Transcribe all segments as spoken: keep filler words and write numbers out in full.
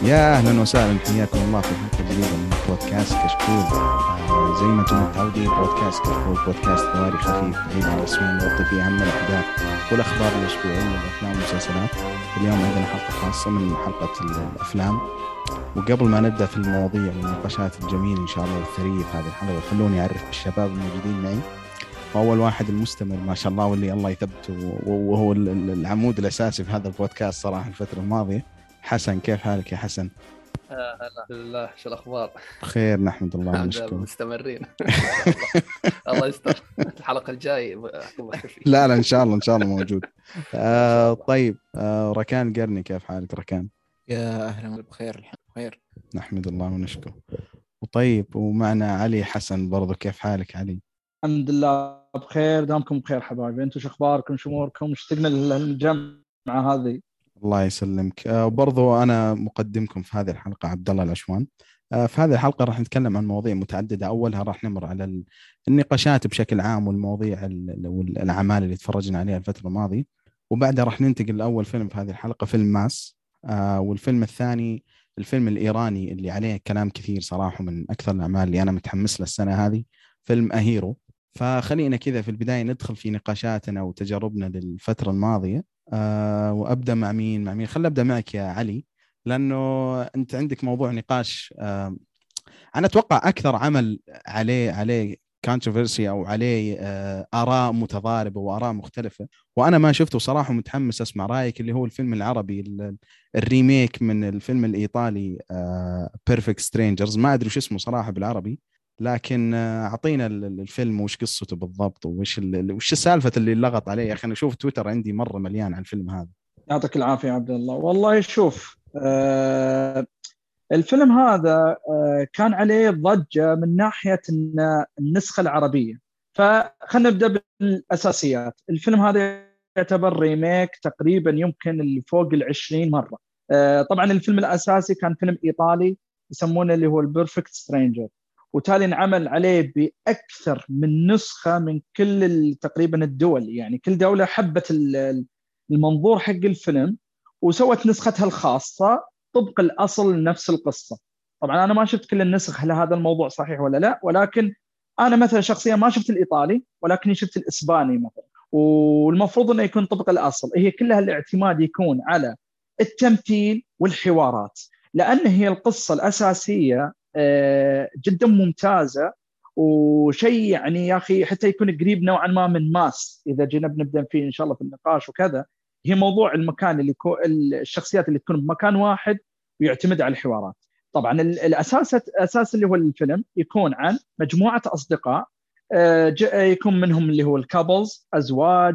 يا أهلا وسهلا حياكم الله في حلقة جديدة من بودكاست كشكول. آه زي ما انتم متعودين بودكاست كشكول بودكاست حواري خفيف بعيد عن الرسمين نغطي فيه أهم الأحداث والأخبار الأسبوعية للأفلام والمسلسلات. اليوم عندنا حلقة خاصة من حلقة الأفلام، وقبل ما نبدأ في المواضيع والنقاشات الجميلة إن شاء الله والثرية في هذه الحلقة خلوني أعرف بالشباب الموجودين معي. وأول واحد المستمر ما شاء الله واللي الله يثبته وهو العمود الأساسي في هذا البودكاست صراحة الفترة الماضية، حسن. كيف حالك يا حسن؟ آه الحمد لله، شو الأخبار؟ بخير نحمد الله ونشكره. مستمرين. الله يستر الحلقة الجاية. لا لا إن شاء الله إن شاء الله موجود. آه طيب آه ركان قرني، كيف حالك ركان؟ يا أهلا بخير الحمد بخير نحمد الله ونشكره. وطيب ومعنا علي حسن برضو، كيف حالك علي؟ الحمد لله بخير، دامكم بخير حبايبي. انتم شو اخباركم شو اموركم؟ اشتقنا للجمعة هذه. الله يسلمك. آه وبرضو انا مقدمكم في هذه الحلقة عبد الله العشوان. آه في هذه الحلقة راح نتكلم عن مواضيع متعددة. اولها راح نمر على النقاشات بشكل عام والمواضيع والاعمال اللي تفرجنا عليها الفترة الماضية، وبعدها راح ننتقل لاول فيلم في هذه الحلقة، فيلم ماس. آه والفيلم الثاني الفيلم الإيراني اللي عليه كلام كثير صراحة، من أكثر الأعمال اللي أنا متحمس له السنة هذه، فيلم أهيرو. فخلينا كذا في البداية ندخل في نقاشاتنا وتجاربنا للفترة الماضية. أه وأبدأ مع مين مع مين خلنا أبدأ معك يا علي، لأنه أنت عندك موضوع نقاش. أه أنا أتوقع أكثر عمل عليه عليه كونتروفيرسي أو عليه آه آراء متضاربة وآراء مختلفة، وأنا ما شفته صراحة متحمس أسمع رأيك، اللي هو الفيلم العربي الريميك من الفيلم الإيطالي بيرفكت آه سترينجرز. ما أدري وش اسمه صراحة بالعربي، لكن أعطينا الفيلم وش قصته بالضبط وش وش السالفة اللي لغط عليه. يا أخي أنا أشوف تويتر عندي مرة مليان عن الفيلم هذا. يعطيك العافية يا عبد الله. والله شوف، آه الفيلم هذا آه كان عليه ضجة من ناحية النسخة العربية. فخلنا نبدأ بالأساسيات. الفيلم هذا يعتبر ريميك تقريبا يمكن اللي فوق العشرين مرة. آه طبعا الفيلم الأساسي كان فيلم إيطالي يسمونه اللي هو البيرفكت سترينجر، وتالي انعمل عليه بأكثر من نسخة من كل تقريبا الدول. يعني كل دولة حبت المنظور حق الفيلم وسوت نسختها الخاصة طبق الأصل نفس القصة. طبعا أنا ما شفت كل النسخ، هل هذا الموضوع صحيح ولا لا، ولكن أنا مثلا شخصيا ما شفت الإيطالي ولكني شفت الإسباني مثلا، والمفروض أنه يكون طبق الأصل. هي كلها الاعتماد يكون على التمثيل والحوارات، لأن هي القصة الأساسية جدا ممتازة وشيء يعني يا أخي حتى يكون قريب نوعا ما من ماس إذا جينا بنبدأ فيه إن شاء الله في النقاش وكذا. هي موضوع المكان اللي كو الشخصيات اللي تكون بمكان واحد ويعتمد على الحوارات. طبعا الأساس أساس اللي هو الفيلم يكون عن مجموعة أصدقاء، يكون منهم اللي هو الكابلز أزواج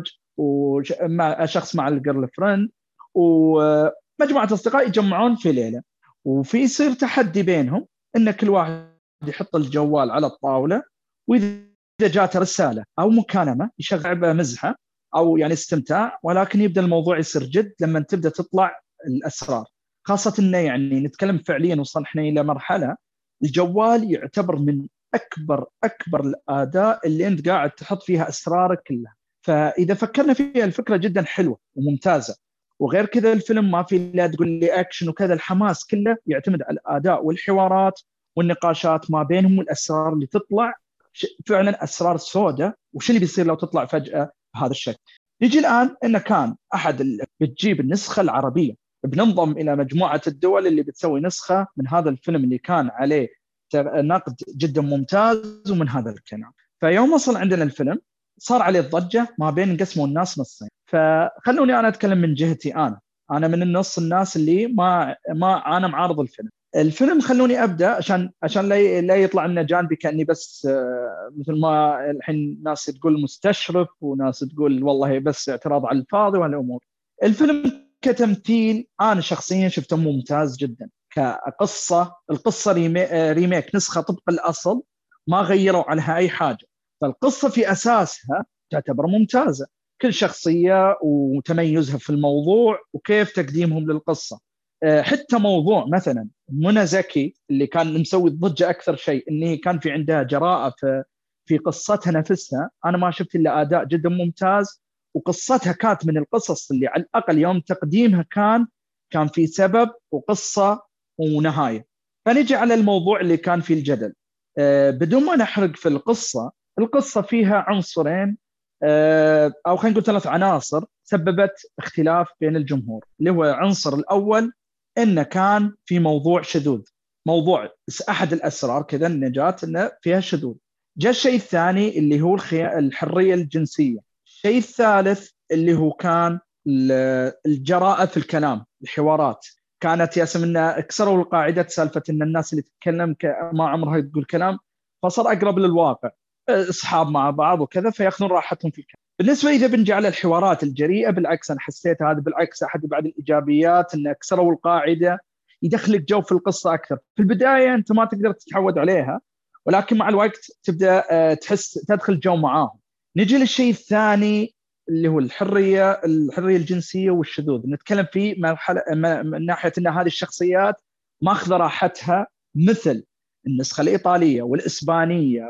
وشخص مع الجيرل فريند، ومجموعة أصدقاء يجمعون في ليلة، وفي يصير تحدي بينهم إن كل واحد يحط الجوال على الطاولة، وإذا جات رسالة أو مكالمة يشغل بها مزحة أو يعني استمتاع، ولكن يبدأ الموضوع يصير جد لما تبدأ تطلع الأسرار. خاصة إنه يعني نتكلم فعليا وصلنا إحنا إلى مرحلة الجوال يعتبر من أكبر أكبر الأداة اللي أنت قاعد تحط فيها أسرارك كلها. فإذا فكرنا فيها الفكرة جدا حلوة وممتازة. وغير كذا الفيلم ما في لا تقول لي أكشن وكذا، الحماس كله يعتمد على الأداء والحوارات والنقاشات ما بينهم والأسرار اللي تطلع، فعلا أسرار سوداء وش اللي بيصير لو تطلع فجأة بهذا الشكل. نجي الآن إنه كان أحد بتجيب النسخة العربية، بننضم إلى مجموعة الدول اللي بتسوي نسخة من هذا الفيلم اللي كان عليه نقد جدا ممتاز ومن هذا الكلام. فيوم وصل عندنا الفيلم صار عليه الضجة ما بين قسموا الناس نصين. فخلوني أنا أتكلم من جهتي. أنا أنا من النص الناس اللي ما ما أنا معارض الفيلم. الفيلم خلوني أبدأ عشان عشان لا لا يطلع لنا جانبي كأني بس مثل ما الحين ناس تقول مستشرف وناس تقول والله بس اعتراض على الفاضي والأمور. الفيلم كتمثيل أنا شخصيا شفته ممتاز جدا. كقصة القصة ريميك نسخة طبق الأصل، ما غيروا عنها أي حاجة. فالقصة في أساسها تعتبر ممتازة، كل شخصية وتميزها في الموضوع وكيف تقديمهم للقصة. حتى موضوع مثلا منى زكي اللي كان مسوي الضجة أكثر شيء إنه كان في عندها جراءة في في قصتها نفسها. أنا ما شفت إلا أداء جدا ممتاز، وقصتها كانت من القصص اللي على الأقل يوم تقديمها كان كان في سبب وقصة ونهايه. فنجي على الموضوع اللي كان فيه الجدل. أه بدون ما نحرق في القصه، القصه فيها عنصرين، أه او خلينا نقول ثلاث عناصر سببت اختلاف بين الجمهور. اللي هو العنصر الاول انه كان في موضوع شذوذ، موضوع احد الاسرار كذا النجاة انه فيها شذوذ. جاء الشيء الثاني اللي هو الحريه الجنسيه. الشيء الثالث اللي هو كان الجراءه في الكلام، الحوارات. كانت ياسمنا كسروا القاعده سالفه ان الناس اللي تتكلم ما عمرها تقول كلام، فصار اقرب للواقع، اصحاب مع بعض وكذا فياخذون راحتهم في الكلام. بالنسبه اذا بنجي على الحوارات الجريئه، بالعكس انا حسيت هذا بالعكس احد بعد الايجابيات، ان كسروا القاعده، يدخلك جو في القصه اكثر. في البدايه انت ما تقدر تتعود عليها، ولكن مع الوقت تبدا تحس تدخل جو معاهم. نجي للشيء الثاني اللي هو الحريه الحريه الجنسيه والشذوذ. نتكلم فيه مرحله من ناحيه ان هذه الشخصيات ماخذه راحتها، مثل النسخه الايطاليه والاسبانيه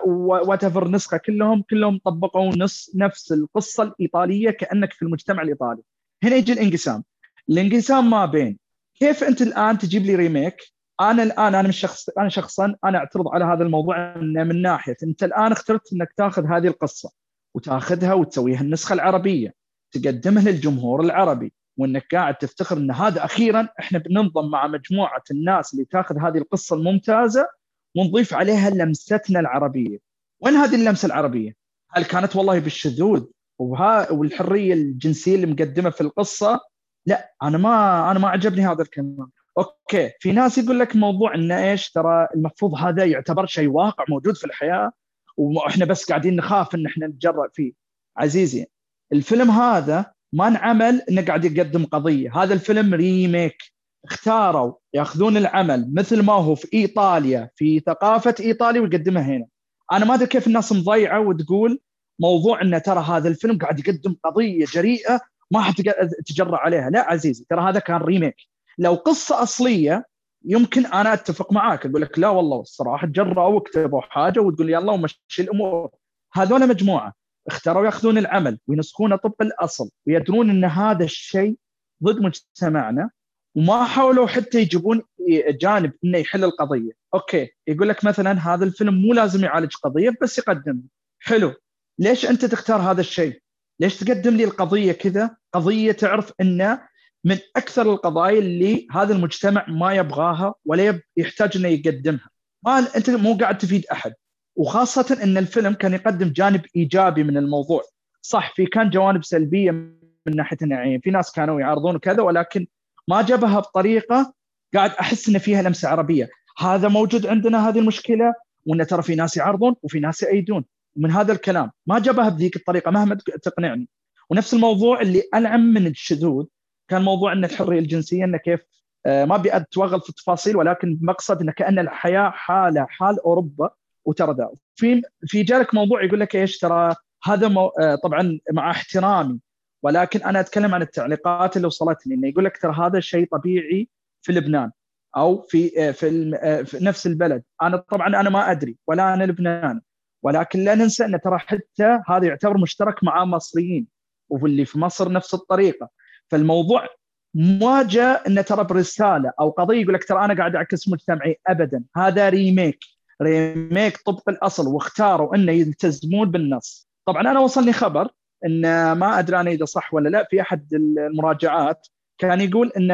وتفر نسخه، كلهم كلهم طبقوا نص نفس القصه الايطاليه كانك في المجتمع الايطالي. هنا يجي الانقسام الانقسام ما بين كيف انت الان تجيب لي ريميك. انا الان انا من شخص انا شخصا انا اعترض على هذا الموضوع من ناحيه انت الان اخترت انك تاخذ هذه القصه وتاخذها وتسويها النسخه العربيه، تقدمها للجمهور العربي، وانك قاعد تفتخر ان هذا اخيرا احنا بننضم مع مجموعه الناس اللي تاخذ هذه القصه الممتازه ونضيف عليها لمستنا العربيه. وين هذه اللمسه العربيه؟ هل كانت والله بالشذوذ وها والحريه الجنسيه اللي مقدمه في القصه؟ لا، انا ما انا ما عجبني هذا الكلام. اوكي، في ناس يقول لك موضوع ان ايش، ترى المفروض هذا يعتبر شيء واقع موجود في الحياه واحنا بس قاعدين نخاف ان احنا نتجرأ فيه. عزيزي، الفيلم هذا ما انعمل انه قاعد يقدم قضيه، هذا الفيلم ريميك. اختاروا ياخذون العمل مثل ما هو في ايطاليا، في ثقافه ايطاليا، ويقدمها هنا. انا ما ادري كيف الناس مضيعه وتقول موضوع ان ترى هذا الفيلم قاعد يقدم قضيه جريئه ما حتتجرأ عليها. لا عزيزي، ترى هذا كان ريميك. لو قصه اصليه يمكن انا اتفق معاك، اقول لك لا والله الصراحه تجرأوا وكتبوا حاجه وتقول يلا ومشي الامور. هذول مجموعه اختاروا ياخذون العمل وينسخونه طبق الاصل، ويدرون ان هذا الشيء ضد مجتمعنا، وما حاولوا حتى يجيبون جانب انه يحل القضيه. اوكي، يقول لك مثلا هذا الفيلم مو لازم يعالج قضيه بس يقدم. حلو، ليش انت تختار هذا الشيء؟ ليش تقدم لي القضيه كذا؟ قضيه تعرف انه من اكثر القضايا اللي هذا المجتمع ما يبغاها ولا يحتاج انه يقدمها. ما انت مو قاعد تفيد احد، وخاصه ان الفيلم كان يقدم جانب ايجابي من الموضوع. صح، في كان جوانب سلبيه من ناحيه النعيم، في ناس كانوا يعارضون وكذا، ولكن ما جابها بطريقه قاعد احس ان فيها لمسه عربيه. هذا موجود عندنا هذه المشكله، وان ترى في ناس يعارضون وفي ناس يأيدون، ومن هذا الكلام ما جابها بذيك الطريقه مهما تقنعني. ونفس الموضوع اللي ألعم من الشذوذ كان موضوع ان الحريه الجنسيه، انه كيف آه ما ابي اتوغل في التفاصيل، ولكن بمقصد ان كأن الحياه حاله حال اوروبا. وترى ذا في في جالك موضوع يقول لك ايش، ترى هذا مو... آه طبعا مع احترامي، ولكن انا اتكلم عن التعليقات اللي وصلتني، انه يقول لك ترى هذا شيء طبيعي في لبنان او في في, الم... في نفس البلد. انا طبعا انا ما ادري ولا انا لبناني، ولكن لا ننسى ان ترى حتى هذا يعتبر مشترك مع مصريين، واللي في مصر نفس الطريقه. فالموضوع ما جاء ان ترى برساله او قضيه يقول لك ترى انا قاعد اعكس مجتمعي، ابدا. هذا ريميك ريميك طبق الاصل، واختاروا انه يلتزمون بالنص. طبعا انا وصلني خبر ان ما ادري انا اذا صح ولا لا، في احد المراجعات كان يقول ان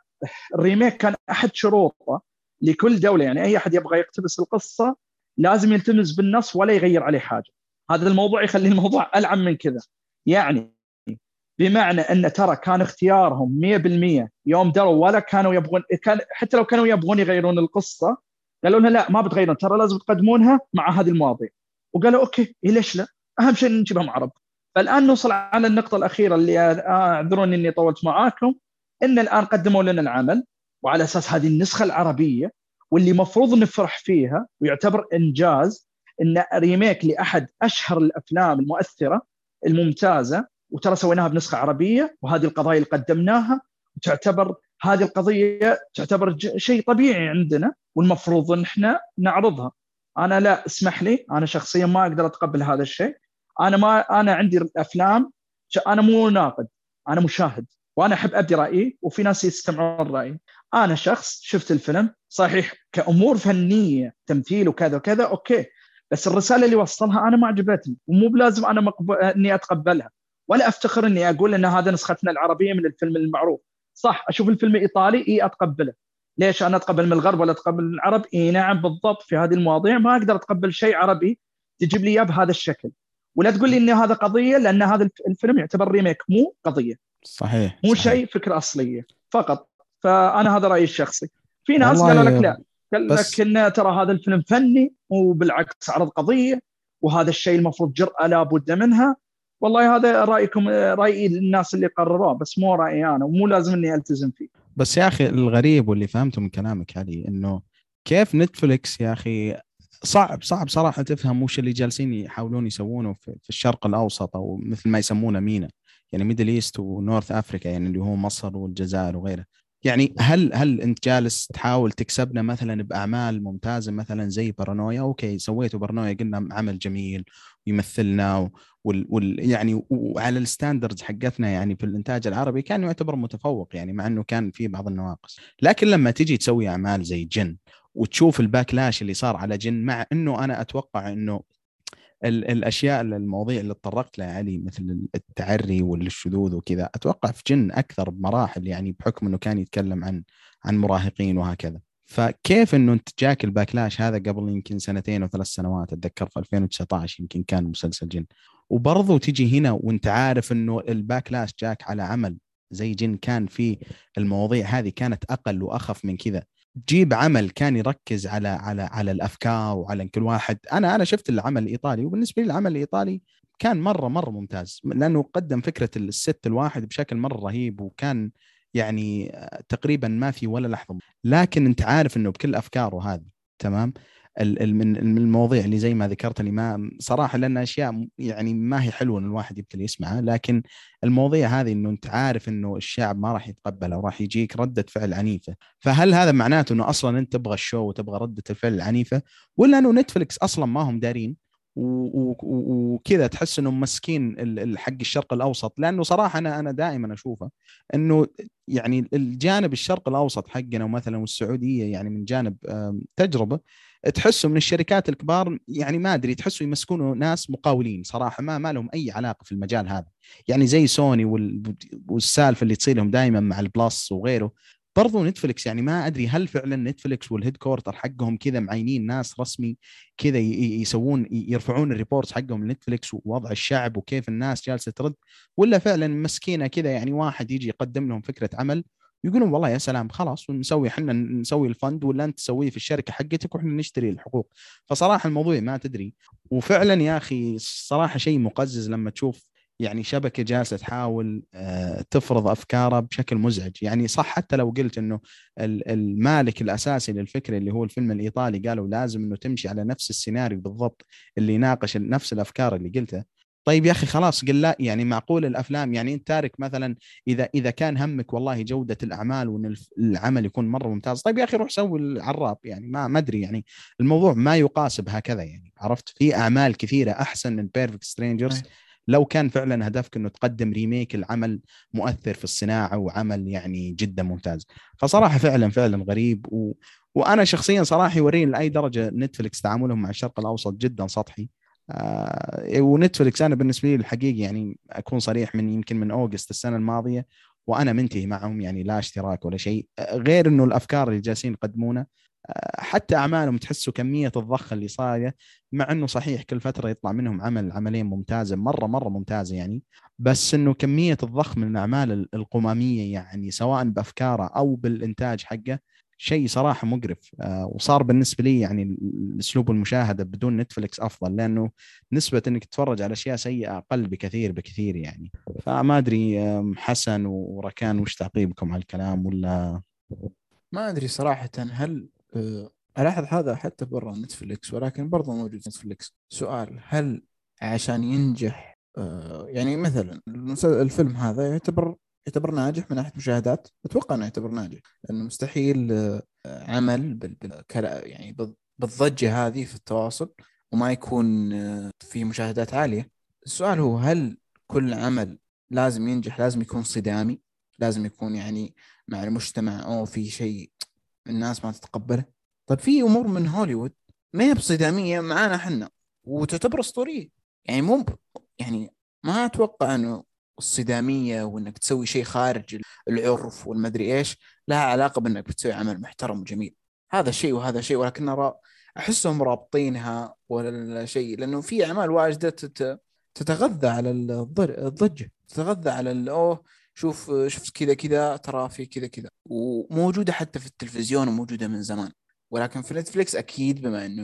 الريميك كان احد شروطه لكل دوله، يعني اي احد يبغى يقتبس القصه لازم يلتزم بالنص ولا يغير عليه حاجه. هذا الموضوع يخلي الموضوع ألعن من كذا، يعني بمعنى ان ترى كان اختيارهم مية بالمية يوم دروا، ولا كانوا يبغون، كان حتى لو كانوا يبغون يغيرون القصه قالوا لنا لا ما بتغيرون، ترى لازم تقدمونها مع هذه المواضيع. وقالوا اوكي ليش لا، اهم شيء نجيبهم عرب. فالان نوصل على النقطه الاخيره اللي اعذروني اني طولت معاكم، ان الان قدموا لنا العمل وعلى اساس هذه النسخه العربيه، واللي مفروض نفرح فيها ويعتبر انجاز ان ريميك لاحد اشهر الافلام المؤثره الممتازه، وترى سويناها بنسخه عربيه، وهذه القضايا اللي قدمناها وتعتبر هذه القضيه تعتبر شيء طبيعي عندنا والمفروض ان احنا نعرضها. انا لا، اسمح لي، انا شخصيا ما اقدر اتقبل هذا الشيء. انا ما انا عندي الافلام، انا مو ناقد، انا مشاهد، وانا احب ابدي رايي وفي ناس يستمعون رايي. انا شخص شفت الفيلم صحيح كأمور فنية تمثيل وكذا وكذا اوكي، بس الرسالة اللي وصلها انا ما عجبتني، ومو بلازم انا مقب... اني اتقبلها ولا افتخر اني اقول ان هذا نسختنا العربية من الفيلم المعروف. صح اشوف الفيلم ايطالي اي اتقبله، ليش انا اتقبل من الغرب ولا اتقبل من العرب؟ اي نعم بالضبط، في هذه المواضيع ما اقدر اتقبل شيء عربي تجيب لي اياه بهذا الشكل، ولا تقول لي ان هذا قضية، لان هذا الفيلم يعتبر ريميك مو قضية، صحيح مو صحيح. شيء فكرة أصلية فقط. فأنا هذا رأيي الشخصي. في ناس قالوا لك والله لا، قال لك بس إن ترى هذا الفيلم فني وبالعكس عرض قضية، وهذا الشيء المفروض جرأة لا بد منها. والله هذا رأيكم، رأي الناس اللي قرروه، بس مو رأيي أنا، ومو لازم إني ألتزم فيه. بس يا أخي الغريب واللي فهمته من كلامك علي إنه كيف نتفليكس يا أخي صعب صعب صراحة تفهم وش اللي جالسين يحاولون يسوونه في في الشرق الأوسط، أو مثل ما يسمونه مينا، يعني ميدل إيست ونورث أفريكا، يعني اللي هو مصر والجزائر وغيره. يعني هل هل أنت جالس تحاول تكسبنا مثلا بأعمال ممتازة مثلا زي بارانويا؟ أوكي سويتوا بارانويا، قلنا عمل جميل ويمثلنا وال, وال يعني وعلى الستاندردز حقتنا يعني في الإنتاج العربي كان يعتبر متفوق، يعني مع إنه كان فيه بعض النواقص. لكن لما تيجي تسوي أعمال زي جن وتشوف الباكلاش اللي صار على جن، مع انه انا اتوقع انه ال- الاشياء المواضيع اللي تطرقت لها علي مثل التعري والشذوذ وكذا، اتوقع في جن اكثر بمراحل، يعني بحكم انه كان يتكلم عن عن مراهقين وهكذا. فكيف انه انت جاك الباكلاش هذا قبل يمكن سنتين او ثلاث سنوات، اتذكر في ألفين وتسعة عشر يمكن كان مسلسل جن، وبرضه تيجي هنا وانت عارف انه الباكلاش جاك على عمل زي جن كان في المواضيع هذه كانت اقل واخف من كذا، جيب عمل كان يركز على على على الافكار وعلى كل واحد. انا انا شفت العمل الايطالي، وبالنسبه لي العمل الايطالي كان مره مره ممتاز، لانه قدم فكره الست الواحد بشكل مره رهيب، وكان يعني تقريبا ما في ولا لحظه. لكن انت عارف انه بكل افكاره هذه تمام، ال- ال- من من المواضيع اللي زي ما ذكرت لي، ما صراحه لان اشياء يعني ما هي حلوه ان الواحد يبتدي يسمعها، لكن المواضيع هذه انه انت عارف انه الشعب ما راح يتقبلها وراح يجيك رده فعل عنيفه. فهل هذا معناته انه اصلا انت تبغى الشو وتبغى رده الفعل العنيفه، ولا انه نتفلكس اصلا ما هم دارين وكذا تحس انهم مسكين حق الشرق الاوسط؟ لانه صراحه انا انا دائما اشوفه انه يعني الجانب الشرق الاوسط حقنا ومثلا والسعوديه، يعني من جانب تجربه تحسوا من الشركات الكبار، يعني ما ادري تحسوا يمسكونه ناس مقاولين صراحه، ما ما لهم اي علاقه في المجال هذا، يعني زي سوني والسالفه اللي تصير لهم دائما مع البلس وغيره. برضو نتفلكس يعني ما ادري هل فعلا نتفلكس والهيد كورتر حقهم كذا معينين ناس رسمي كذا يسوون يرفعون الريبورتس حقهم لنتفلكس ووضع الشعب وكيف الناس جالسه ترد، ولا فعلا مسكينه كذا يعني واحد يجي يقدم لهم فكره عمل يقولون والله يا سلام خلاص ونسوي احنا نسوي الفند، ولا انت تسويه في الشركه حقتك واحنا نشتري الحقوق. فصراحه الموضوع ما تدري. وفعلا يا اخي صراحه شيء مقزز لما تشوف يعني شبكه جالسه تحاول تفرض افكارها بشكل مزعج. يعني صح حتى لو قلت انه المالك الاساسي للفكره اللي هو الفيلم الايطالي قالوا لازم انه تمشي على نفس السيناريو بالضبط اللي يناقش نفس الافكار اللي قلتها. طيب يا اخي خلاص قل لا، يعني معقول الافلام يعني انت تارك مثلا اذا اذا كان همك والله جوده الاعمال وان العمل يكون مره ممتاز، طيب يا اخي روح سوي العراب، يعني ما ما ادري يعني الموضوع ما يقاس بهكذا. يعني عرفت في اعمال كثيره احسن من بيرفكت سترينجرز لو كان فعلا هدفك انه تقدم ريميك العمل مؤثر في الصناعه وعمل يعني جدا ممتاز. فصراحه فعلا فعلا غريب. و... وانا شخصيا صراحه يوريني لاي درجه نتفلكس تعاملهم مع الشرق الاوسط جدا سطحي. آه ونتفلكس انا بالنسبه لي الحقيقه يعني اكون صريح، من يمكن من اوغست السنه الماضيه وانا منتهي معهم، يعني لا اشتراك ولا شيء، غير انه الافكار اللي جالسين يقدمونه حتى اعمالهم تحسوا كميه الضخ اللي صايره، مع انه صحيح كل فتره يطلع منهم عمل عملين ممتازه مره مره ممتازه يعني، بس انه كميه الضخ من الاعمال القماميه يعني سواء بافكاره او بالانتاج حقه شيء صراحه مقرف. آه وصار بالنسبه لي يعني اسلوب المشاهده بدون نتفلكس افضل، لانه نسبه انك تتفرج على اشياء سيئه اقل بكثير بكثير يعني. فما ادري حسن وركان وش تعقيبكم على الكلام؟ ولا ما أدري صراحة هل أه ألاحظ هذا حتى برا نتفليكس، ولكن برضه موجود نتفليكس. سؤال، هل عشان ينجح أه يعني مثلا الفيلم هذا يعتبر يعتبر ناجح من ناحية مشاهدات؟ أتوقع أنه يعتبر ناجح، لأنه مستحيل أه عمل بال بال يعني بالضجة هذه في التواصل وما يكون أه فيه مشاهدات عالية. السؤال هو هل كل عمل لازم ينجح لازم يكون صدامي؟ لازم يكون يعني مع المجتمع أو في شيء الناس ما تتقبله. طيب في أمور من هوليوود ما هي بصدامية معانا حنا وتعتبر أسطورية، يعني مو ب- يعني ما أتوقع أنه الصدامية وأنك تسوي شيء خارج العرف والمدري إيش لها علاقة بأنك بتسوي عمل محترم وجميل. هذا شيء وهذا شيء، ولكن أرى أحسهم رابطينها ولا شيء، لأنه في أعمال واجدة تت- تتغذى على الضر- الضجة، تتغذى على ال- أوه شوف شفت كذا كذا، ترى في كذا كذا، وموجودة حتى في التلفزيون وموجودة من زمان. ولكن في نتفليكس أكيد بما أنه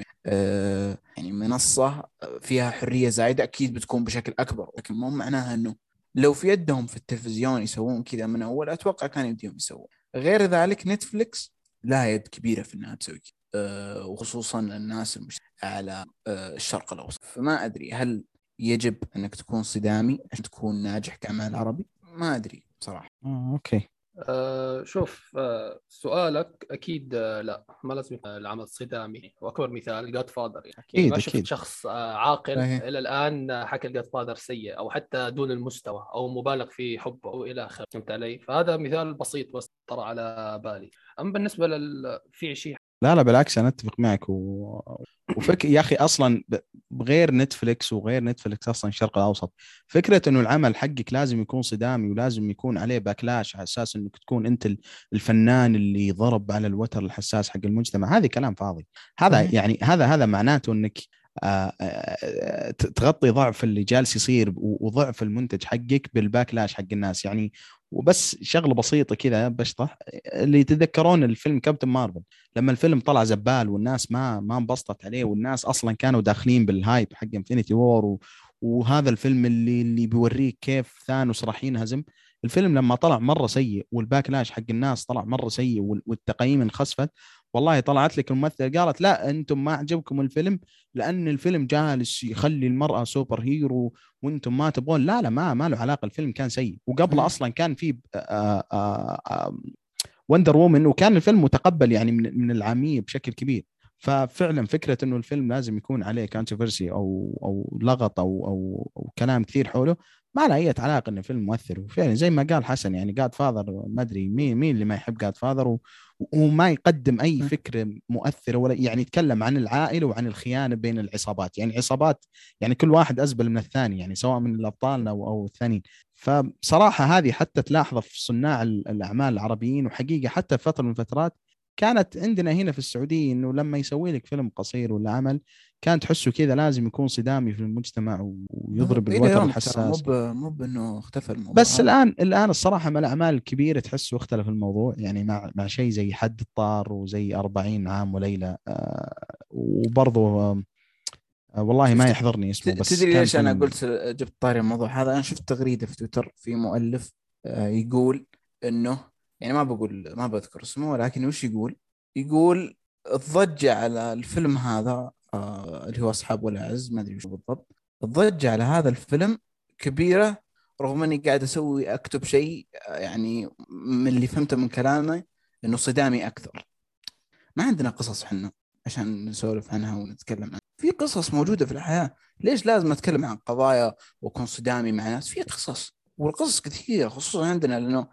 آه يعني منصة فيها حرية زايدة أكيد بتكون بشكل أكبر، لكن مو معناها أنه لو في يدهم في التلفزيون يسوون كذا من أول أتوقع كان يديهم يسوون. غير ذلك نتفليكس لها يد كبيرة في أنها تسوي كذا، آه وخصوصا الناس المش... على آه الشرق الأوسط. فما أدري هل يجب أنك تكون صدامي عشان تكون ناجح كعمل عربي؟ ما أدري بصراحة. آه، أوكي. أه شوف، أه سؤالك اكيد أه لا، ما لازم يكون العمل صدامي. واكبر مثال جاد فادر، يعني أكيد ما شفت أكيد. شخص أه عاقل صحيح. الى الان حكى جاد فادر سيء او حتى دون المستوى او مبالغ في حبه او الى اخره. فهمت علي؟ فهذا مثال بسيط بس طرى على بالي. اما بالنسبه لل في شيء، لا لا بالعكس، أنا أتفق معك و... وفك يا أخي أصلا ب- بغير نتفليكس وغير نتفليكس أصلا الشرق الأوسط، فكرة إنه العمل حقك لازم يكون صدامي ولازم يكون عليه باكلاش على أساس إنك تكون أنت ال- الفنان اللي ضرب على الوتر الحساس حق المجتمع، هذه كلام فاضي. هذا صحيح. يعني هذا هذا معناته إنك آه، آه، ت- تغطي ضعف اللي جالس يصير و- وضعف المنتج حقك بالباكلاش حق الناس يعني. وبس شغله بسيطه كذا بشطح، اللي يتذكرون الفيلم كابتن مارفل لما الفيلم طلع زبال والناس ما ما انبسطت عليه، والناس اصلا كانوا داخلين بالهايب حق انفينيتي وور و... وهذا الفيلم اللي اللي بيوريك كيف ثانوس راح ينهزم. الفيلم لما طلع مره سيء والباكلاش حق الناس طلع مره سيء وال- والتقييم انخسفت، والله طلعت لك الممثله قالت لا انتم ما عجبكم الفيلم لان الفيلم جالس يخلي المراه سوبر هيرو وانتم ما تبغون. لا لا ما ما له علاقه، الفيلم كان سيء وقبله اصلا كان في وندر وومن وكان الفيلم متقبل يعني من من العاميه بشكل كبير. ففعلا فكره انه الفيلم لازم يكون عليه كونتروفيرسي او او لغط او او او كلام كثير حوله، ما له اي علاقه انه فيلم مؤثر. وفعلا زي ما قال حسن يعني جاد فاذر، ما ادري مين مين اللي ما يحب جاد فاذر، وما يقدم اي فكره مؤثره ولا يعني يتكلم عن العائله وعن الخيانه بين العصابات، يعني عصابات يعني كل واحد ازبل من الثاني يعني سواء من الابطال او او الثانيين. فبصراحه هذه حتى تلاحظها في صناع الاعمال العربيين، وحقيقه حتى في فتره من الفترات كانت عندنا هنا في السعوديه انه لما يسوي لك فيلم قصير ولا عمل كان تحسه كذا لازم يكون صدامي في المجتمع ويضرب الى الوتر يومك ترى، مو الحساس. ب- مو بانه اختفى الموضوع بس هذا. الان الان الصراحه مع الاعمال الكبيره تحسه اختلف الموضوع، يعني مع مع شيء زي حد الطار وزي أربعين عام وليله آه وبرضه آه والله ما شفت يحضرني ت- اسمه بس تدري كان ليش انا فيلم. قلت جبت طاري الموضوع هذا؟ انا شفت تغريده في تويتر في مؤلف آه، يقول انه، يعني ما بقول ما بذكر اسمه، ولكن وش يقول؟ يقول الضجه على الفيلم هذا آه، اللي هو اصحاب والعز، ما ادري وش بالضبط، الضجه على هذا الفيلم كبيره رغم اني قاعد اسوي اكتب شيء آه، يعني من اللي فهمته من كلامه انه صدامي اكثر. ما عندنا قصص حنا عشان نسولف عنها ونتكلم عنها. في قصص موجودة في الحياة، ليش لازم أتكلم عن قضايا وأكون صدامي مع ناس؟ في قصص، والقصص كثيرة خصوصا عندنا لأنه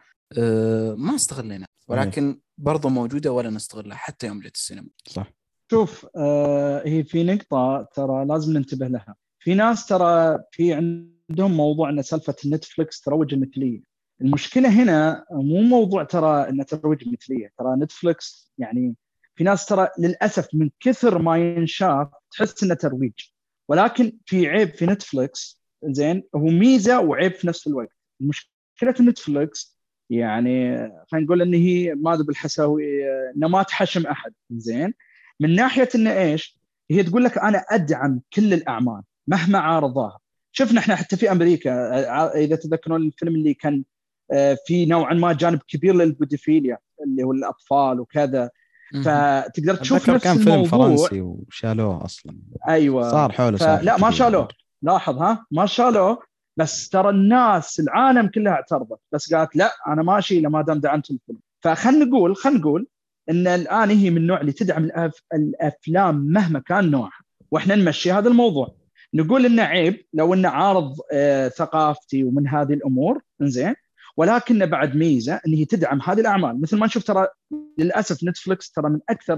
آه ما استغلنا، ولكن برضو موجودة ولا نستغلها حتى يوم جت السينما. صح. شوف، آه هي في نقطة ترى لازم ننتبه لها. في ناس ترى في عندهم موضوع أن سالفة النتفليكس تروج المثلية. المشكلة هنا مو موضوع ترى أن تروج المثلية، ترى نتفليكس يعني في ناس ترى للأسف من كثر ما ينشاف تحس أنه ترويج، ولكن في عيب في نتفليكس. زين، هو ميزة وعيب في نفس الوقت. مشكلة نتفليكس يعني خلينا نقول ان هي ماذا بالحساوي انه ما تحشم احد. زين، من ناحيه انه ايش، هي تقول لك انا ادعم كل الاعمال مهما عارضاها. شفنا احنا حتى في امريكا اذا تذكرون الفيلم اللي كان في نوعا ما جانب كبير للبوديفيليا اللي هو الاطفال وكذا، فتقدر تشوف نفس كان الموضوع. فيلم فرنسي وشالوه اصلا. ايوه، صار حوله فلا سالفه ما كبيرة. شالوه. لاحظ ها، ما شالوه، بس ترى الناس العالم كلها اعترضت، بس قالت لا انا ماشي لما دام دعمت الفيلم. فخلنا نقول خلنا نقول ان الان هي من النوع اللي تدعم الأف... الافلام مهما كان نوعها، واحنا نمشي هذا الموضوع. نقول انه عيب لو انه عارض آه ثقافتي ومن هذه الامور. انزين، ولكن بعد ميزه ان هي تدعم هذه الاعمال. مثل ما نشوف ترى للاسف نتفلكس ترى من اكثر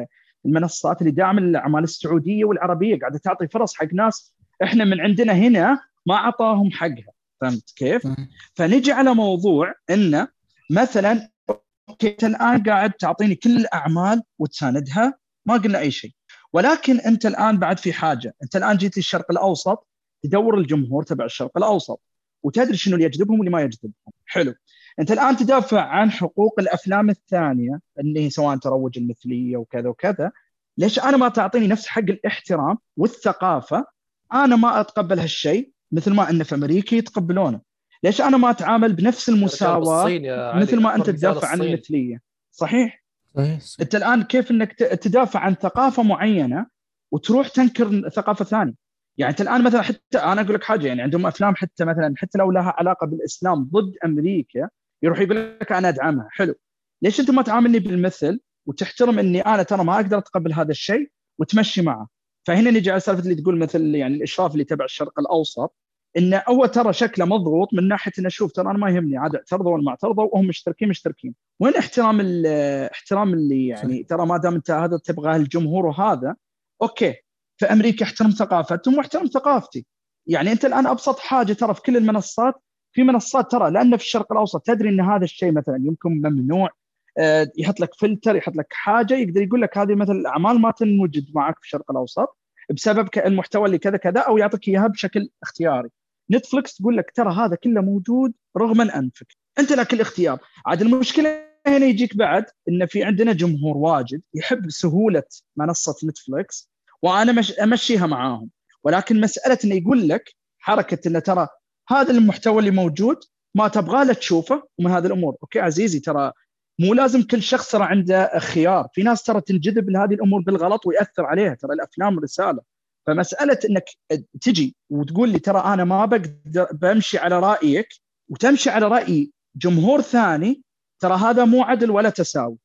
المنصات اللي داعمه الاعمال السعوديه والعربيه، قاعده تعطي فرص حق ناس احنا من عندنا هنا ما عطاهم حقها. فهمت كيف؟ فنجي على موضوع انه مثلا اوكي الان قاعد تعطيني كل الاعمال وتساندها، ما قلنا اي شيء، ولكن انت الان بعد في حاجه. انت الان جيت للشرق الاوسط تدور الجمهور تبع الشرق الاوسط وتدري شنو اللي يجذبهم واللي ما يجذبهم. حلو، انت الان تدافع عن حقوق الافلام الثانيه اللي سواء تروج المثليه وكذا وكذا. ليش انا ما تعطيني نفس حق الاحترام والثقافه؟ انا ما اتقبل هالشيء مثل ما ان في امريكا يتقبلونه. ليش انا ما اتعامل بنفس المساواه مثل ما انت تدافع عن المثليه؟ صحيح. صحيح. انت الان كيف انك تدافع عن ثقافه معينه وتروح تنكر ثقافه ثانيه؟ يعني انت الان مثلا حتى انا اقول لك حاجه، يعني عندهم افلام حتى مثلا حتى لو لها علاقه بالاسلام ضد امريكا يروح يقول لك انا ادعمها. حلو، ليش انت ما تعاملني بالمثل وتحترم اني انا ترى ما اقدر اتقبل هذا الشيء وتمشي معه؟ فهنا نجي على سالفه اللي تقول مثل يعني الاشراف اللي تبع الشرق الاوسط، انه هو ترى شكله مضغوط من ناحيه انه شوف ترى انا ما يهمني عاد اعترضوا ولا ما اعترضوا وهم مشتركين مشتركين. وين احترام احترام اللي يعني ترى ما دام انت هذا تبغاه الجمهور وهذا اوكي، في امريكا احترم ثقافتهم واحترم ثقافتي. يعني انت الان ابسط حاجه ترى في كل المنصات، في منصات ترى لان في الشرق الاوسط تدري ان هذا الشيء مثلا يمكن ممنوع، أه يحط لك فلتر، يحط لك حاجه يقدر يقول لك هذه مثل الاعمال ما تنوجد معك في الشرق الاوسط بسبب المحتوى اللي كذا كذا، او يعطيك اياها بشكل اختياري. نتفلكس تقول لك ترى هذا كله موجود رغما انفك، انت لك الاختيار. عاد المشكله هنا يجيك بعد ان في عندنا جمهور واجد يحب سهوله منصه نتفلكس وانا مش امشيها معاهم، ولكن مساله انه يقول لك حركه انه ترى هذا المحتوى اللي موجود ما تبغى له تشوفه ومن هذه الامور. اوكي عزيزي، ترى مو لازم كل شخص ترى عنده خيار، في ناس ترى تنجذب لهذه الامور بالغلط ويأثر عليها. ترى الافلام رساله، فمساله انك تجي وتقول لي ترى انا ما بقدر بمشي على رايك وتمشي على راي جمهور ثاني، ترى هذا مو عدل ولا تساوي.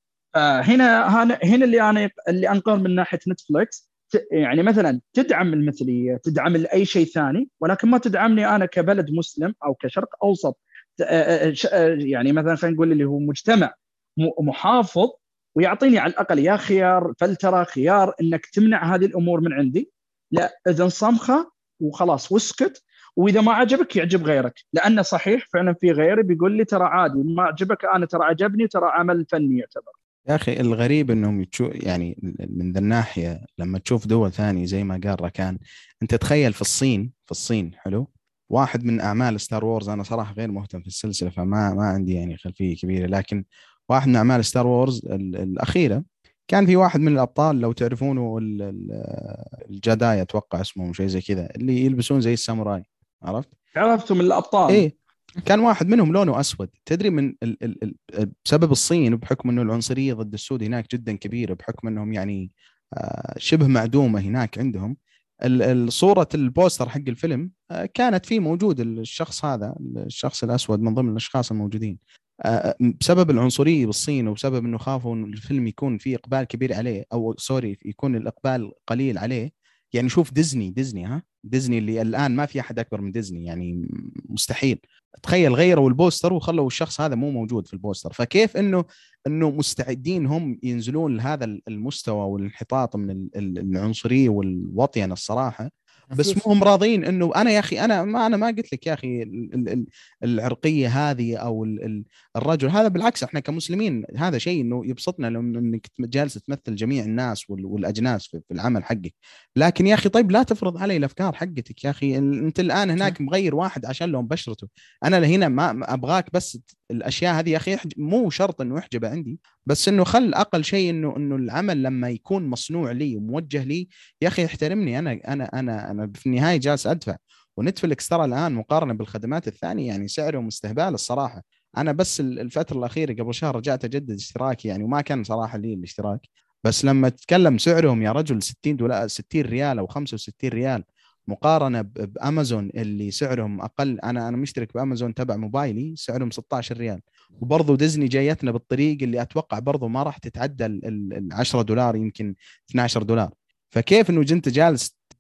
هنا هنا اللي انا اللي انقر من ناحيه نتفلكس، يعني مثلا تدعم المثليه، تدعم اي شيء ثاني، ولكن ما تدعمني انا كبلد مسلم او كشرق اوسط. يعني مثلا خلينا نقول اللي هو مجتمع محافظ ويعطيني على الاقل يا خيار فلتره، خيار انك تمنع هذه الامور من عندي. لا، اذن صمخه وخلاص واسكت، واذا ما عجبك يعجب غيرك، لانه صحيح فعلا في غيري بيقول لي ترى عادي ما عجبك، انا ترى عجبني، ترى عمل فني يعتبر. يا أخي الغريب أنهم يتشو يعني من ذا الناحية لما تشوف دول ثانية زي ما قال ركان، أنت تخيل في الصين في الصين حلو، واحد من أعمال ستار وورز، أنا صراحة غير مهتم في السلسلة فما ما عندي يعني خلفية كبيرة، لكن واحد من أعمال ستار وورز الأخيرة كان في واحد من الأبطال لو تعرفونه الجداي أتوقع اسمه شيء زي كذا، اللي يلبسون زي الساموراي، عرفت؟ عرفتم من الأبطال؟ إيه، كان واحد منهم لونه أسود. تدري من ال ال ال بسبب الصين وبحكم أنه العنصرية ضد السود هناك جدا كبيرة، بحكم أنهم يعني آه شبه معدومة هناك عندهم، الصورة البوستر حق الفيلم آه كانت فيه موجود الشخص هذا، الشخص الأسود من ضمن الأشخاص الموجودين. آه بسبب العنصرية بالصين وبسبب أنه خافوا أن الفيلم يكون فيه إقبال كبير عليه، أو سوري يكون الإقبال قليل عليه. يعني شوف ديزني ديزني ها ديزني اللي الآن ما في أحد أكبر من ديزني، يعني مستحيل. تخيل غيروا البوستر وخلوا الشخص هذا مو موجود في البوستر. فكيف انه انه مستعدين هم ينزلون لهذا المستوى والانحطاط من العنصرية والوطينة الصراحة، بس مو هم راضين انه انا يا اخي انا ما انا ما قلت لك يا اخي العرقية هذه او الرجل هذا، بالعكس احنا كمسلمين هذا شيء انه يبسطنا انك جالس تمثل جميع الناس والاجناس في العمل حقك، لكن يا اخي طيب لا تفرض علي الافكار حقتك يا اخي. انت الان هناك مغير واحد عشان لون بشرته، انا هنا ما ابغاك بس الاشياء هذه يا اخي مو شرط انه يحجب عندي، بس انه خل اقل شيء انه انه العمل لما يكون مصنوع لي وموجه لي يا اخي احترمني. انا انا انا انا في النهايه جالس ادفع. ونتفلكس ترى الان مقارنه بالخدمات الثانيه يعني سعره مستهبال الصراحه. انا بس الفتره الاخيره قبل شهر رجعت اجدد اشتراكي يعني، وما كان صراحه لي الاشتراك، بس لما تتكلم سعرهم يا رجل ستين دولار ستين ريال او خمسة وستين ريال مقارنه بامازون اللي سعرهم اقل. انا انا مشترك بامازون تبع موبايلي سعرهم ستة عشر ريال، وبرضه ديزني جايتنا بالطريق اللي اتوقع برضه ما راح تتعدى ال عشرة دولار يمكن اثني عشر دولار. فكيف انه انت جالس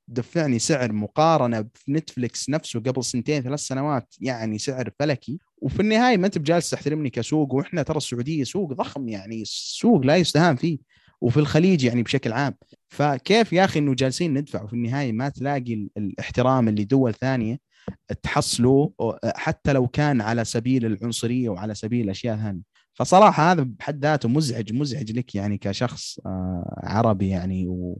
تدفعني سعر مقارنه في نتفليكس نفسه قبل سنتين ثلاث سنوات يعني سعر فلكي، وفي النهايه ما انت بجالس تحترمني كسوق. واحنا ترى السعوديه سوق ضخم يعني، سوق لا يستهان فيه، وفي الخليج يعني بشكل عام. فكيف يا اخي انه جالسين ندفع وفي النهايه ما تلاقي الاحترام اللي دول ثانيه تحصله، حتى لو كان على سبيل العنصريه وعلى سبيل اشياء ثانيه. فصراحه هذا بحد ذاته مزعج مزعج لك يعني كشخص عربي يعني و...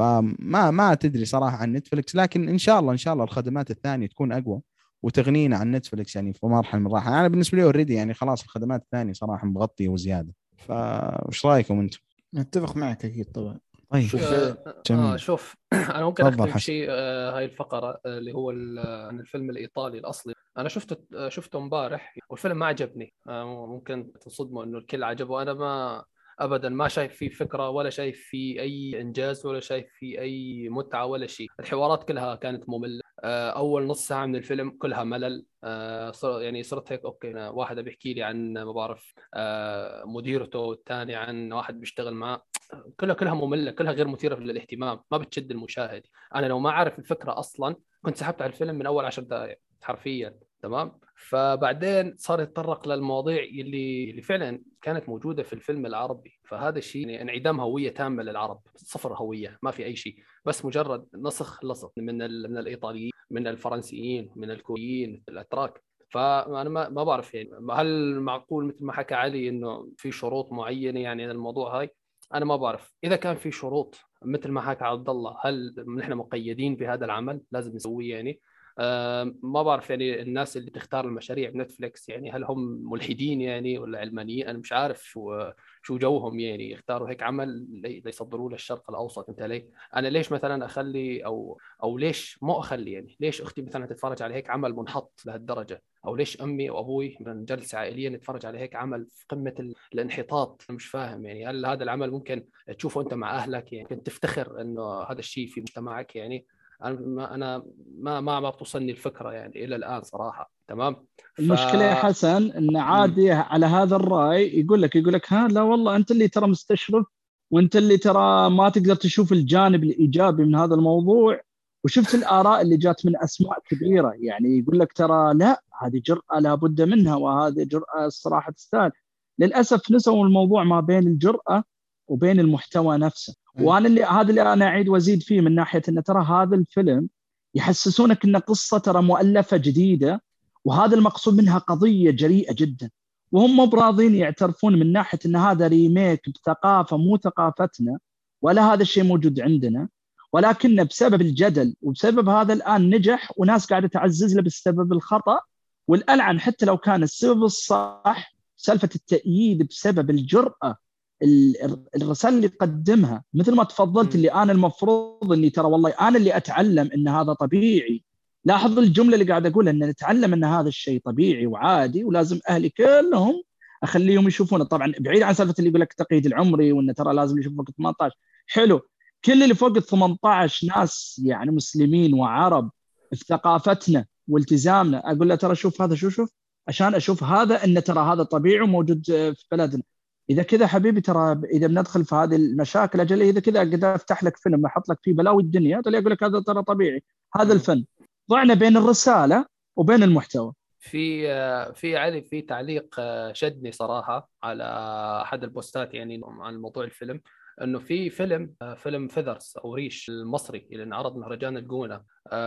فما ما تدري صراحه عن نتفليكس، لكن ان شاء الله ان شاء الله الخدمات الثانيه تكون اقوى وتغنينا عن نتفليكس يعني في مرحله من المراحل. انا بالنسبه لي اوريدي يعني خلاص الخدمات الثانيه صراحه مغطيه وزياده. فايش رايكم انتم؟ نتفق معك اكيد طبعا. طيب شوف آه شوف انا ممكن اختم بشيء آه هاي الفقره آه اللي هو عن الفيلم الايطالي الاصلي. انا شفته آه شفته امبارح والفيلم ما عجبني. آه ممكن تصدموا انه الكل عجبه، انا ما ابدا ما شايف فيه فكره ولا شايف فيه اي انجاز ولا شايف فيه اي متعه ولا شيء. الحوارات كلها كانت ممله. آه اول نص ساعه من الفيلم كلها ملل. آه صر يعني صرت هيك اوكي، واحد بيحكي لي عن ما بعرف آه مديرته، والثاني عن واحد بيشتغل معه، كلها كلها مملة، كلها غير مثيرة للاهتمام، ما بتشد المشاهد. أنا لو ما أعرف الفكرة أصلا كنت سحبت على الفيلم من أول عشر دقائق حرفيا. تمام. فبعدين صار يتطرق للمواضيع اللي اللي فعلا كانت موجودة في الفيلم العربي. فهذا الشيء يعني انعدام هوية تامة للعرب، صفر هوية، ما في أي شيء، بس مجرد نسخ لصق من ال... من الإيطاليين، من الفرنسيين، من الكوريين، الأتراك. فانا ما ما بعرف يعني هل معقول مثل ما حكى علي انه في شروط معينه يعني للموضوع هاي؟ انا ما بعرف اذا كان في شروط مثل ما حكى عبد الله، هل نحن مقيدين بهذا العمل لازم نسويه يعني؟ أه ما بعرف يعني الناس اللي تختار المشاريع بنتفليكس يعني هل هم ملحدين يعني ولا علمانيين؟ انا مش عارف شو شو جوهم يعني يختاروا هيك عمل ليصدروه للشرق الاوسط. انت ليه؟ انا ليش مثلا اخلي او او ليش ما اخلي يعني ليش اختي مثلا تتفرج على هيك عمل منحط لهالدرجه؟ او ليش امي وابوي من جلسه عائليه نتفرج على هيك عمل في قمه الانحطاط؟ مش فاهم يعني هل هذا العمل ممكن تشوفه انت مع اهلك يعني ممكن تفتخر انه هذا الشيء في مجتمعك يعني؟ انا ما انا ما ما ما بتوصلني الفكره يعني الى الان صراحه. تمام. ف... المشكله يا حسن ان عادي على هذا الراي يقول لك يقول لك ها لا والله انت اللي ترى مستشرف، وانت اللي ترى ما تقدر تشوف الجانب الايجابي من هذا الموضوع، وشفت الاراء اللي جات من اسماء كبيره يعني يقول لك ترى لا هذه جرأه لابد منها، وهذه جرأه الصراحه تستاهل. للاسف نسوا الموضوع ما بين الجرأه وبين المحتوى نفسه. وانا اللي هذا اللي انا اعيد وازيد فيه من ناحيه ان ترى هذا الفيلم يحسسونك ان قصه ترى مؤلفه جديده، وهذا المقصود منها قضيه جريئه جدا، وهم براضين يعترفون من ناحيه ان هذا ريميك بثقافه مو ثقافتنا ولا هذا الشيء موجود عندنا، ولكن بسبب الجدل وبسبب هذا الان نجح، وناس قاعده تعزز له بسبب الخطا، والالعن حتى لو كان السبب الصح سالفه التأييد بسبب الجرأه الرسالة اللي قدمها. مثل ما تفضلت اللي أنا المفروض أني ترى والله أنا اللي أتعلم أن هذا طبيعي. لاحظ الجملة اللي قاعد أقولها أن نتعلم أن هذا الشيء طبيعي وعادي، ولازم أهلي كلهم أخليهم يشوفونه. طبعا بعيد عن سالفة اللي يقول لك التقييد العمري وأن ترى لازم يشوف فوق ثمانية عشر. حلو، كل اللي فوق ثمانية عشر ناس يعني مسلمين وعرب في ثقافتنا والتزامنا، أقول له ترى شوف هذا، شو شوف عشان أشوف هذا أن ترى هذا طبيعي وموجود في بلدنا. إذا كذا حبيبي ترى إذا بندخل في هذه المشاكل أجل إذا كذا قد أفتح لك فيلم أحط لك فيه بلاوي الدنيا تقول لك هذا ترى طبيعي. هذا الفن ضعنا بين الرسالة وبين المحتوى. في في علي في تعليق شدني صراحة على أحد البوستات يعني عن موضوع الفيلم، انه في فيلم فيلم فيذرز او ريش المصري اللي انعرض مهرجان الجونة،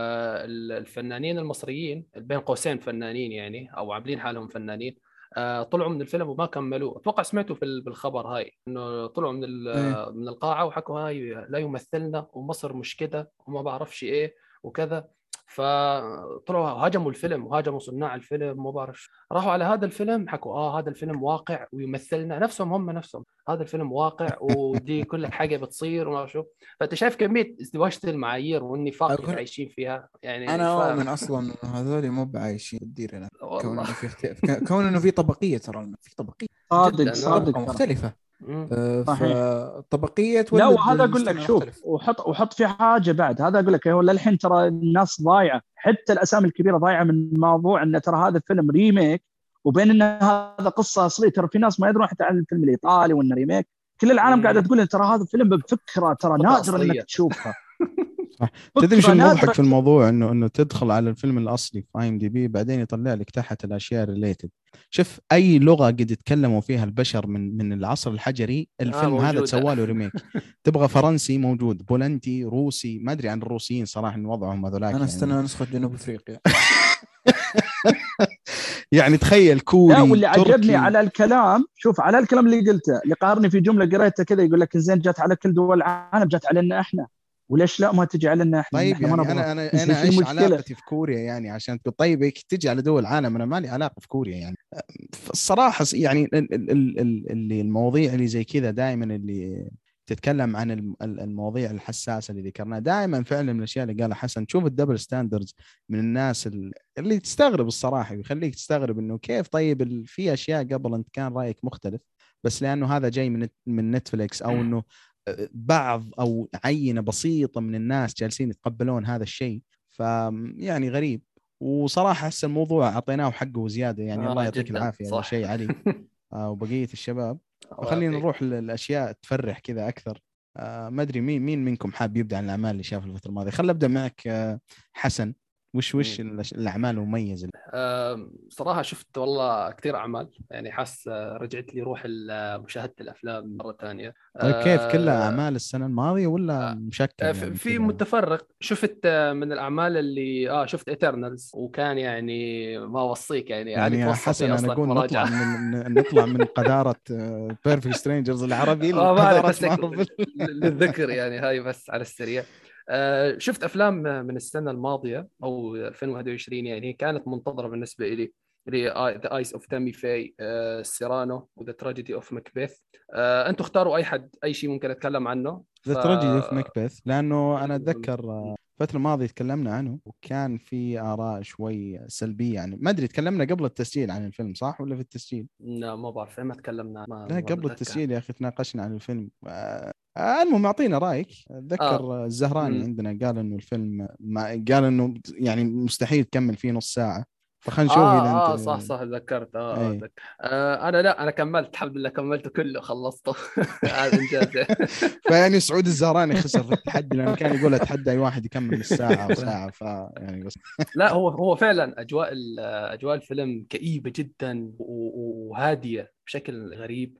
الفنانين المصريين بين قوسين فنانين يعني او عاملين حالهم فنانين طلعوا من الفيلم وما كملوه. اتوقع سمعتوا في بالخبر هاي انه طلعوا من من القاعه وحكوا هاي لا يمثلنا ومصر مش كده وما بعرفش ايه وكذا. فطلعوا هاجموا الفيلم وهاجموا صناع الفيلم، ما بعرف راحوا على هذا الفيلم حكوا اه هذا الفيلم واقع ويمثلنا، نفسهم هم نفسهم هذا الفيلم واقع ودي كل حاجه بتصير وما شو. فانت شايف كميه ازدواجيه المعايير والنفاق اللي عايشين فيها يعني. انا من اصلا هذول مو بعايشين الدير هنا، كون انه في اختلاف، كون انه في طبقيه، ترى في طبقيه صادق صادق مختلفه. فطبقيه لا وهذا اقول لك شوف وحط وحط في حاجه بعد هذا اقول لك هو للحين ترى الناس ضايعه، حتى الاسامي الكبيره ضايعه من موضوع ان ترى هذا الفيلم ريميك وبين ان هذا قصه اصليه. ترى في ناس ما يدرون حتى عن الفيلم الايطالي وانه ريميك. كل العالم قاعده تقول ان ترى هذا الفيلم بفكره ترى نادر انك تشوفها. تدري شو المضحك في الموضوع؟ انه انه تدخل على الفيلم الاصلي في اي ام دي بي، بعدين يطلع لك تحت الاشياء ريليتد. شوف اي لغه قد يتكلموا فيها البشر من من العصر الحجري الفيلم آه هذا تسوى له ريميك. تبغى فرنسي موجود، بولندي، روسي، ما ادري عن الروسيين صراحه ان وضعهم هذولاك. انا استنى يعني. نسخه جنوب افريقيا. يعني تخيل كوري. لا واللي عجبني على الكلام، شوف على الكلام اللي قلته، اللي قارني في جمله قريتها كذا يقول لك زين جت على كل دول العالم، جت علينا احنا، وليش لا ما تجي علينا احنا؟ طيب إحنا يعني انا انا انا ايش علاقتي في كوريا يعني عشان تقول طيب هيك تجي على دول العالم؟ انا مالي علاقه في كوريا يعني. الصراحه يعني اللي المواضيع اللي زي كذا دائما اللي تتكلم عن المواضيع الحساسه اللي ذكرناها دائما فعلا من الاشياء اللي قالها حسن. تشوف الدبل ستاندردز من الناس اللي تستغرب الصراحه، ويخليك تستغرب انه كيف طيب في اشياء قبل انت كان رايك مختلف، بس لانه هذا جاي من من نتفليكس، او انه بعض او عينه بسيطه من الناس جالسين يتقبلون هذا الشيء، فيعني غريب. وصراحه احس الموضوع اعطيناه حقه وزياده يعني. آه الله يعطيك العافيه اول شيء علي آه وبقيه الشباب. وخلينا نروح للاشياء تفرح كذا اكثر. آه ما ادري مين مين منكم حاب يبدا عن الاعمال اللي شافها الفتره الماضيه. خلينا ابدا معك آه حسن. وش وش الاعمال المميزه؟ أه صراحه شفت والله كثير اعمال يعني، حاس رجعت لي روح مشاهده الافلام مره ثانيه. طيب كيف كلها اعمال السنه الماضيه ولا مشكل يعني؟ في متفرق. شفت من الاعمال اللي اه شفت ايترنالز، وكان يعني ما اوصيك يعني يعني, يعني حسن انا اقول نطلع من نطلع من قذاره بيرفكت سترينجرز العربي لقذاره مارفل للذكر يعني. هاي بس على السريع. آه شفت افلام من السنه الماضيه او ألفين وواحد وعشرين يعني كانت منتظره بالنسبه لي، اللي ذا ايس اوف تامي في، سيرانو، وذا تراجيدي اوف ماكبيث. انتم اختاروا اي حد اي شيء ممكن اتكلم عنه. ذا تراجيدي اوف ماكبيث لانه انا اتذكر الفتره الماضيه تكلمنا عنه وكان في اراء شوي سلبيه يعني. ما ادري تكلمنا قبل التسجيل عن الفيلم صح ولا في التسجيل؟ لا ما بعرف ما تكلمنا. ما لا قبل التسجيل يا اخي تناقشنا عن الفيلم. آه المهم اعطينا رايك. اتذكر آه. الزهراني م. عندنا قال انه الفيلم ما قال انه يعني مستحيل تكمل فيه نص ساعه. فخلينا نشوف آه اذا آه انت صح صح ذكرت. آه, آه, آه انا لا انا كملت الحمد لله، كملته كله خلصته. هذا انجاز. فيعني سعود الزهراني خسر في التحدي لانه كان يقول اتحدى اي واحد يكمل نص ساعه او ساعه. ف يعني بس لا هو هو فعلا اجواء اجواء الفيلم كئيبه جدا وهاديه بشكل غريب.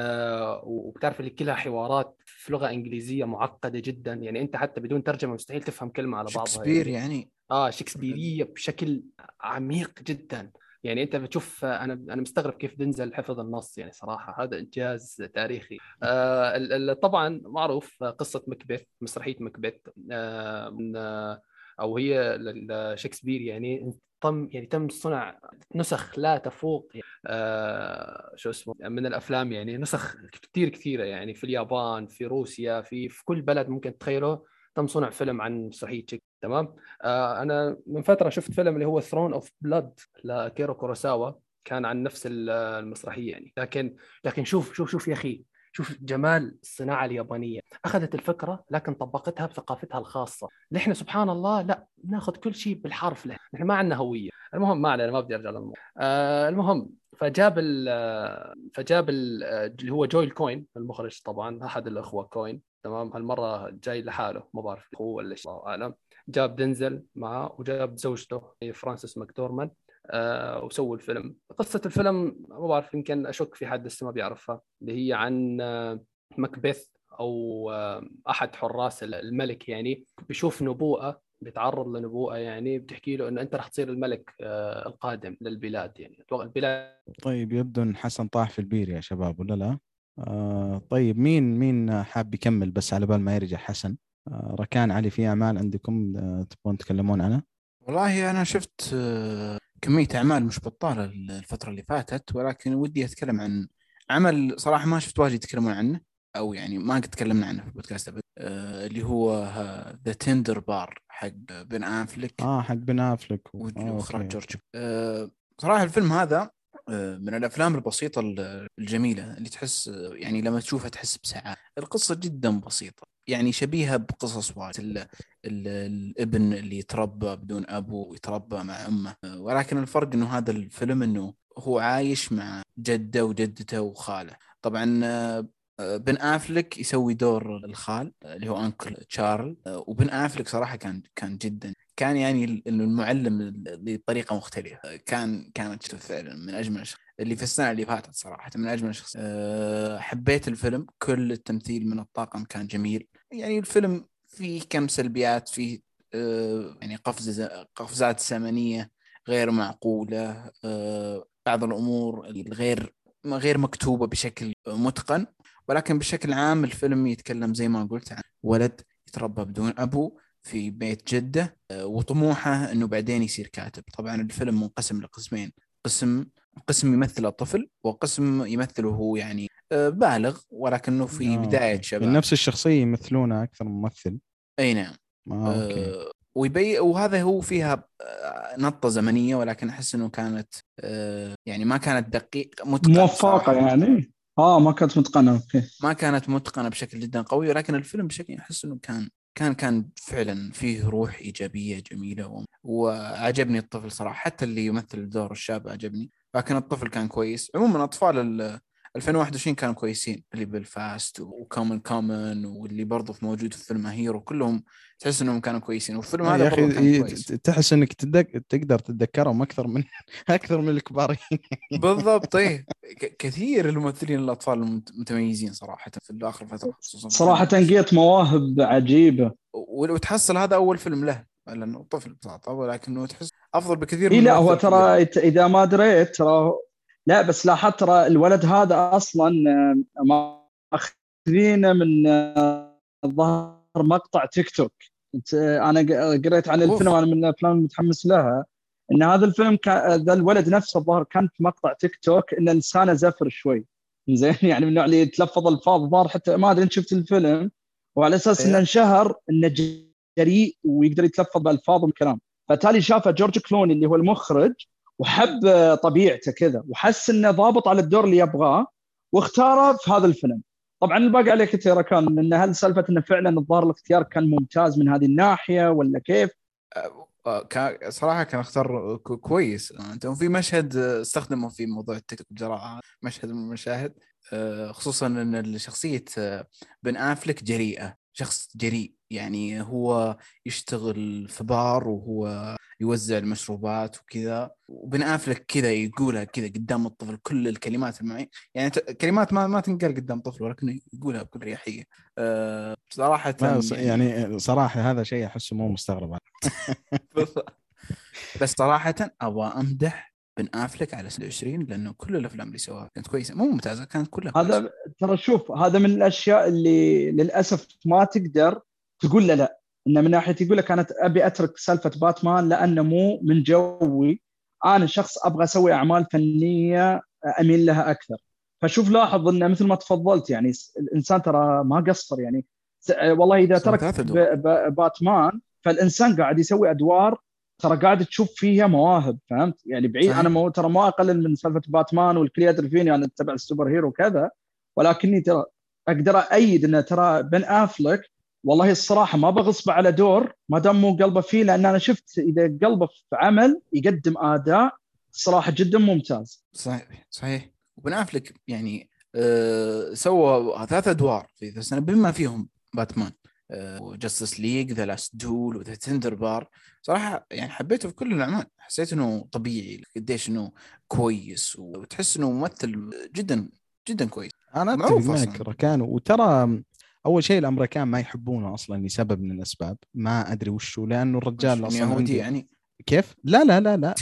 آه وبتعرف اللي كلها حوارات في لغه انجليزيه معقده جدا يعني، انت حتى بدون ترجمه مستحيل تفهم كلمه على بعضها. شكسبير يعني اه شكسبيريه بشكل عميق جدا يعني. انت بتشوف انا انا مستغرب كيف دنزل حفظ النص يعني صراحه، هذا انجاز تاريخي. آه طبعا معروف قصه مكبث، مسرحيه مكبث آه من آه او هي شكسبير يعني. تم يعني تم صنع نسخ لا تفوق يعني آه شو اسمه من الافلام يعني، نسخ كثير كثيره يعني في اليابان، في روسيا، في في كل بلد ممكن تتخيله تم صنع فيلم عن مسرحيه شكسبير. تمام. آه انا من فتره شفت فيلم اللي هو ثرون اوف بلاد لكيرو كوروساوا، كان عن نفس المسرحيه يعني. لكن لكن شوف شوف شوف يا اخي، شوف جمال الصناعه اليابانيه. اخذت الفكره لكن طبقتها بثقافتها الخاصه. نحن سبحان الله لا ناخذ كل شيء بالحرف له، نحن ما عندنا هويه. المهم ما علينا، ما بدي ارجع للموضوع. آه المهم فجاب ال فجاب ال اللي هو جويل كوين المخرج، طبعا احد الاخوه كوين. تمام. هالمره جاي لحاله، ما بعرف هو ولا شيء، الله اعلم. جاب دنزل معه وجاب زوجته فرانسيس ماكدورمان. آه وسووا الفيلم. قصة الفيلم ما بعرف، يمكن أشك في حد لسه ما بيعرفها، اللي هي عن آه مكبث أو آه أحد حراس الملك يعني، بيشوف نبوءة، بيتعرض لنبوءة يعني بتحكي له إنه أنت رح تصير الملك آه القادم للبلاد يعني البلاد. طيب يبدو إن حسن طاح في البير يا شباب ولا لا؟ آه طيب مين مين حاب يكمل بس على بال ما يرجع حسن؟ آه ركان، علي، في أعمال عندكم آه تبغون تكلمون عنها؟ والله أنا شفت آه كمية أعمال مش بطالة الفترة اللي فاتت، ولكن ودي أتكلم عن عمل صراحة ما شفت واجد يتكلمون عنه، أو يعني ما قد تكلمنا عنه في البودكاست أبد. آه اللي هو ذا تندر بار حق بن أفلك. آه حق بن أفلك وإخراج جورج. آه صراحة الفيلم هذا آه من الأفلام البسيطة الجميلة اللي تحس آه يعني لما تشوفها تحس بسعادة. القصة جدا بسيطة يعني شبيهة بقصص واجد. الابن اللي يتربى بدون أبو ويتربى مع أمه، ولكن الفرق إنه هذا الفيلم إنه هو عايش مع جده وجدته وخاله. طبعا بن أفلك يسوي دور الخال اللي هو أنكل تشارل، وبن أفلك صراحة كان كان جدا كان يعني المعلم بطريقة مختلفة. كان كانت فعلا من أجمل الشخص اللي في السنة اللي فاتت صراحة، من أجمل الشخص. أه حبيت الفيلم، كل التمثيل من الطاقم كان جميل. يعني الفيلم فيه كم سلبيات، فيه أه يعني قفز قفزات زمنية غير معقولة، أه بعض الأمور الغير غير مكتوبة بشكل متقن، ولكن بشكل عام الفيلم يتكلم زي ما قلت عن ولد يتربى بدون أبو في بيت جدة، وطموحه أنه بعدين يصير كاتب. طبعا الفيلم منقسم لقسمين، قسم قسم يمثل الطفل، وقسم يمثله هو يعني بالغ ولكنه في آه، بداية أوكي. شباب. نفس الشخصية يمثلونه أكثر من ممثل. أي نعم. آه، أوكي. أه ويبي وهذا هو فيها نطة زمنية، ولكن أحس أنه كانت أه يعني ما كانت دقيق متقنة موفقة يعني اه ما كانت متقنة. اوكي ما كانت متقنة بشكل جدا قوي، ولكن الفيلم بشكل أحس أنه كان كان كان فعلا فيه روح إيجابية جميلة، و... وعجبني الطفل صراحة، حتى اللي يمثل دور الشاب عجبني، لكن الطفل كان كويس. عموما أطفال ال ألفين وواحد وعشرين كانوا كويسين، اللي بالفاست وكومن كومن واللي برضو في موجود في فيلم هيرو، كلهم تحس انهم كانوا كويسين، والفيلم هذا يا برضو كان أخي كويس. تحس إنك تدك... تقدر تتذكرهم أكثر من أكثر من الكبار. بالضبط. ايه كثير الممثلين الأطفال المتميزين صراحة في الآخر فترة، خصوصا صراحة تنقية مواهب عجيبة، وتحصل هذا أول فيلم له لأنه طفل طبعا، ولكنه تحس أفضل بكثير إيه من لا هو ممثل ترى كبير. إذا ما دريت ترى لا، بس لاحظت ترى الولد هذا أصلا ماخذينه من الظاهر مقطع تيك توك. أنا قريت عن الفيلم، أنا من الأفلام المتحمس لها إن هذا الفيلم كان ذا الولد نفسه الظاهر كان في مقطع تيك توك إن لسانه زفر شوي زين، يعني من النوع اللي يتلفظ الفاظ الظاهر، حتى ما أدري إن شفت الفيلم، وعلى أساس إنه انشهر إنه جريء ويقدر يتلفظ بألفاظ والكلام، فتالي شافه جورج كلوني اللي هو المخرج وحب طبيعته كذا وحس إنه ضابط على الدور اللي يبغاه واختاره في هذا الفيلم. طبعا الباقي عليه كثير كان إن هل سالفة إنه فعلا الظاهر الاختيار كان ممتاز من هذه الناحية ولا كيف؟ صراحة كان اختار كويس. انتم في مشهد استخدموا في موضوع التيك توك جراءة، مشهد من المشاهد، خصوصا ان شخصية بن أفلك جريئة، شخص جريء، يعني هو يشتغل في بار وهو يوزع المشروبات وكذا، وبن أفلك كذا يقولها كذا قدام الطفل، كل الكلمات المعي يعني كلمات ما ما تنقال قدام طفل، ولكنه يقولها بكل رياحية. أه صراحة يعني, يعني صراحة هذا شيء أحسه مو مستغرب. بس صراحة أبغى أمدح بن أفلك على سنة عشرين، لأنه كل الأفلام اللي سواها كانت كويسة، مو ممتازة، كانت كلها كويسة. هذا ترى شوف هذا من الأشياء اللي للأسف ما تقدر تقول له لا، إنه من ناحية يقول لك أنا أبي أترك سالفة باتمان لأنه مو من جوي، أنا شخص أبغى أسوي أعمال فنية أميل لها أكثر. فشوف لاحظ إنه مثل ما تفضلت يعني الإنسان ترى ما قصر، يعني والله إذا ترك باتمان فالإنسان قاعد يسوي أدوار ترى قاعد تشوف فيها مواهب، فهمت يعني بعيد. صحيح. انا مو ترى ما اقلل من سالفه باتمان والكرياتيف فيني، انا اتبع السوبر هيرو كذا، ولكني ترى اقدر ايد ان ترى بن أفلك والله الصراحه ما بغصب على دور ما دام مو قلبه فيه، لان انا شفت اذا قلبه في عمل يقدم اداء صراحه جدا ممتاز. صحيح صحيح. وبن أفلك يعني أه سوى ثلاث ادوار في ذا السنه بما فيهم باتمان وجاستس ليج، ذا لاست دول، وذا تندر بار. صراحة يعني حبيته في كل الأعمال، حسيت إنه طبيعي قديش إنه كويس، وتحس إنه ممثل جدا جدا كويس. أنا أتفق معك ركان. وترى أول شيء الأمريكان ما يحبونه أصلا لسبب من الأسباب ما أدري وشو، لأنه الرجال أصلا عنده يعني كيف لا لا لا لا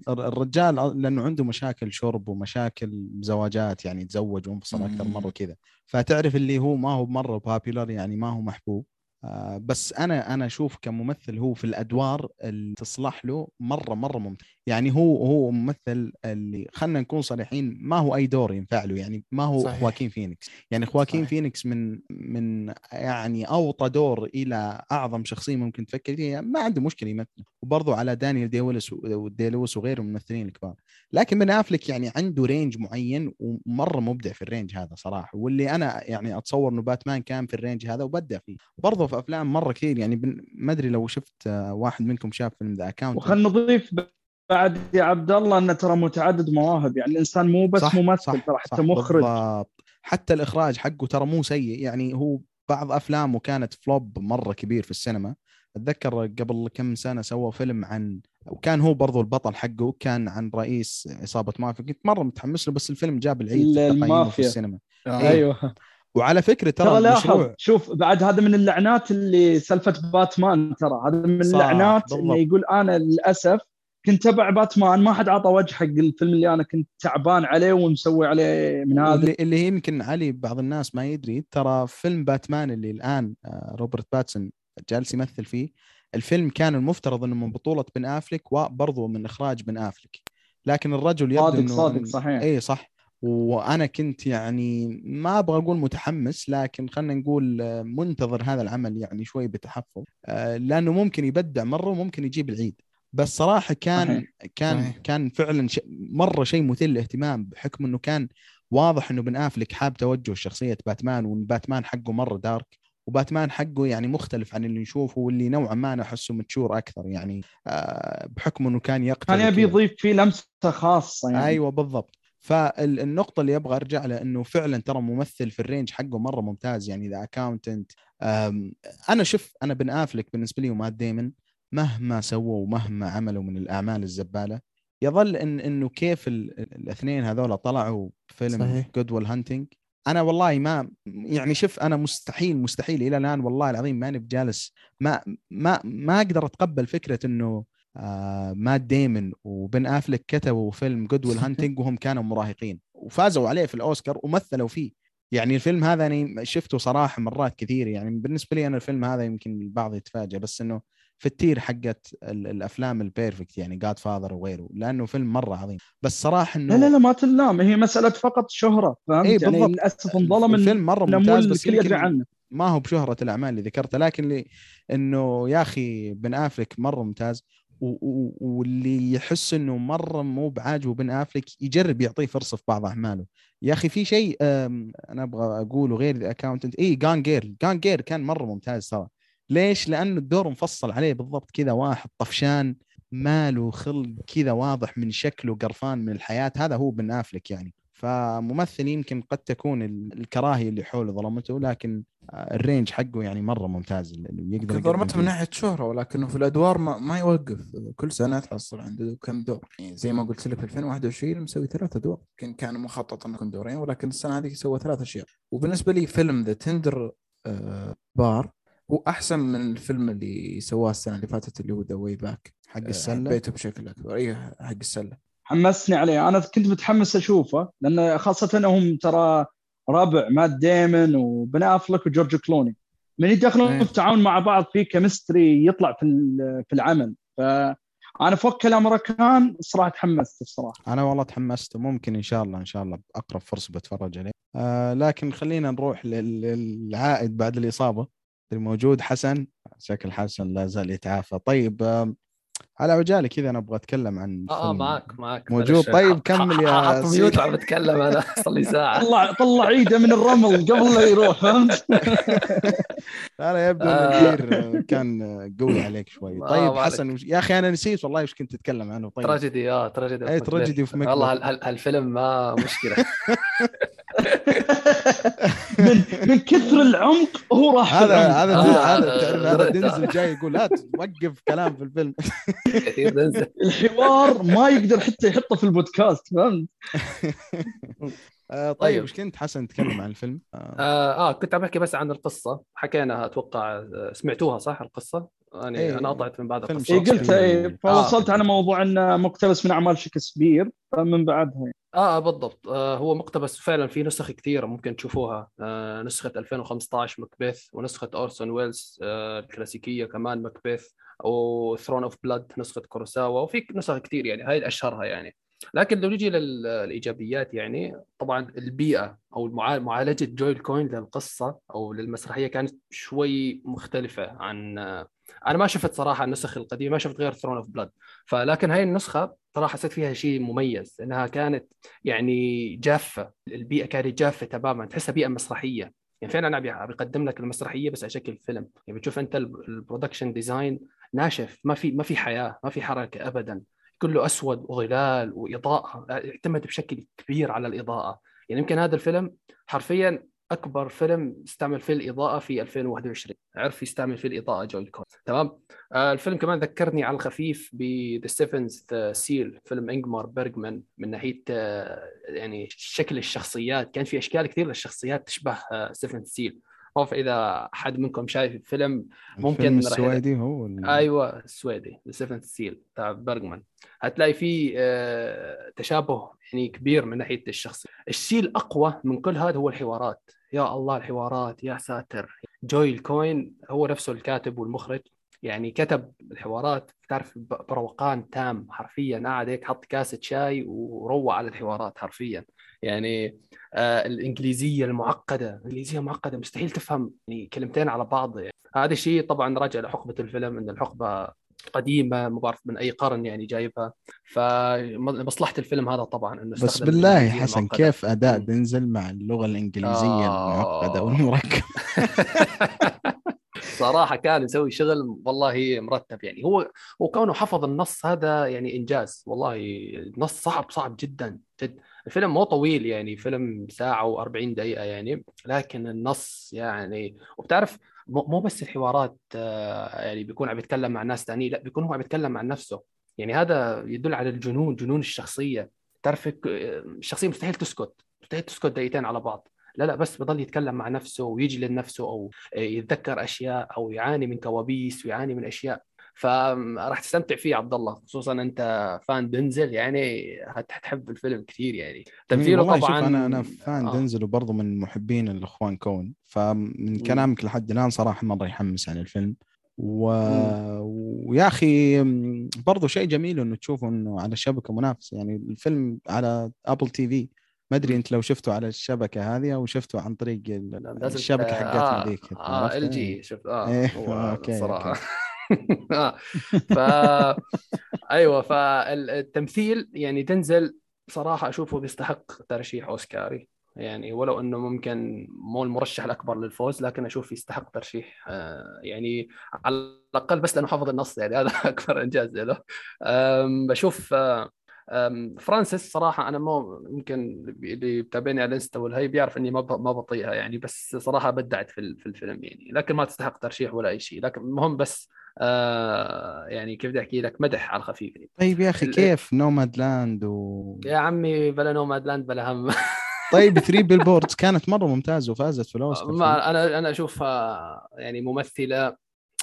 الرجال لأنه عنده مشاكل شرب ومشاكل زواجات، يعني تزوج وانفصل أكثر مرة كذا، فتعرف اللي هو ما هو مرة بابيلر، يعني ما هو محبوب. آه بس أنا أنا أشوف كممثل هو في الأدوار اللي تصلح له مرة مرة ممتاز. يعني هو هو ممثل اللي خلنا نكون صريحين ما هو أي دور ينفع له، يعني ما هو صحيح. خواكين فينيكس، يعني خواكين صحيح. فينيكس من من يعني أوطى دور إلى أعظم شخصية ممكن تفكر فيها ما عنده مشكلة يمثل، وبرضو على دانيال دي لويس ودي لويس وغيره من الممثلين الكبار. لكن بن أفلك يعني عنده رينج معين ومرة مبدع في الرينج هذا صراحة، واللي أنا يعني أتصور إنه باتمان كان في الرينج هذا وبدع فيه برضه في أفلام مرة كثير. يعني ما أدري لو شفت واحد منكم شاف فيلم ذا أكاونت. وخلنا نضيف بعد يا عبد الله أن ترى متعدد مواهب، يعني الإنسان مو بس صح ممثل صح ترى حتى صح مخرج بالضبط. حتى الاخراج حقه ترى مو سيء يعني. هو بعض افلامه كانت فلوب مره كبير في السينما. اتذكر قبل كم سنه سوى فيلم عن، وكان هو برضو البطل حقه، كان عن رئيس عصابه مافيا، كنت مره متحمس له، بس الفيلم جاب العيد في تقييمه في السينما. آه. إيه. ايوه. وعلى فكره ترى, ترى لاحظ، المشروع شوف بعد هذا من اللعنات اللي سالفه باتمان، ترى هذا من اللعنات انه يقول انا للاسف كنت تبع باتمان، ما حد عطى وجه حق الفيلم اللي انا كنت تعبان عليه ومسوي عليه من هذا. اللي, اللي يمكن علي بعض الناس ما يدري، ترى فيلم باتمان اللي الان روبرت باتسون جالس يمثل فيه، الفيلم كان المفترض انه من بطوله بن افليك وبرضه من اخراج بن افليك، لكن الرجل يبدو صادق انه صادق صحيح. اي صح. وانا كنت يعني ما ابغى اقول متحمس، لكن خلينا نقول منتظر هذا العمل يعني شوي بتحفظ، لانه ممكن يبدع مره وممكن يجيب العيد. بس صراحه كان صحيح. كان صحيح. كان فعلا ش... مره شيء مثير للاهتمام، بحكم انه كان واضح انه بن افليك حاب توجه شخصيه باتمان، وان باتمان حقه مره دارك، وباتمان حقه يعني مختلف عن اللي نشوفه، واللي نوعا ما انا احسه متشور اكثر يعني، بحكم انه كان يقتل، كان يبي يضيف فيه لمسه خاصه يعني. ايوه بالضبط. فالنقطه اللي ابغى ارجع لها انه فعلا ترى ممثل في الرينج حقه مره ممتاز يعني. ذا اكاونتنت، انا شوف انا بن افليك بالنسبه لي ومات ديمن مهما سووا ومهما عملوا من الاعمال الزباله، يظل ان انه كيف الاثنين هذول طلعوا فيلم جود ويل هانتنج. انا والله ما يعني شوف انا مستحيل مستحيل الى الان والله العظيم ماني بجالس، ما ما ما اقدر اتقبل فكره انه آه مات ديمن وبن أفلك كتبوا فيلم جود ويل هانتنج وهم كانوا مراهقين وفازوا عليه في الأوسكار ومثلوا فيه. يعني الفيلم هذا أنا شفته صراحة مرات كثير يعني. بالنسبة لي أنا الفيلم هذا يمكن البعض يتفاجأ، بس إنه في التير حقت الأفلام البيرفكت يعني جاد فاذر وغيره، لأنه فيلم مرة عظيم. بس صراحة إنه لا لا لا ما تلام، هي مسألة فقط شهرة، فهمت إيه يعني. للأسف انظلم الفيلم مرة ممتاز، بس الكل يدري عنه، ما هو بشهرة الأعمال اللي ذكرتها، لكن لي إنه يا أخي بن أفلك مرة ممتاز، واللي يحس انه مره مو بعاجبه بن افليك يجرب يعطيه فرصه في بعض اعماله. يا اخي في شيء انا ابغى اقوله غير ذا اكاونتنت، اي جان جير جان جير كان مره ممتاز ترى. ليش؟ لانه الدور مفصل عليه بالضبط كذا، واحد طفشان ماله خلق كذا واضح من شكله قرفان من الحياه، هذا هو بن افليك يعني. فممثل يمكن قد تكون الكراهيه اللي حوله ظلمته، لكن الرينج حقه يعني مره ممتاز اللي يقدر ظلمته من ناحيه شهره، ولكنه في الادوار ما, ما يوقف، كل سنه تحصل عنده كم دور يعني. زي ما قلت لك في ألفين وواحد وعشرين مسوي ثلاثة دور، كان كان مخطط انه يكون دورين، ولكن السنه هذه سوى ثلاث اشياء. وبالنسبه لي فيلم ذا تندر بار هو احسن من الفيلم اللي سواه السنه اللي فاتت اللي هو ذا واي باك حق السله، بيته بشكل اكبر. اي حق السله حمسني عليه، انا كنت متحمس اشوفه، لان خاصه انهم ترى ربع مات ديمن وبن افلك وجورج كلوني، من يدخلون في تعاون مع بعض في كيمستري يطلع في في العمل. فانا فوق كلام ركان صراحه تحمست الصراحه. انا والله تحمست، ممكن ان شاء الله ان شاء الله اقرب فرصه بتفرج عليه. آه لكن خلينا نروح للعائد بعد الاصابه الموجود حسن. شكل حسن لا زال يتعافى. طيب آه على عجالة كذا أنا أبغى أتكلم عن آه معك معك موجود. طيب كمل يا حط ميوت وعم بتكلم أنا صار لي ساعة. طلع طلع عيده من الرمل قبل لا يروح، فهمت؟ أنا يبدو أن الدير كان قوي عليك شوي. طيب آه حسن وش... يا أخي أنا نسيت والله وش كنت تتكلم عنه. طيب تراجيدي آه تراجيدي أي تراجيدي في مكبث. والله هالفيلم ما مشكلة. من من كثر العمق هو راح هذا هذا هذا تعرف هذا دنزل جاي يقول لا توقف كلام في الفيلم. كثير دنزل الحوار ما يقدر حتى يحطه في البودكاست، فهمت؟ آه طيب وش كنت حسن تتكلم عن الفيلم؟ آه, آه كنت عم بحكي بس عن القصة، حكيناها أتوقع سمعتوها صح القصة؟ يعني إيه أنا قطعت من بعد القصة. إيه قلت إيه فوصلت آه. على موضوع أنه مقتبس من أعمال شكسبير من بعدها. آه بالضبط. آه هو مقتبس فعلا، في نسخ كثيرة ممكن تشوفوها. آه نسخة ألفين وخمسة عشر مكبيث، ونسخة أورسون ويلز آه الكلاسيكية كمان مكبيث، أو ثرون أوف بلاد نسخة كوروساوا، وفي نسخ كثير يعني هاي الأشهرها يعني. لكن لو نجي للإيجابيات يعني طبعا البيئة أو معالجة جويل كوين للقصة أو للمسرحية كانت شوي مختلفة عن، أنا ما شفت صراحة النسخ القديمة، ما شفت غير ثرون أوف بلاد، فلكن هاي النسخة صراحة حسيت فيها شيء مميز، إنها كانت يعني جافة، البيئة كانت جافة تماما، تحسها بيئة مسرحية يعني. فعلا أنا بيقدم لك المسرحية بس على شكل فيلم يعني. بتشوف أنت البرودكشن ديزاين ناشف، ما في ما في حياة، ما في حركة أبدا، كله أسود وظلال وإضاءة، اعتمد بشكل كبير على الإضاءة. يعني يمكن هذا الفيلم حرفيا اكبر فيلم استعمل فيه الاضاءه في ألفين وواحد وعشرين، عرف يستعمل فيه الاضاءه جويل كوين. تمام. آه الفيلم كمان ذكرني على الخفيف ب The Seventh Seal، فيلم إنجمار بيرغمان، من ناحيه آه يعني شكل الشخصيات، كان في اشكال كثير للشخصيات تشبه آه Seventh Seal. فاذا حد منكم شايف الفيلم ممكن الفيلم السويدي هو ال... ايوه السويدي The Seventh Seal تاع بيرغمان، هتلاقي فيه آه تشابه يعني كبير من ناحيه الشخصيه. الشيء الاقوى من كل هذا هو الحوارات. يا الله الحوارات، يا ساتر. جويل كوين هو نفسه الكاتب والمخرج، يعني كتب الحوارات تعرف بروقان تام حرفيا، قاعد هيك حط كاسة شاي وروع على الحوارات حرفيا. يعني آه الإنجليزية المعقدة، الإنجليزية معقدة مستحيل تفهم يعني كلمتين على بعض يعني. هذا الشيء طبعا راجع لحقبة الفيلم، إن الحقبة قديمة ما بعرف من أي قرن يعني جايبها، فمصلحة الفيلم هذا طبعا إنه بس استخدم بالله حسن كيف أداء م. دنزل مع اللغة الإنجليزية آه... المعقدة والمركبة. صراحة كان يسوي شغل والله مرتب يعني. هو وكونه حفظ النص هذا يعني إنجاز والله. النص صعب صعب جدا جد. الفيلم مو طويل يعني، فيلم ساعة وأربعين دقيقة يعني، لكن النص يعني. وبتعرف مو بس الحوارات يعني بيكون عم بيتكلم مع ناس تانيين، لا بيكون هو عم بيتكلم مع نفسه. يعني هذا يدل على الجنون، جنون الشخصية. تعرف الشخصية مستحيل تسكت، مستحيل تسكت دقيقتين على بعض، لا لا، بس بضل يتكلم مع نفسه ويجلد نفسه أو يتذكر أشياء أو يعاني من كوابيس ويعاني من أشياء. فراح تستمتع فيه عبد الله، خصوصا أنت فان دنزل يعني هتحب الفيلم كثير يعني. تمثيله والله طبعا شوف أنا أنا فان آه. دنزل وبرضه من محبين الإخوان كون، فمن كلامك لحد الآن صراحة مرة يحمس عن الفيلم. و... ويا أخي برضو شيء جميل إنه تشوفه إنه على الشبكة منافسة، يعني الفيلم على أبل تي في. ما أدري أنت لو شفته على الشبكة هذه أو شفته عن طريق الشبكة حقتنا آه ذيك. آه ال جي شفت آه إيه. هو أوكي صراحة أوكي. آه ف أيوة، فالتمثيل يعني دنزل صراحة أشوفه بيستحق ترشيح أوسكاري يعني، ولو انه ممكن مو المرشح الاكبر للفوز، لكن اشوف يستحق ترشيح آه يعني على الاقل بس لانه حفظ النص يعني، هذا اكبر انجاز له. بشوف آه فرانسيس صراحه انا مو ممكن اللي بتابعني على الانستا والهي بيعرف اني ما ما بطيئها يعني، بس صراحه بدعت في في الفيلم يعني، لكن ما تستحق ترشيح ولا اي شيء. لكن المهم بس آه يعني كيف بدي احكي لك، مدح على الخفيف يعني. طيب يا اخي كيف نوماد لاند و... يا عمي بلا نوماد لاند بلا هم. طيب ثري بيلبوردز كانت مره ممتازه وفازت في الاوسكار. ما انا انا اشوفها يعني ممثله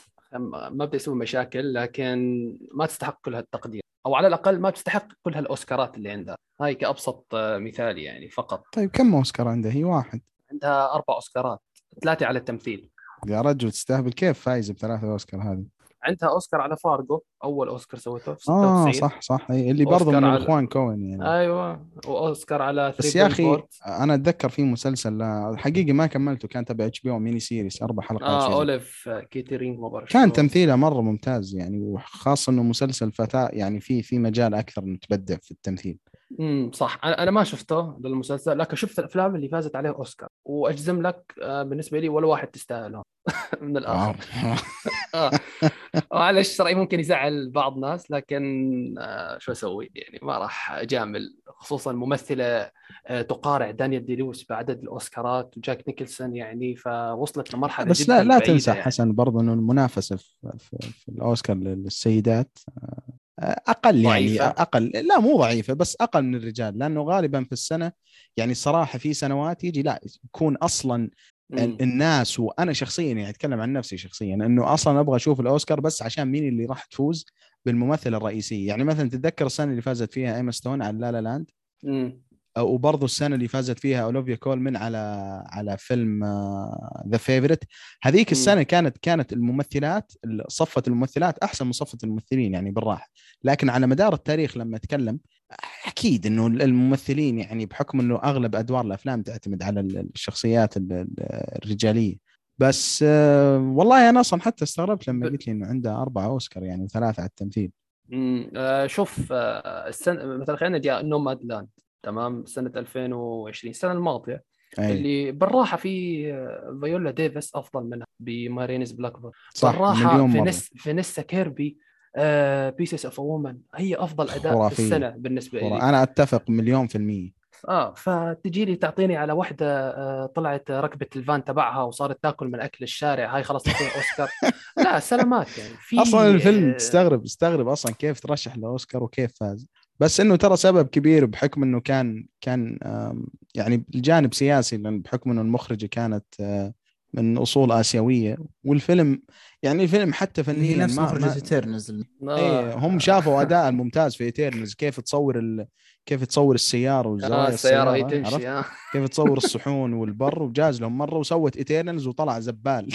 ما بدي اسوي مشاكل، لكن ما تستحق كل هالتقدير، او على الاقل ما تستحق كل هالاوسكارات اللي عندها. هاي كابسط مثال يعني فقط. طيب كم اوسكار عندها؟ هي واحد. عندها اربع اوسكارات، ثلاثه على التمثيل. يا رجل تستهبل، كيف فايزه بثلاثه اوسكار هذه؟ عندها اوسكار على فارجو، اول اوسكار سوته في ستة اه وتسعين. صح صح، اللي برضه من على... الاخوان كوين يعني. ايوه، واوسكار على بس يا اخي انا اتذكر في مسلسل حقيقي ما كملته، كان تبع اتش بي او ميني سيريس اربع حلقات. اه اوليف كيترينج ما بعرف، كان تمثيله مره ممتاز يعني، وخاصه انه مسلسل فتاه يعني في في مجال اكثر انه تبدع في التمثيل. امم صح. انا انا ما شفته للمسلسل، لكن شفت الافلام اللي فازت عليه اوسكار، واجزم لك بالنسبه لي ولا واحد تستاهلهم من الاخر. اه معلش رايي ممكن يزعل بعض ناس، لكن آه شو اسوي يعني، ما راح اجامل، خصوصا ممثله آه تقارع دانيال دي لويس بعدد الاوسكارات وجاك نيكلسون يعني، فوصلت لمرحله بس جدا لا لا بعيدة تنسى يعني. حسن برضه انه المنافسه في, في, في الاوسكار للسيدات اقل ضعيفة. يعني اقل، لا مو ضعيفه بس اقل من الرجال، لانه غالبا في السنه يعني صراحه في سنوات يجي لا يكون اصلا مم. الناس، وانا شخصيا يعني اتكلم عن نفسي شخصيا انه اصلا ابغى اشوف الاوسكار بس عشان مين اللي راح تفوز بالممثله الرئيسيه. يعني مثلا تتذكر السنه اللي فازت فيها ايما ستون على لا لا لاند، مم. وبرضه السنه اللي فازت فيها اوليفيا كولمن على على فيلم ذا فيفورت. هذيك السنه كانت كانت الممثلات صفه الممثلات احسن من صفه الممثلين يعني بالراحه. لكن على مدار التاريخ لما اتكلم اكيد انه الممثلين يعني بحكم انه اغلب ادوار الافلام تعتمد على الشخصيات الرجاليه. بس والله انا اصلا حتى استغربت لما قلت لي انه عنده اربعه اوسكار يعني وثلاثه على التمثيل. امم آه شوف آه السنه مثلا خلينا نجي نوماد لاند، تمام، سنه ألفين وعشرين السنه الماضيه، أي. اللي بالراحه في فيولا ديفيس افضل منها بمارينز بلاكبيرن، بالراحه فينيس فينيسا كيربي بيسس اوف وومن هي افضل اداء خرافية. في السنه بالنسبه خرا... لي. انا اتفق مليون في المية. اه فتجي لي تعطيني على واحده آه طلعت ركبت الفان تبعها وصارت تاكل من اكل الشارع، هاي خلاص تعطيني اوسكار؟ لا سلامات يعني. في اصلا الفيلم آه تستغرب تستغرب اصلا كيف ترشح لاوسكار وكيف فاز، بس انه ترى سبب كبير بحكم انه كان كان يعني الجانب سياسي، لان بحكم انه المخرجه كانت من اصول اسيويه، والفيلم يعني الفيلم حتى فنيا هي نفس ما مخرجة ما إترنز. ايه هم شافوا اداء ممتاز في إترنز، كيف تصور ال... كيف تصور السياره آه وزوايا السياره وهي السياره، تمشي عرفت آه. كيف تصور الصحون والبر، وجاز لهم مره وسوت إترنز وطلع زبال.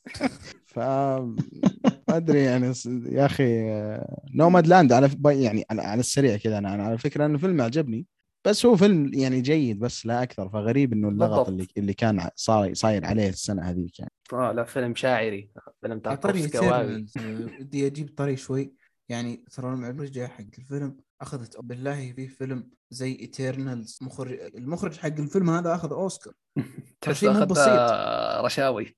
ف ما ادري يعني يا اخي نوماد لاند على يعني على السريع كذا، انا على فكره انه فيلم عجبني، بس هو فيلم يعني جيد بس لا اكثر. فغريب انه اللغط اللي اللي كان صار صاير عليه السنه هذيك يعني. اه لا فيلم شاعري، فيلم على طريق تاركوفسكي واوي. إترنز بدي أجيب طريق شوي يعني. ترى المعالجة حق الفيلم أخذت بالله في فيلم زي إترنالز، مخرج المخرج حق الفيلم هذا أخذ أوسكار. تحس شيء مو بسيط. رشاوي.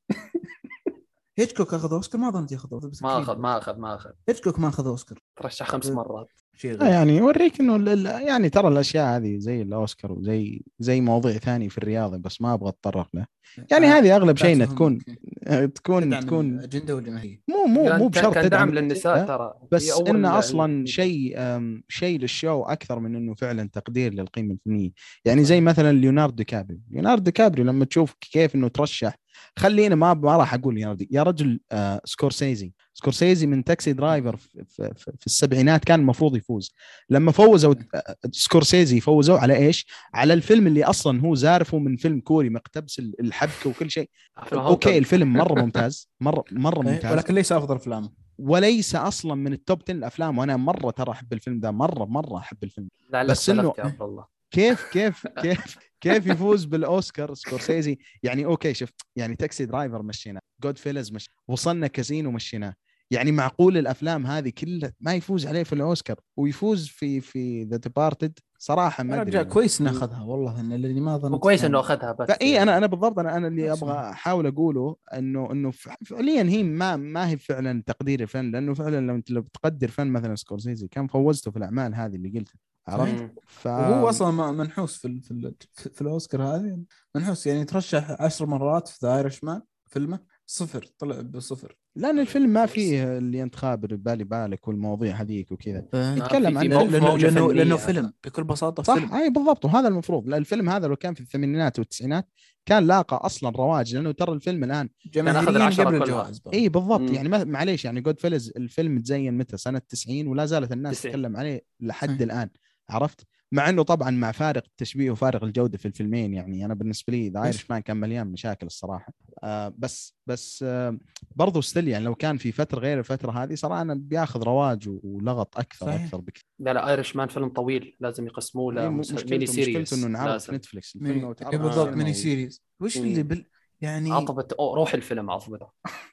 هيتشكوك أخذ أوسكار، ما ظنيت يأخذ أوسكار. ما أخذ ما أخذ ما أخذ هيتشكوك ما أخذ أوسكار، ترشح خمس مرات. شيء آه غريب. يعني يوريك انه ال- ال- يعني ترى الاشياء هذه زي الاوسكار وزي زي موضوع ثاني في الرياضه، بس ما ابغى اتطرق له. يعني آه، هذه اغلب شيء انها لا تكون تكون تدعم تكون الأجندة ولا ما هي؟ مو مو مو كان بشرط كان تدعم دعم للنساء الأجندة، ترى، هي بس أول انه ال- اصلا ال- شيء أم، شيء للشو اكثر من انه فعلا تقدير للقيمه الفنيه. يعني صحيح. زي مثلا ليوناردو دي كابريو ليوناردو دي كابريو لما تشوف كيف انه ترشح، خلينا ما ما راح اقول ليوناردو يا رجل. آه سكورسيزي سكورسيزي من تاكسي درايفر في, في, في, في السبعينات كان المفروض يفوز. لما فوزوا آه سكورسيزي فوزوا على ايش؟ على الفيلم اللي اصلا هو زارفه من فيلم كوري مقتبس الحبكه وكل شيء. اوكي الفيلم مره ممتاز مره مره ممتاز، ولكن ليس افضل افلامه، وليس اصلا من التوب عشرة الافلام. وانا مره ترى احب الفيلم ده، مره مره احب الفيلم. بس انه يا عبد الله كيف كيف كيف كيف يفوز بالاوسكار سكورسيزي؟ يعني اوكي شفت يعني تاكسي درايفر مشينا، جود فيلز مش، وصلنا كازينو مشينا. يعني معقول الافلام هذه كلها ما يفوز عليه في الاوسكار ويفوز في في ذا ديبارتد؟ صراحه ما ادري يعني. كويس انه اخذها والله، ان اللي ما ظنيت وكويس انه اخذها. بس اي انا انا بالضبط انا انا اللي ابغى احاول اقوله انه انه فعليا هي ما ما هي فعلا تقدير الفن، لانه فعلا لو انت لو بتقدر فن مثلا سكورسيزي كان فوزته في الاعمال هذه اللي قلتها، عرفت؟ ف... وهو اصلا منحوس في ال في ال في الاوسكار هذه، منحوس يعني ترشح عشر مرات في ذا ايرش مان فيلمه صفر، طلع بصفر لان الفيلم ما فيه اللي انت خابر بالي بالك والمواضيع هذيك وكذا. يتكلم عن لانه لانه, لأنه فيلم بكل بساطه صح فيلم. اي بالضبط، وهذا المفروض. لا الفيلم هذا لو كان في الثمانينات والتسعينات كان لاقى اصلا رواج، لانه ترى الفيلم الان جماهيريا قبل الجوائز. اي بالضبط. يعني معليش يعني جود فيلز الفيلم تزين متى؟ سنه تسعين، ولا زالت الناس تتكلم عليه لحد الان، عرفت؟ مع انه طبعا مع فارق التشبيه وفارق الجوده في الفيلمين. يعني انا بالنسبه لي ذا ايرش مان كان مليان مشاكل الصراحه. آه بس بس آه برضو ستيل يعني لو كان في فتره غير الفتره هذه صراحه أنا بياخذ رواج ولغط اكثر صحيح. اكثر بكثير. لا لا ايرش مان فيلم طويل لازم يقسموه له ميني سيريز. مشكلته انه انعرض في نتفلكس الفيلم بالضبط ميني سيريز. وش اللي بال... يعني عطبت روح الفيلم عصبته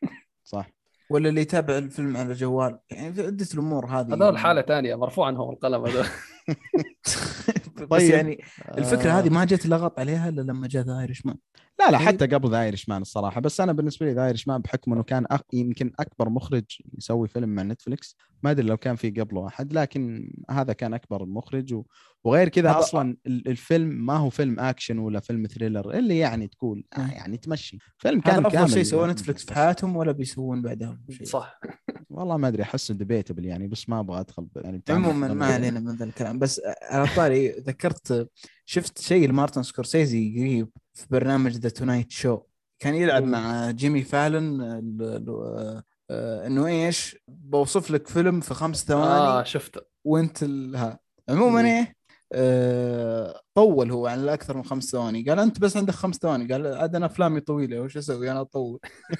صح، ولا اللي يتابع الفيلم على جوال. يعني في عدة الأمور هذه هذول حالة تانية مرفوع عنهم القلم هذول. بس يعني الفكرة هذه ما جت لغط عليها إلا لما جاء ذا ايرش مان. لا لا حتى قبل ذا ايرش مان الصراحة. بس أنا بالنسبة لي ذا ايرش مان بحكم إنه كان أخ... يمكن أكبر مخرج يسوي فيلم مع نتفليكس، ما أدري لو كان في قبله أحد، لكن هذا كان أكبر مخرج. و... وغير كذا أصلا الفيلم ما هو فيلم أكشن ولا فيلم ثريلر اللي يعني تقول آه يعني تمشي فيلم كان كامل. شيء سوى نتفليكس في حياتهم ولا بيسوون بعدها شيء صح. والله ما أدري أحسه ديبيتبل يعني، بس ما أبغى أدخل يعني. عموما ما علينا من ذا الكلام. بس على طاري ذكرت شفت شيء لمارتن سكورسيزي قريب في برنامج ذا تونايت شو، كان يلعب م. مع جيمي فالن انه ايش بوصف لك فيلم في خمس ثواني اه شفته وانت ها. عموما م. ايه آه طول هو عن الاكثر من خمس ثواني. قال انت بس عندك خمس ثواني. قال عاد انا افلامي طويله وش اسوي انا اطول.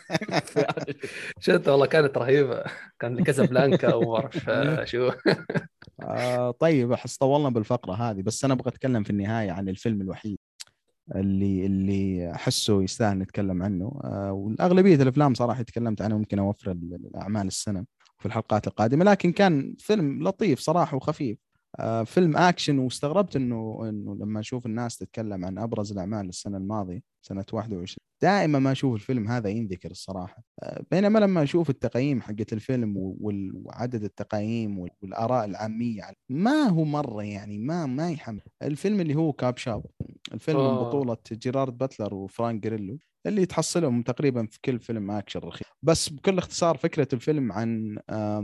شفت والله كانت رهيبه، كان كازابلانكا وما اعرف شو. آه طيب احس طولنا بالفقره هذه، بس انا ابغى اتكلم في النهايه عن الفيلم الوحيد اللي اللي احسه يستاهل نتكلم عنه. آه والاغلبيه الافلام صراحه تكلمت عنه، ممكن اوفر الاعمال السنه في الحلقات القادمه، لكن كان فيلم لطيف صراحه وخفيف. آه فيلم اكشن. واستغربت انه انه لما اشوف الناس تتكلم عن ابرز الاعمال السنه الماضيه سنه واحد وعشرين، دائما ما اشوف الفيلم هذا ينذكر الصراحه. آه بينما لما اشوف التقييم حقت الفيلم وعدد التقييم والاراء العاميه ما هو مره يعني ما ما يحمل. الفيلم اللي هو كاب شاب، الفيلم من بطوله جيرارد باتلر وفرانك جريلو، اللي تحصلهم تقريبا في كل فيلم اكشن رخيص. بس بكل اختصار فكره الفيلم عن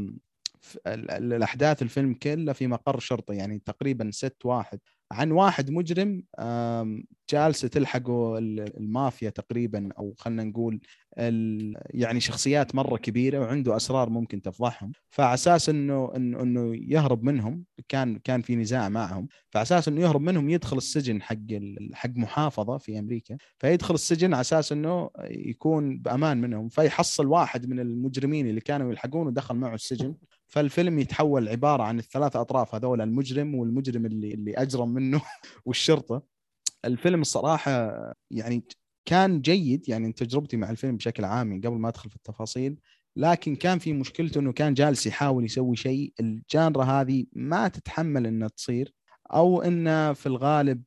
الأحداث الفيلم كله في مقر شرطي، يعني تقريبا ست واحد عن واحد مجرم جالسة تلحقه المافيا تقريبا، أو خلنا نقول يعني شخصيات مرة كبيرة وعنده أسرار ممكن تفضحهم. فعساس إنه إنه إنه يهرب منهم، كان كان في نزاع معهم، فعساس إنه يهرب منهم يدخل السجن حق حق محافظة في أمريكا، فيدخل السجن عساس إنه يكون بأمان منهم، فيحصل واحد من المجرمين اللي كانوا يلحقونه ودخل معه السجن. فالفيلم يتحول عبارة عن الثلاث أطراف هذول، المجرم والمجرم اللي اللي أجرم منه والشرطة. الفيلم الصراحة يعني كان جيد، يعني تجربتي مع الفيلم بشكل عام قبل ما أدخل في التفاصيل، لكن كان في مشكلته أنه كان جالس يحاول يسوي شيء الجانرا هذه ما تتحمل أنها تصير، أو أنه في الغالب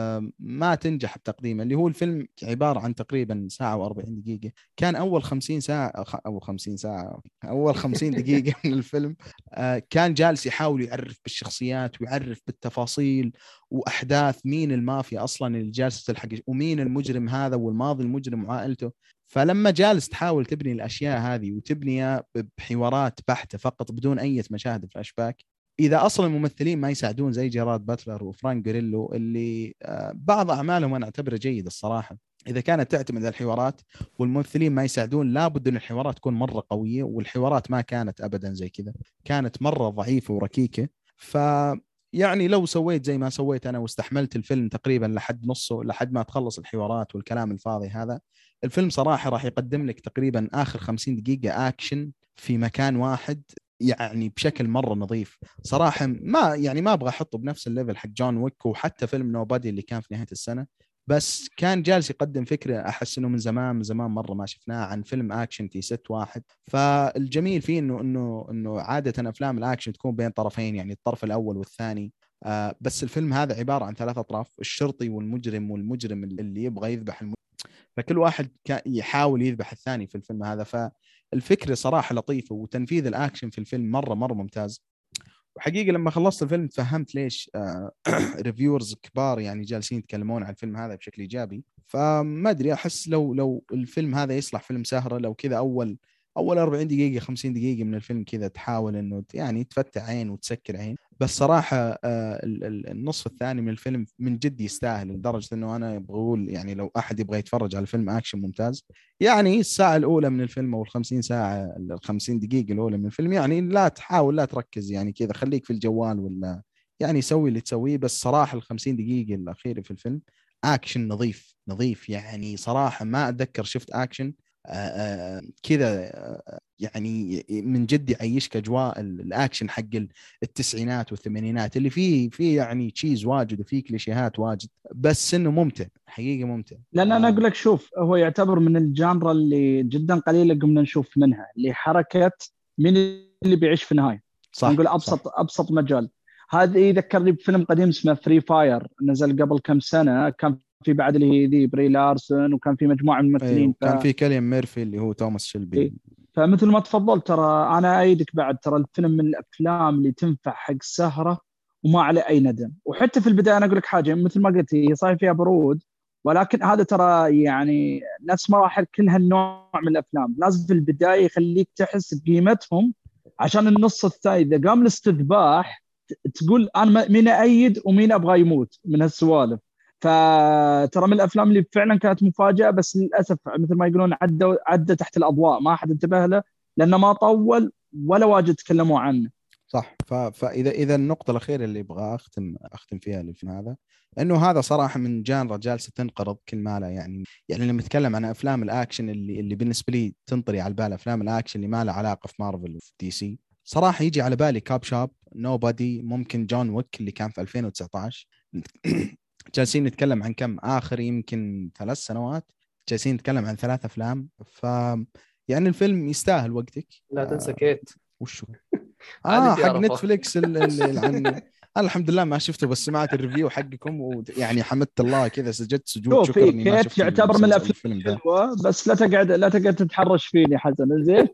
ما تنجح بتقديمه. اللي هو الفيلم عبارة عن تقريبا ساعة وأربعين دقيقة، كان أول خمسين ساعة أول خمسين ساعة أول خمسين دقيقة من الفيلم كان جالس يحاول يعرف بالشخصيات ويعرف بالتفاصيل وأحداث مين المافيا أصلا اللي جالسة تلحق، ومين المجرم هذا والماضي المجرم وعائلته. فلما جالس تحاول تبني الأشياء هذه وتبنيها بحوارات بحتة فقط بدون أي مشاهد فلاشباك، إذا أصلا الممثلين ما يساعدون زي جيرارد باتلر وفرانك جريلو اللي بعض أعمالهم أنا أعتبره جيد الصراحة، إذا كانت تعتمد على الحوارات والممثلين ما يساعدون، لابد أن الحوارات تكون مرة قوية، والحوارات ما كانت أبدا زي كذا، كانت مرة ضعيفة وركيكة. ف يعني لو سويت زي ما سويت أنا واستحملت الفيلم تقريبا لحد نصه، لحد ما تخلص الحوارات والكلام الفاضي هذا، الفيلم صراحة راح يقدم لك تقريبا آخر خمسين دقيقة أكشن في مكان واحد، يعني بشكل مرة نظيف صراحة. ما يعني ما أبغى أحطه بنفس الليفل حق جون ويك وحتى فيلم نوبادي اللي كان في نهاية السنة، بس كان جالس يقدم فكرة أحس إنه من زمان من زمان مرة ما شفناه عن فيلم أكشن في ست واحد. فالجميل فيه إنه إنه إنه عادة أفلام الأكشن تكون بين طرفين، يعني الطرف الأول والثاني، آه بس الفيلم هذا عبارة عن ثلاث أطراف، الشرطي والمجرم والمجرم اللي يبغى يذبح المجرم، فكل واحد يحاول يذبح الثاني في الفيلم هذا. فالفكرة صراحة لطيفة وتنفيذ الأكشن في الفيلم مرة مرة ممتاز. وحقيقة لما خلصت الفيلم فهمت ليش آه ريفيورز كبار يعني جالسين يتكلمون عن الفيلم هذا بشكل إيجابي. فما أدري، أحس لو لو الفيلم هذا يصلح فيلم سهرة، لو كذا أول أول أربعين دقيقة خمسين دقيقة من الفيلم كذا تحاول إنه يعني تفتح عين وتسكر عين. بس صراحة آه النصف الثاني من الفيلم من جد يستاهل، لدرجة إنه أنا بقول يعني لو أحد يبغى يتفرج على فيلم أكشن ممتاز، يعني الساعة الأولى من الفيلم أو الخمسين ساعة الخمسين دقيقة الأولى من الفيلم يعني لا تحاول لا تركز، يعني كذا خليك في الجوال ولا يعني سوي اللي تسويه. بس صراحة الخمسين دقيقة الأخيرة في الفيلم أكشن نظيف نظيف، يعني صراحة ما أتذكر شفت أكشن كذا يعني من جد يعيشك أجواء الأكشن حق التسعينات والثمانينات اللي فيه فيه يعني تشيز واجد وفيه كليشيهات واجد، بس إنه ممتع حقيقة ممتع. لأن أنا أقول لك شوف، هو يعتبر من الجانرا اللي جدا قليلة قمنا نشوف منها، اللي حركة من اللي بيعيش في النهاية، صح نقول أبسط صح. أبسط مجال. هذا يذكرني بفيلم قديم اسمه فري فاير، نزل قبل كم سنة، كان في بعد اللي هي ذي بري لارسون، وكان في مجموعة من الممثلين. أيوه. ف... كان في كيليان ميرفي اللي هو توماس شيلبي. إيه. فمثل ما تفضلت ترى أنا أيدك بعد، ترى الفيلم من الأفلام اللي تنفع حق سهرة وما عليه أي ندم. وحتى في البداية أنا أقول لك حاجة، مثل ما قلت هي صحيح فيها برود، ولكن هذا ترى يعني نفس مراحل كل هالنوع من الأفلام، لازم في البداية يخليك تحس بقيمتهم، عشان النص الثاني إذا قام الاستذباح تقول أنا مين أيد ومين أبغى يموت من هالسوالف. فترى من الافلام اللي فعلا كانت مفاجاه، بس للاسف مثل ما يقولون عدى عدى تحت الاضواء، ما احد انتبه له لانه ما طول ولا واجد تكلموا عنه. صح. فاذا اذا النقطه الاخيره اللي ابغى اختم اختم فيها الفيلم هذا، انه هذا صراحه من جانرا جالسه تنقرض كل ما له، يعني يعني لما نتكلم عن افلام الاكشن اللي اللي بالنسبه لي تنطري على البال، افلام الاكشن اللي ما لها علاقه في مارفل وفي دي سي، صراحه يجي على بالي كاب شاب، نوبادي، ممكن جون ويك اللي كان في ألفين وتسعة عشر. جالسين نتكلم عن كم آخر يمكن ثلاث سنوات، جالسين نتكلم عن ثلاث أفلام. ف يعني الفيلم يستاهل وقتك. لا تنسى كيت. وشو آه حق نتفليكس اللي عن انا الحمد لله ما شفته، بس سمعت الريفيو حقكم ويعني حمدت الله كذا، سجدت سجود شكر اني ما شفت يعتبر من الافلام الحلوه، بس لا تقعد لا تقعد تتحرش فيني حسن زين.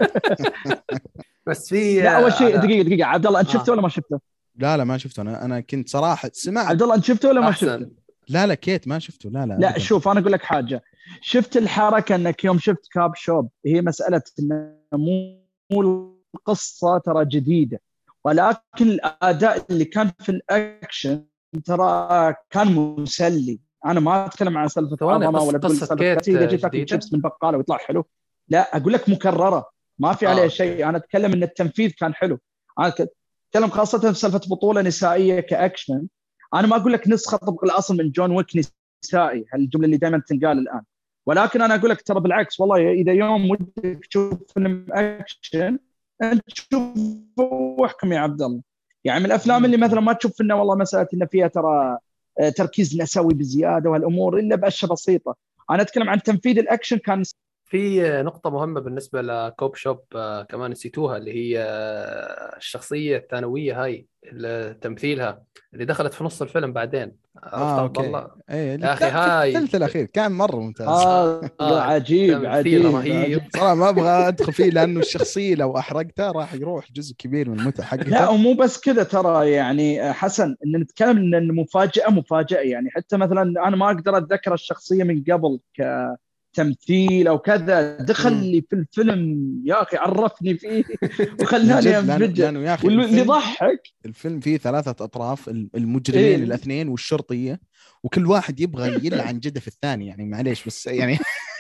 بس في لا اول شيء دقيقه دقيقه عبد الله، انت شفته آه. ولا ما شفته؟ لا لا ما شفته. انا انا كنت صراحه سمعت. عبد الله انت شفته ولا ما أحسن. شفته؟ لا لا كيت ما شفته. لا لا لا أبداً. شوف انا اقول لك حاجه، شفت الحركه انك يوم شفت كاب شوب، هي مساله انه مو القصه ترى جديده، ولكن الاداء اللي كان في الاكشن ترى كان مسلي. انا ما اتكلم عن سالفه عظمه ولا تقول سالفه اذا جيت تاكل شيبس من بقاله ويطلع حلو، لا اقول لك مكرره ما في عليها آه. شيء. انا اتكلم ان التنفيذ كان حلو. انا اتكلم خاصه في سالفه بطوله نسائيه كاكشن. انا ما اقول لك نسخه طبق الاصل من جون ويك نسائي، هالجمله اللي دائما تنقال الان، ولكن انا اقول لك ترى بالعكس والله، اذا يوم ودك تشوف فيلم اكشن انت شوف واحكم يا عبد الله. يعني من الافلام اللي مثلا ما تشوف انه والله مساله ان فيها ترى تركيز نسوي بزياده والامور الا باشياء بسيطه. انا اتكلم عن تنفيذ الاكشن. كان في نقطة مهمة بالنسبة لكوب شوب آه كمان نسيتوها، اللي هي آه الشخصية الثانوية هاي اللي تمثيلها اللي دخلت في نص الفيلم بعدين. اه اوكي ايه يا اخي هاي الثلث الاخير كان مره ممتاز. آه آه عجيب عجيب رهيب صراحه ما ابغى ادخل فيه لانه الشخصيه لو احرقتها راح يروح جزء كبير من المتعه حقته. لا ومو بس كذا ترى، يعني حسن ان نتكلم ان المفاجاه مفاجاه. يعني حتى مثلا انا ما اقدر اتذكر الشخصيه من قبل كتمثيل او كذا، دخل لي في الفيلم يا اخي عرفني فيه وخلاني انفجر. واللي ضحك الفيلم فيه ثلاثه اطراف، المجرمين إيه؟ الاثنين والشرطيه، وكل واحد يبغى يلعن جدف الثاني. يعني معليش بس يعني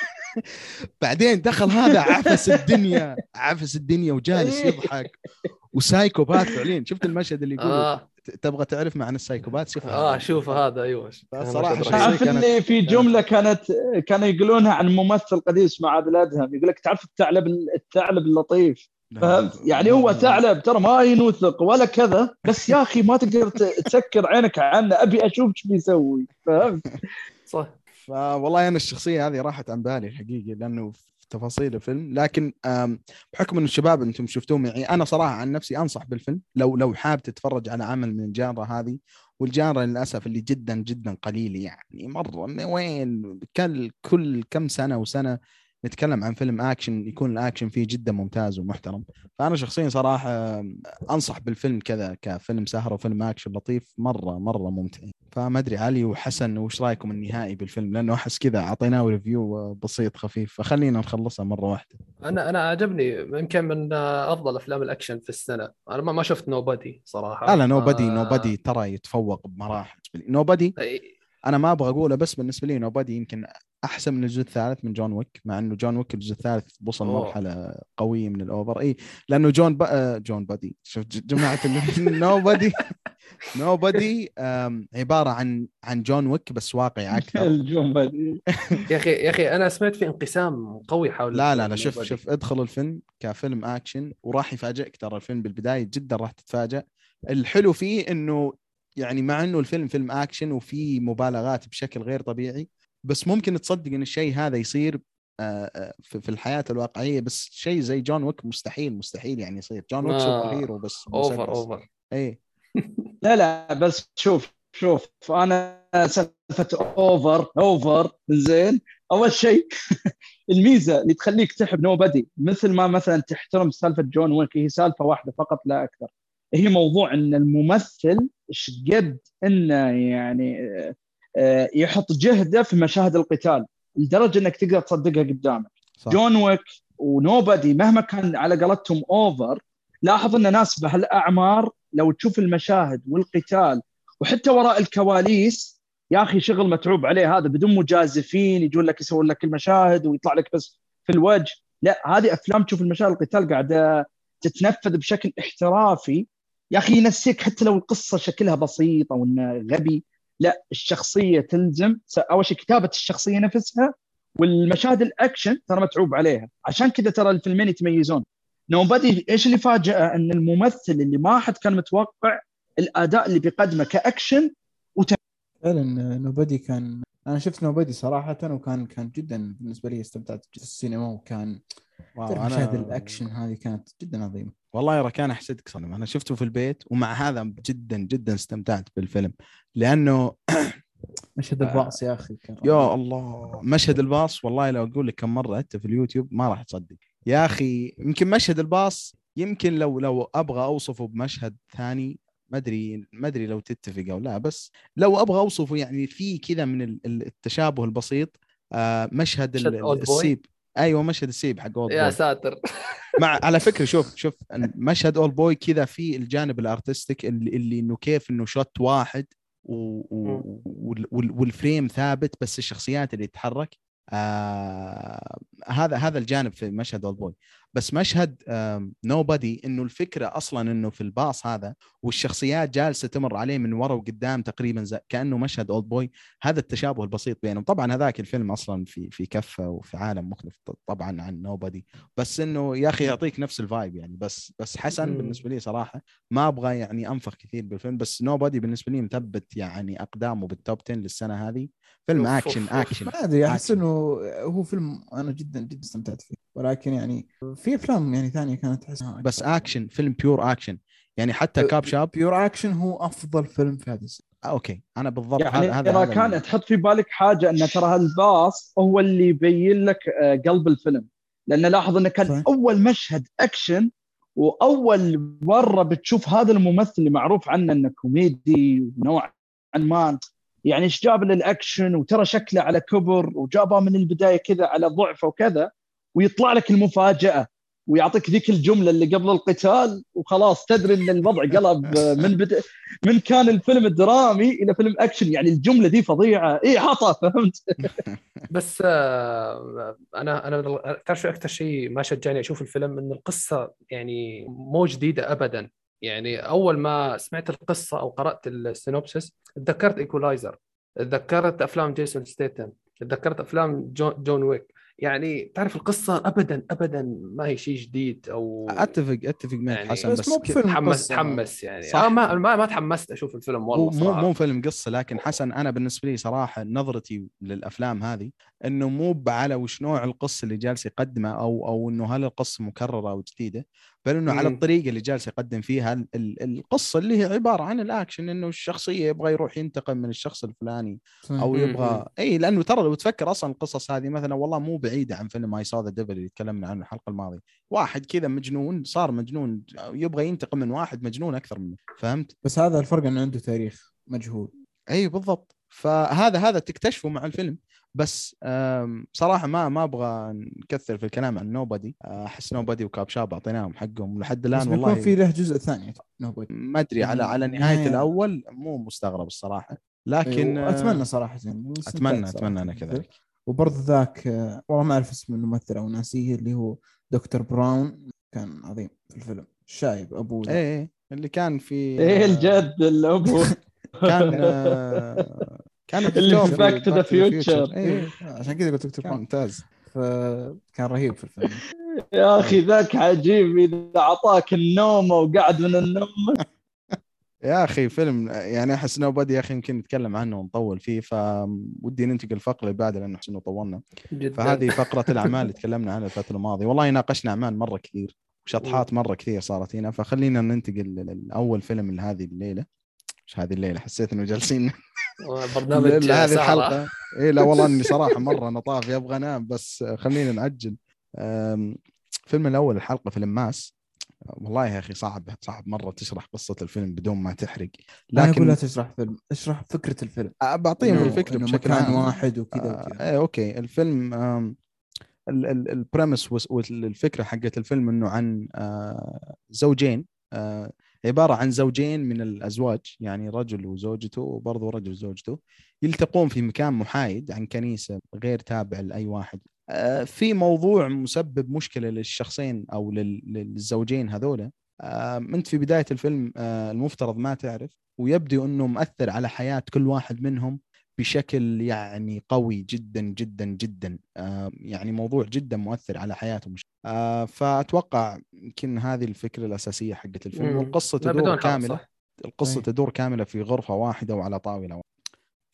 بعدين دخل هذا عفس الدنيا عفس الدنيا وجالس يضحك وسايكوبات فعليا. شفت المشهد اللي يقولوا آه. تبغى تعرف معنى السايكوبات؟ شوف اه شوف هذا. ايوه صراحه تعرف اللي في جمله كانت كانوا يقولونها عن ممثل قديم اسمه عادل ادهم، يقول لك تعرف الثعلب الثعلب اللطيف، فهمت؟ يعني هو ثعلب ترى ما ينوثق ولا كذا، بس يا اخي ما تقدر تسكر عينك عنه، ابي اشوف ايش بيسوي، فهمت؟ صح. فوالله انا الشخصيه هذه راحت عن بالي الحقيقه لانه في تفاصيل الفيلم. لكن بحكم انه الشباب انتم شفتوه معي، انا صراحه عن نفسي انصح بالفيلم لو لو حاب تتفرج على عمل من الجانرا هذه. والجانرا للاسف اللي جدا جدا قليل، يعني مره وين كل كل كم سنه وسنه نتكلم عن فيلم اكشن يكون الاكشن فيه جدا ممتاز ومحترم. فانا شخصيا صراحه انصح بالفيلم كذا كفيلم سهره وفيلم اكشن لطيف مره مره ممتع. فما ادري علي وحسن وش رايكم النهائي بالفيلم، لانه احس كذا اعطيناه ريفيو بسيط خفيف، فخلينا نخلصها مره واحده. انا انا عجبني، يمكن من افضل افلام الاكشن في السنه. انا ما شفت نوبادي صراحه. لا لا نوبادي نوبادي ترى يتفوق بمراحل. نوبادي انا ما ابغى اقوله، بس بالنسبه لي نوبادي يمكن احسن من الجزء الثالث من جون ويك، مع انه جون ويك الجزء الثالث وصل مرحله قويه من الاوفر. اي لانه جون با... جون بادي شوف جماعه نوبادي نوبادي عباره عن عن جون ويك بس واقعي اكثر. جون بادي يا اخي يا اخي انا سمعت في انقسام قوي حول. لا لا لا شوف شوف ادخل الفيلم كفيلم اكشن وراح يفاجئك. ترى الفيلم بالبدايه جدا راح تتفاجئ. الحلو فيه انه يعني مع انه الفيلم فيلم اكشن وفي مبالغات بشكل غير طبيعي، بس ممكن تصدق ان الشيء هذا يصير في الحياه الواقعيه. بس شيء زي جون ويك مستحيل مستحيل يعني يصير. جون ويك سوبر هيرو بس اوفر اوفر. اي لا لا بس شوف شوف انا سالفه اوفر اوفر زين. اول شيء الميزه اللي تخليك تحب نوبادي مثل ما مثلا تحترم سالفه جون ويك، هي سالفه واحده فقط لا اكثر، هي موضوع ان الممثل ايش قد انه يعني يحط جهده في مشاهد القتال لدرجه انك تقدر تصدقها قدامك. صح. جون ويك ونوبادي مهما كان على قولتهم اوفر، لاحظ ان ناس بهالاعمار لو تشوف المشاهد والقتال وحتى وراء الكواليس يا اخي شغل متعوب عليه، هذا بدون مجازفين يجون لك يسوون لك المشاهد ويطلع لك بس في الوجه. لا هذه افلام تشوف المشاهد القتال قاعده تتنفذ بشكل احترافي يا اخي، ينسيك حتى لو القصه شكلها بسيطه وانه غبي، لا الشخصيه تلزم. اول شيء كتابه الشخصيه نفسها والمشاهد الاكشن ترى متعوب عليها، عشان كذا ترى الفيلمين يتميزون. نوبادي ايش اللي فاجأ ان الممثل اللي ما حد كان متوقع الاداء اللي بيقدمه كاكشن وت... فعلا نوبادي كان انا شفت نوبدي صراحه، وكان كان جدا بالنسبه لي، استمتعت في السينما، وكان مشاهد الاكشن هذه كانت جدا عظيمه. والله يا كان احسدك صنم، انا شفته في البيت ومع هذا جدا جدا استمتعت بالفيلم لانه مشهد الباص يا اخي كان يا الله، مشهد الباص والله لو اقول لك كم مره انت في اليوتيوب ما راح تصدق يا اخي. يمكن مشهد الباص، يمكن لو لو ابغى اوصفه بمشهد ثاني، ما ادري ما ادري لو تتفق او لا، بس لو ابغى اوصفه يعني في كذا من التشابه البسيط. آه مشهد السيب، ايوه مشهد السيب حق اولد بوي يا ساتر. مع على فكره شوف شوف مشهد اولد بوي كذا في الجانب الارتستيك اللي, اللي انه كيف انه شوت واحد و... و... وال... والفريم ثابت بس الشخصيات اللي تتحرك. آه... هذا هذا الجانب في مشهد اولد بوي. بس مشهد نوبادي انه الفكره اصلا انه في الباص هذا والشخصيات جالسه تمر عليه من ورا وقدام تقريبا زي كانه مشهد اولد بوي. هذا التشابه البسيط بينهم. طبعا هذاك الفيلم اصلا في في كفه وفي عالم مختلف طبعا عن نوبادي، بس انه يا اخي يعطيك نفس الفايب يعني. بس بس حسن بالنسبه لي صراحه ما ابغى يعني انفخ كثير بالفيلم، بس نوبادي بالنسبه لي مثبت يعني اقدامه بالتوب عشرة للسنه هذه. فيلم أوف اكشن أوف اكشن ما ادري، احس انه هو فيلم انا جدا جدا استمتعت فيه، ولكن يعني في افلام يعني ثانيه كانت تحس بس اكشن، فيلم بيور اكشن يعني. حتى كاب شاب بيور اكشن هو افضل فيلم في هذا السنة. اوكي انا بالضبط يعني هذا اذا هذا كان ال... تحط في بالك حاجه ان ترى الباص هو اللي يبين لك قلب الفيلم، لان لاحظ انه كان صحيح. اول مشهد اكشن واول مره بتشوف هذا الممثل اللي معروف عنه انه كوميدي ونوعا ما يعني ايش جاب للاكشن، وترى شكله على كبر وجابه من البدايه كذا على ضعفه وكذا، ويطلع لك المفاجاه ويعطيك ذيك الجمله اللي قبل القتال وخلاص تدري ان الوضع قلب من بدا من كان الفيلم الدرامي الى فيلم اكشن. يعني الجمله دي فظيعه، ايه عطى فهمت. بس آه انا انا تعرف شو اكثر شيء ما شجعني اشوف الفيلم؟ ان القصه يعني مو جديده ابدا. يعني اول ما سمعت القصه او قرات السينوبسيس تذكرت ايكولايزر، تذكرت افلام جيسون ستيتم، تذكرت افلام جون, جون ويك. يعني تعرف القصه ابدا ابدا ما هي شيء جديد او اتفق اتفق معك يعني حسن، بس بس مو بفيلم تحمس قصة. تحمس يعني صح. آه ما ما ما تحمست اشوف الفيلم والله مو مو صراحه. مو فيلم قصه، لكن حسن انا بالنسبه لي صراحه نظرتي للافلام هذه انه مو على وش نوع القصه اللي جالس يقدمه او او انه هل القصه مكرره او جديده، بل انه على الطريقه اللي جالس يقدم فيها القصه اللي هي عباره عن الاكشن، انه الشخصيه يبغى يروح ينتقم من الشخص الفلاني او يبغى اي. لانه ترى لو تفكر اصلا القصص هذه مثلا والله مو بعيده عن فيلم اي سو ذا ديفل اللي تكلمنا عنه الحلقه الماضيه. واحد كذا مجنون صار مجنون يبغى ينتقم من واحد مجنون اكثر منه، فهمت؟ بس هذا الفرق انه عنده تاريخ مجهول. اي بالضبط. فهذا هذا تكتشفه مع الفيلم. بس صراحه ما ما ابغى نكثر في الكلام عن نوبادي. احس نوبادي وكاب شاب اعطيناهم حقهم لحد الان. والله بيكون في له جزء ثاني نوبادي ما ادري على على نهايه الاول، مو مستغرب الصراحه، لكن اتمنى صراحه اتمنى اتمنى انا كذلك. وبرضه ذاك والله ما اعرف اسم الممثل او ناسيه اللي هو دكتور براون، كان عظيم في الفيلم. الشايب ابو ايه اللي كان في ايه الجد الابو كان كان اللي في باك تو ذا فيوتشر. ايه عشان كذا قلت دكتور براون ممتاز، فكان رهيب في الفيلم. يا اخي ذاك عجيب، اذا اعطاك النوم وقعد من النوم. يا اخي فيلم يعني احس نوبادي يا اخي يمكن نتكلم عنه ونطول فيه، فودي ننتقل الفقره اللي بعدها لانه احس انه طولنا جدا. فهذه فقره الاعمال اللي تكلمنا عنها الفتره الماضيه. والله ناقشنا اعمال مره كثير وشطحات مره كثير صارت هنا، فخلينا ننتقل للاول فيلم لهذه الليله. مش هذه الليله، حسيت انه جالسين برنامج هذه الحلقه. ايه لا والله اني صراحه مره نطاف ابغى انام، بس خلينا نعجل. فيلم الاول الحلقه فيلم ماس. والله يا اخي صعب صعب مره تشرح قصه الفيلم بدون ما تحرق. لكن انا اقول لا تشرح فيلم، اشرح فكره الفيلم. بعطيهم الفكره بشكل عام واحد وكذا وكذا. آه اوكي. الفيلم البريمس والفكره حقت الفيلم انه عن آه زوجين، آه عباره عن زوجين من الازواج، يعني رجل وزوجته وبرضه رجل وزوجته يلتقون في مكان محايد عن كنيسه غير تابع لاي واحد. في موضوع مسبب مشكلة للشخصين أو للزوجين هذولا. أنت في بداية الفيلم المفترض ما تعرف، ويبدو أنه مؤثر على حياة كل واحد منهم بشكل يعني قوي جدا جدا جدا. يعني موضوع جدا مؤثر على حياتهم. فأتوقع يمكن هذه الفكرة الأساسية حقت الفيلم. والقصة تدور كاملة القصة تدور كاملة في غرفة واحدة وعلى طاولة واحدة.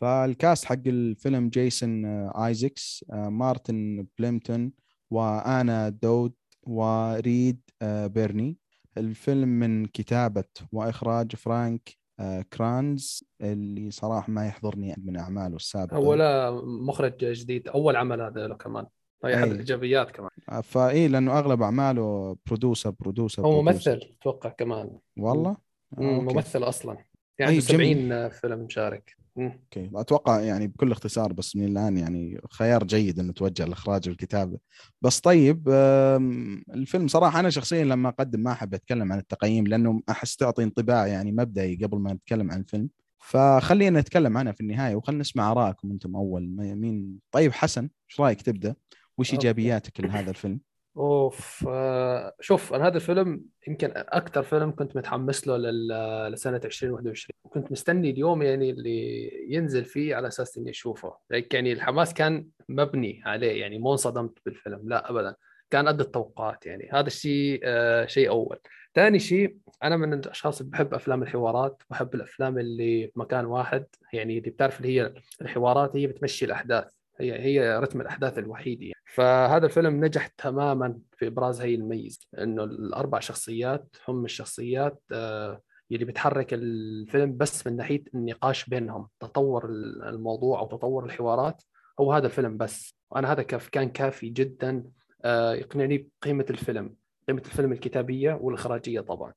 فالكاست حق الفيلم جيسون آيزكس، مارتن بليمتون، وآنا دود، وريد بيرني. الفيلم من كتابة وإخراج فرانك كرانز اللي صراحة ما يحضرني من أعماله السابقة. هو لا مخرج جديد، أول عمل هذا له كمان، هي أحد الإيجابيات كمان. فإيه لأنه أغلب أعماله برودوسر برودوسر هو برودوسر. ممثل أتوقع كمان والله آه، ممثل أصلا، يعني أي عنده سبعين فيلم مشارك. اوكي اتوقع يعني بكل اختصار بس من الان يعني خيار جيد انه توجه الاخراج والكتابه. بس طيب الفيلم صراحه انا شخصيا لما اقدم ما احب اتكلم عن التقييم لانه احس تعطي انطباع يعني مبدئي قبل ما نتكلم عن الفيلم، فخلينا نتكلم عنه في النهايه وخلينا نسمع ارائكم انتم اول. مين طيب حسن ايش رايك تبدا؟ وش ايجابياتك لهذا الفيلم؟ اوف آه، شوف انا هذا الفيلم يمكن اكثر فيلم كنت متحمس له لل- لسنه ألفين وواحد وعشرين، كنت مستني اليوم يعني اللي ينزل فيه على اساس اني اشوفه. يعني الحماس كان مبني عليه، يعني مو انصدمت بالفيلم لا ابدا، كان قد التوقعات. يعني هذا الشيء آه شيء اول. ثاني شيء انا من الاشخاص اللي بحب افلام الحوارات، بحب الافلام اللي في مكان واحد، يعني اللي بتعرف اللي هي الحوارات هي بتمشي الاحداث، هي هي رتم الاحداث الوحيد يعني. فهذا الفيلم نجح تماما في ابراز هي الميزه، انه الاربع شخصيات هم الشخصيات آه، اللي بتحرك الفيلم بس من ناحيه النقاش بينهم، تطور الموضوع او تطور الحوارات هو هذا الفيلم بس. وانا هذا كان كافي جدا آه، يقنعني بقيمه الفيلم، قيمه الفيلم الكتابيه والاخراجيه طبعا.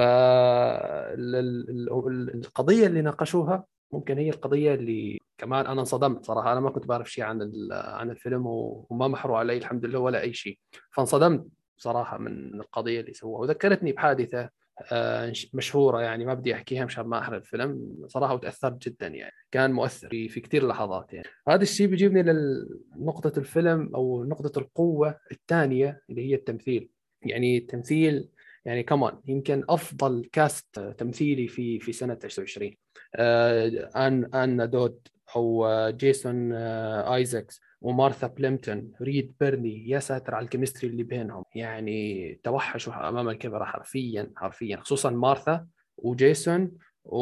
فالقضيه اللي ناقشوها ممكن هي القضيه اللي كمان انا انصدمت صراحه. انا ما كنت بعرف شيء عن عن الفيلم وما محروا علي الحمد لله ولا اي شيء، فانصدمت صراحه من القضيه اللي سووها. وذكرتني بحادثه آه، مشهوره، يعني ما بدي احكيها مشان ما احرق الفيلم صراحه، وتاثرت جدا يعني، كان مؤثر في في كثير لحظات. يعني هذا الشيء بيجيبني لنقطه الفيلم او نقطه القوه الثانيه اللي هي التمثيل. يعني التمثيل يعني كمان يمكن افضل كاست تمثيلي في في سنه ألفين وعشرين. آه، ان ان دود او جيسون ايزاكس ومارثا بليمتون، ريد بيرني، يا ساتر على الكيمستري اللي بينهم، يعني توحشوا امام الكاميرا حرفيا حرفيا، خصوصا مارثا وجيسون و...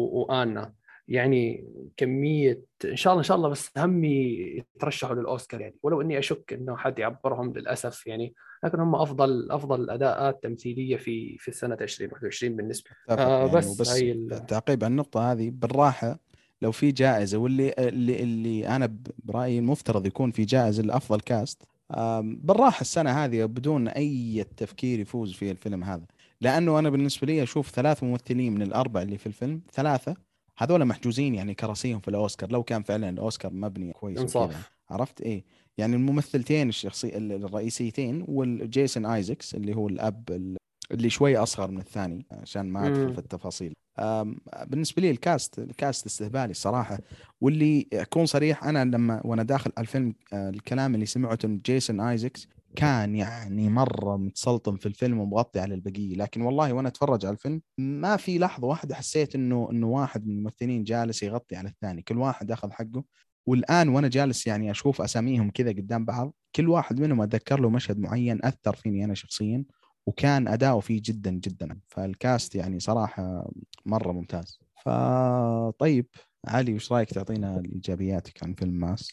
وانا. يعني كميه ان شاء الله ان شاء الله بس همي يترشحوا للاوسكار يعني، ولو اني اشك انه حد يعبرهم للاسف يعني، لكن هم افضل افضل اداءات تمثيليه في في سنه ألفين وواحد وعشرين بالنسبه آه يعني. بس وبس هاي ال... تعقيب على النقطه هذه بالراحه، لو في جائزه واللي اللي, اللي انا برايي المفترض يكون في جائزه لافضل كاست بالراحه السنه هذه بدون اي تفكير يفوز في الفيلم هذا، لانه انا بالنسبه لي اشوف ثلاث ممثلين من الاربع اللي في الفيلم، ثلاثه هذول محجوزين يعني كراسيهم في الاوسكار لو كان فعلا الاوسكار مبني كويس وكذا. عرفت ايه يعني؟ الممثلتين الشخصي الرئيسيتين والجيسون ايزكس اللي هو الاب اللي شوي اصغر من الثاني عشان ما ادخل في التفاصيل. بالنسبه لي الكاست الكاست استهبالي صراحه. واللي اكون صريح انا لما وانا داخل الفيلم الكلام اللي سمعته من جيسون ايزكس كان يعني مره متسلطن في الفيلم ومغطي على البقيه، لكن والله وانا اتفرج على الفيلم ما في لحظه واحده حسيت انه انه واحد من الممثلين جالس يغطي على الثاني، كل واحد اخذ حقه. والان وانا جالس يعني اشوف اساميهم كذا قدام بعض، كل واحد منهم اتذكر له مشهد معين اثر فيني انا شخصيا وكان أداؤه فيه جدا جدا. فالكاست يعني صراحة مرة ممتاز. فطيب علي وش رأيك تعطينا الإيجابياتك عن فيلم ماس؟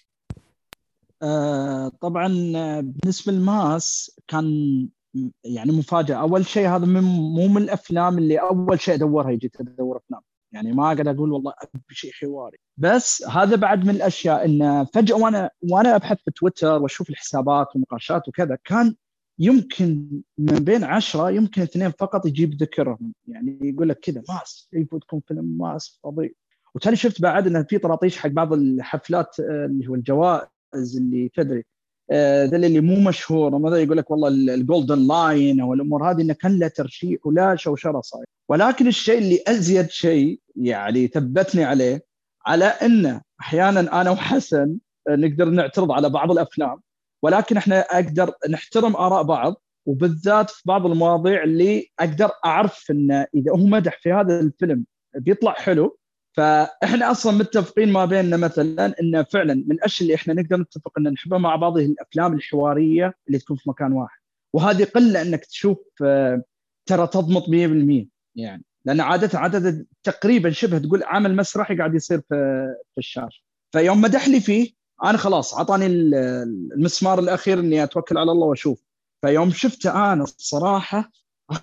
آه طبعا بالنسبة لماس كان يعني مفاجأة. أول شيء هذا من مو من الأفلام اللي أول شيء أدورها جيت أدور أفلام، يعني ما أقدر أقول والله أبي شيء حواري. بس هذا بعد من الأشياء إن فجأة وأنا وأنا أبحث في تويتر وأشوف الحسابات والنقاشات وكذا، كان يمكن من بين عشرة يمكن اثنين فقط يجيب ذكرهم، يعني يقول لك كذا ماس يفوتكم فيلم ماس فظيع. وتالي شفت بعد إن في طراطيش حق بعض الحفلات اللي هو الجوائز اللي تدري ذا اللي مو مشهور، وماذا يقول لك والله الجولدن لاين او الامور هذه انه كان له ترشيح ولا شوشره صاير. ولكن الشيء اللي ازيد شيء يعني ثبتني عليه على انه احيانا انا وحسن نقدر نعترض على بعض الافلام، ولكن احنا اقدر نحترم اراء بعض، وبالذات في بعض المواضيع اللي اقدر اعرف انه اذا هو مدح في هذا الفيلم بيطلع حلو. فاحنا اصلا متفقين ما بيننا مثلا ان فعلا من الاشياء اللي احنا نقدر نتفق ان نحبها مع بعض هي الافلام الحواريه اللي تكون في مكان واحد، وهذه قله انك تشوف ترى تضمط مية بالمية يعني. لان عاده عاده تقريبا شبه تقول عمل مسرحي قاعد يصير في في الشاشه. فيوم مدح لي فيه انا خلاص عطاني المسمار الاخير اني اتوكل على الله واشوف. فيوم شفته انا الصراحه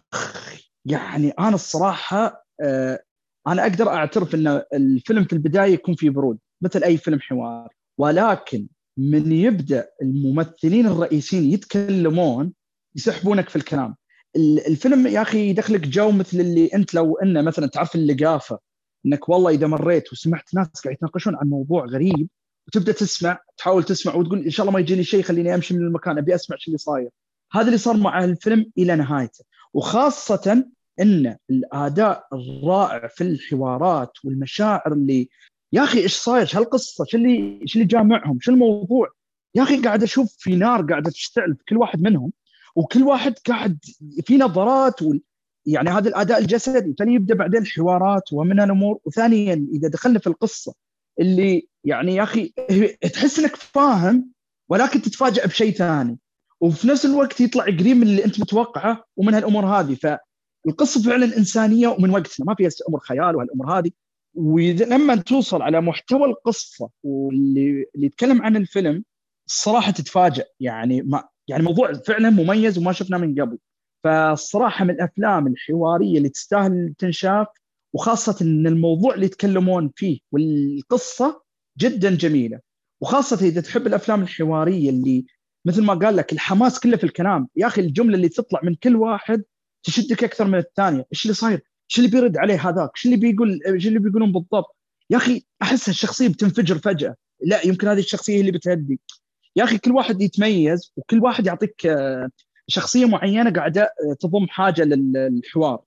يعني انا الصراحه آه انا اقدر اعترف ان الفيلم في البدايه يكون فيه برود مثل اي فيلم حوار، ولكن من يبدا الممثلين الرئيسيين يتكلمون يسحبونك في الكلام. الفيلم يا اخي يدخلك جو مثل اللي انت لو انه مثلا تعرف اللقافه، انك والله اذا مريت وسمعت ناس قاعد يتناقشون عن موضوع غريب وتبدا تسمع تحاول تسمع وتقول ان شاء الله ما يجي لي شيء خليني امشي من المكان ابي اسمع شو اللي صاير. هذا اللي صار مع الفيلم الى نهايته. وخاصه ان الاداء الرائع في الحوارات والمشاعر اللي يا اخي ايش صاير، شو هالقصه، شو اللي شو اللي جامعهم، شو الموضوع. يا اخي قاعد اشوف في نار قاعده تشتعل في كل واحد منهم، وكل واحد قاعد في نظرات وال... يعني هذا الاداء الجسدي. ثاني يبدا بعدين الحوارات ومن الامور. وثانيا اذا دخلنا في القصه اللي يعني يا اخي تحس انك فاهم ولكن تتفاجئ بشيء ثاني، وفي نفس الوقت يطلع قريب من اللي انت متوقعه ومن هالامور هذه. فالقصه فعلا انسانيه ومن وقتنا، ما فيها امور خيال وهالامور هذه. ولما توصل على محتوى القصه واللي اللي يتكلم عن الفيلم الصراحه تتفاجئ. يعني ما يعني موضوع فعلا مميز وما شفناه من قبل. فالصراحه من الافلام الحواريه اللي تستاهل تنشاف، وخاصه ان الموضوع اللي يتكلمون فيه والقصه جدا جميله. وخاصه اذا تحب الافلام الحواريه اللي مثل ما قال لك الحماس كله في الكلام. يا اخي الجمله اللي تطلع من كل واحد تشدك اكثر من الثانيه. ايش اللي صاير، ايش اللي بيرد عليه هذاك، ايش اللي بيقول، ايش اللي بيقولون بالضبط. يا اخي احس الشخصيه بتنفجر فجاه، لا يمكن هذه الشخصيه اللي بتهدي. يا اخي كل واحد يتميز وكل واحد يعطيك شخصيه معينه قاعده تضم حاجه للحوار.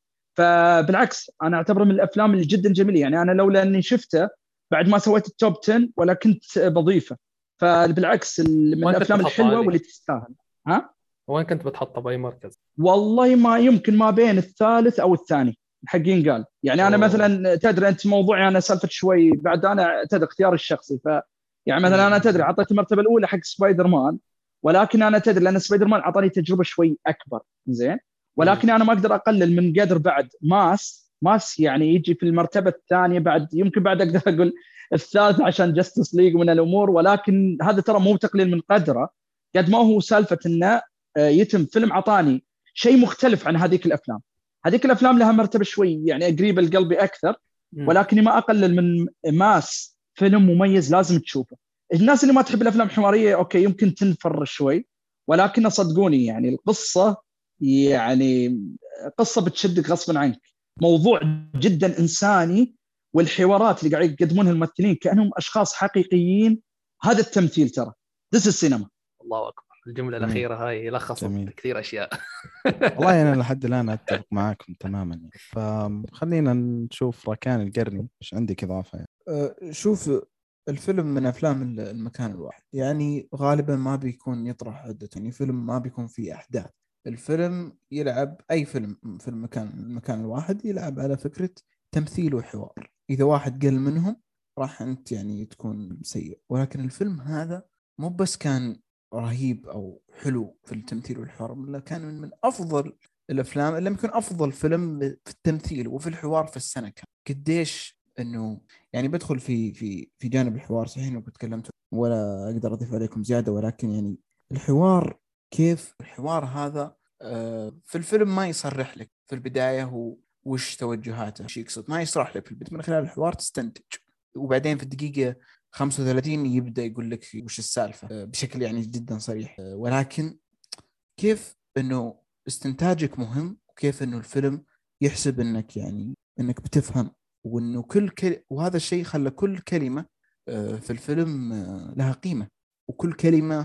فبالعكس انا اعتبره من الافلام اللي جدا جميله. يعني انا لولا اني شفته بعد ما سويت التوب عشرة ولا كنت بضيفه. فبالعكس من الافلام الحلوه واللي تستاهل. ها وين كنت بتحطه باي مركز؟ والله ما يمكن ما بين الثالث او الثاني الحقين قال. يعني انا أوه. مثلا تدري انت موضوعي انا سالفه شوي بعد انا تدري اختياري الشخصي. ف يعني مثلا انا تدري اعطيت المرتبه الاولى حق سبايدر مان، ولكن انا تدري لان سبايدر مان اعطاني تجربه شوي اكبر زين. ولكن انا ما اقدر اقلل من قدر بعد ماس ماس يعني يجي في المرتبه الثانيه بعد، يمكن بعد اقدر اقول الثالث عشان جاستس ليج من الامور. ولكن هذا ترى مو تقليل من قدره قد ما هو سالفه انه يتم فيلم عطاني شيء مختلف عن هذيك الافلام. هذيك الافلام لها مرتبه شوي يعني قريبه لقلبي اكثر، ولكن ما اقلل من ماس فيلم مميز لازم تشوفه. الناس اللي ما تحب الافلام الحواريه اوكي يمكن تنفر شوي، ولكن صدقوني يعني القصه يعني قصه بتشدك غصبا عنك. موضوع جدا انساني، والحوارات اللي قاعد يقدمونها الممثلين كانهم اشخاص حقيقيين. هذا التمثيل ترى ذس السينما. الله اكبر، الجمله الاخيره هاي لخصت كثير اشياء. والله انا لحد الان اتفق معاكم تماما يعني. فخلينا نشوف ركان القرني ايش عندك اضافه يعني. أه شوف الفيلم من افلام المكان الواحد، يعني غالبا ما بيكون يطرح عده، يعني فيلم ما بيكون فيه احداث. الفيلم يلعب اي فيلم في المكان المكان الواحد يلعب على فكره تمثيل وحوار. اذا واحد قل منهم راح انت يعني تكون سيء. ولكن الفيلم هذا مو بس كان رهيب او حلو في التمثيل والحوار، لا كان من, من افضل الافلام اللي يمكن افضل فيلم في التمثيل وفي الحوار في السنه. كان قديش انه يعني بدخل في في في جانب الحوار صحيح انه تكلمت ولا اقدر اضيف عليكم زياده، ولكن يعني الحوار كيف الحوار هذا في الفيلم ما يصرح لك في البدايه هو وش توجهاته وش يقصد، ما يشرح لك في البدايه، من خلال الحوار تستنتج، وبعدين في الدقيقه خمسة وثلاثين يبدا يقول لك وش السالفه بشكل يعني جدا صريح. ولكن كيف انه استنتاجك مهم، وكيف انه الفيلم يحسب انك يعني انك بتفهم، وانه كل كل وهذا الشيء خلى كل كلمه في الفيلم لها قيمه، وكل كلمه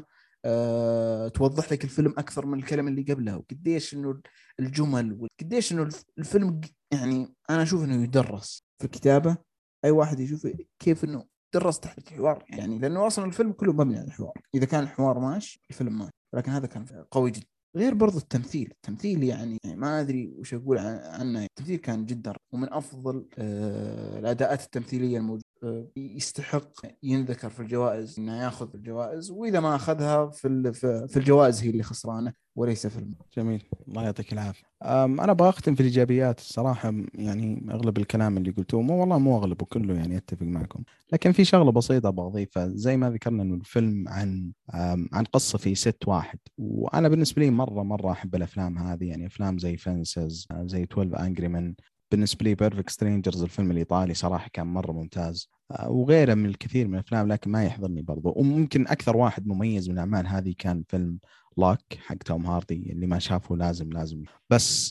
توضح لك الفيلم اكثر من الكلمه اللي قبلها. وقديش انه الجمل وقديش انه الفيلم يعني انا اشوف انه يدرس في الكتابه. اي واحد يشوف كيف انه درس تحت الحوار، يعني لانه اصلا الفيلم كله مبني على الحوار. اذا كان الحوار ماشي الفيلم ماشي، لكن هذا كان قوي جدا. غير برضو التمثيل التمثيل يعني, يعني ما أدري وش أقول عنه. التمثيل كان جدا ومن أفضل آه الأداءات التمثيلية الموجودة يستحق ينذكر في الجوائز إنه يأخذ الجوائز، وإذا ما أخذها في في الجوائز هي اللي خسرانة وليس في المال. جميل، الله يعطيك العافية. أنا بختم في الإيجابيات الصراحة، يعني أغلب الكلام اللي قلتوه مو والله مو أغلبه كله يعني أتفق معكم، لكن في شغلة بسيطة بضيفها. زي ما ذكرنا إنه الفيلم عن عن قصة في ست واحد، وأنا بالنسبة لي مرة مرة أحب الأفلام هذه، يعني أفلام زي فينسز، زي اثنا عشر أنجري مان. بالنسبة لي بيرفكت سترينجرز الفيلم الإيطالي صراحة كان مرة ممتاز، وغيره من الكثير من الأفلام، لكن ما يحضرني برضو. وممكن أكثر واحد مميز من الأعمال هذه كان فيلم لاك حق توم هاردي، اللي ما شافه لازم لازم. بس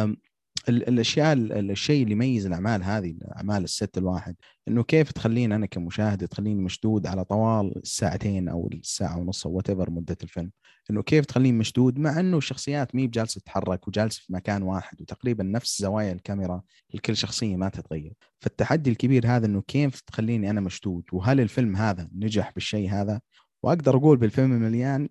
الاشياء الشيء اللي يميز الاعمال هذه، الاعمال الست الواحد، انه كيف تخليني انا كمشاهد، تخليني مشدود على طوال الساعتين او الساعه ونص او وات ايفر مده الفيلم، انه كيف تخليني مشدود مع انه الشخصيات مي بجالسه تتحرك وجالسه في مكان واحد، وتقريبا نفس زوايا الكاميرا لكل شخصيه ما تتغير. فالتحدي الكبير هذا انه كيف تخليني انا مشدود، وهل الفيلم هذا نجح بالشيء هذا؟ واقدر اقول بالفيلم المليان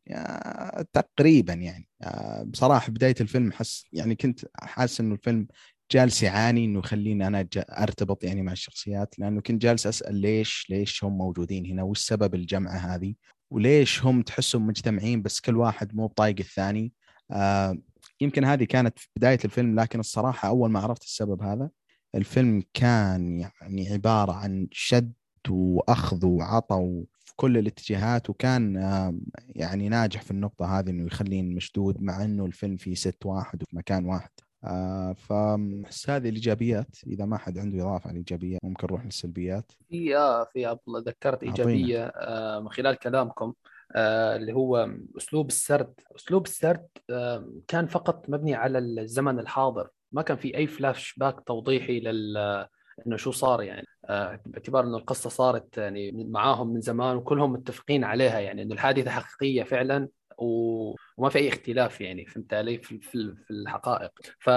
تقريبا يعني بصراحه بدايه الفيلم حس يعني كنت حاسس انه الفيلم جالس يعاني انه يخليني انا ارتبط يعني مع الشخصيات، لانه كنت جالس اسال ليش ليش هم موجودين هنا، وش سبب الجمعه هذه، وليش هم تحسهم مجتمعين بس كل واحد مو بطايق الثاني. آه يمكن هذه كانت في بدايه الفيلم، لكن الصراحه اول ما عرفت السبب هذا، الفيلم كان يعني عباره عن شد واخذ وعطى في كل الاتجاهات، وكان يعني ناجح في النقطة هذه انه يخليني مشدود مع انه الفيلم فيه ست واحد وفي مكان واحد. آه فحس هذه الإيجابيات. إذا ما حد عنده إضافة على الإيجابيات ممكن نروح للسلبيات. في آه في عبد الله ذكرت إيجابية آه من خلال كلامكم، آه اللي هو أسلوب السرد. أسلوب السرد آه كان فقط مبني على الزمن الحاضر، ما كان في أي فلاش باك توضيحي لل إنه شو صار يعني، آه باعتبار إنه القصة صارت يعني معاهم من زمان وكلهم متفقين عليها، يعني إنه الحادثة حقيقية فعلا وما في أي اختلاف يعني، فهمت علي، في في الحقائق.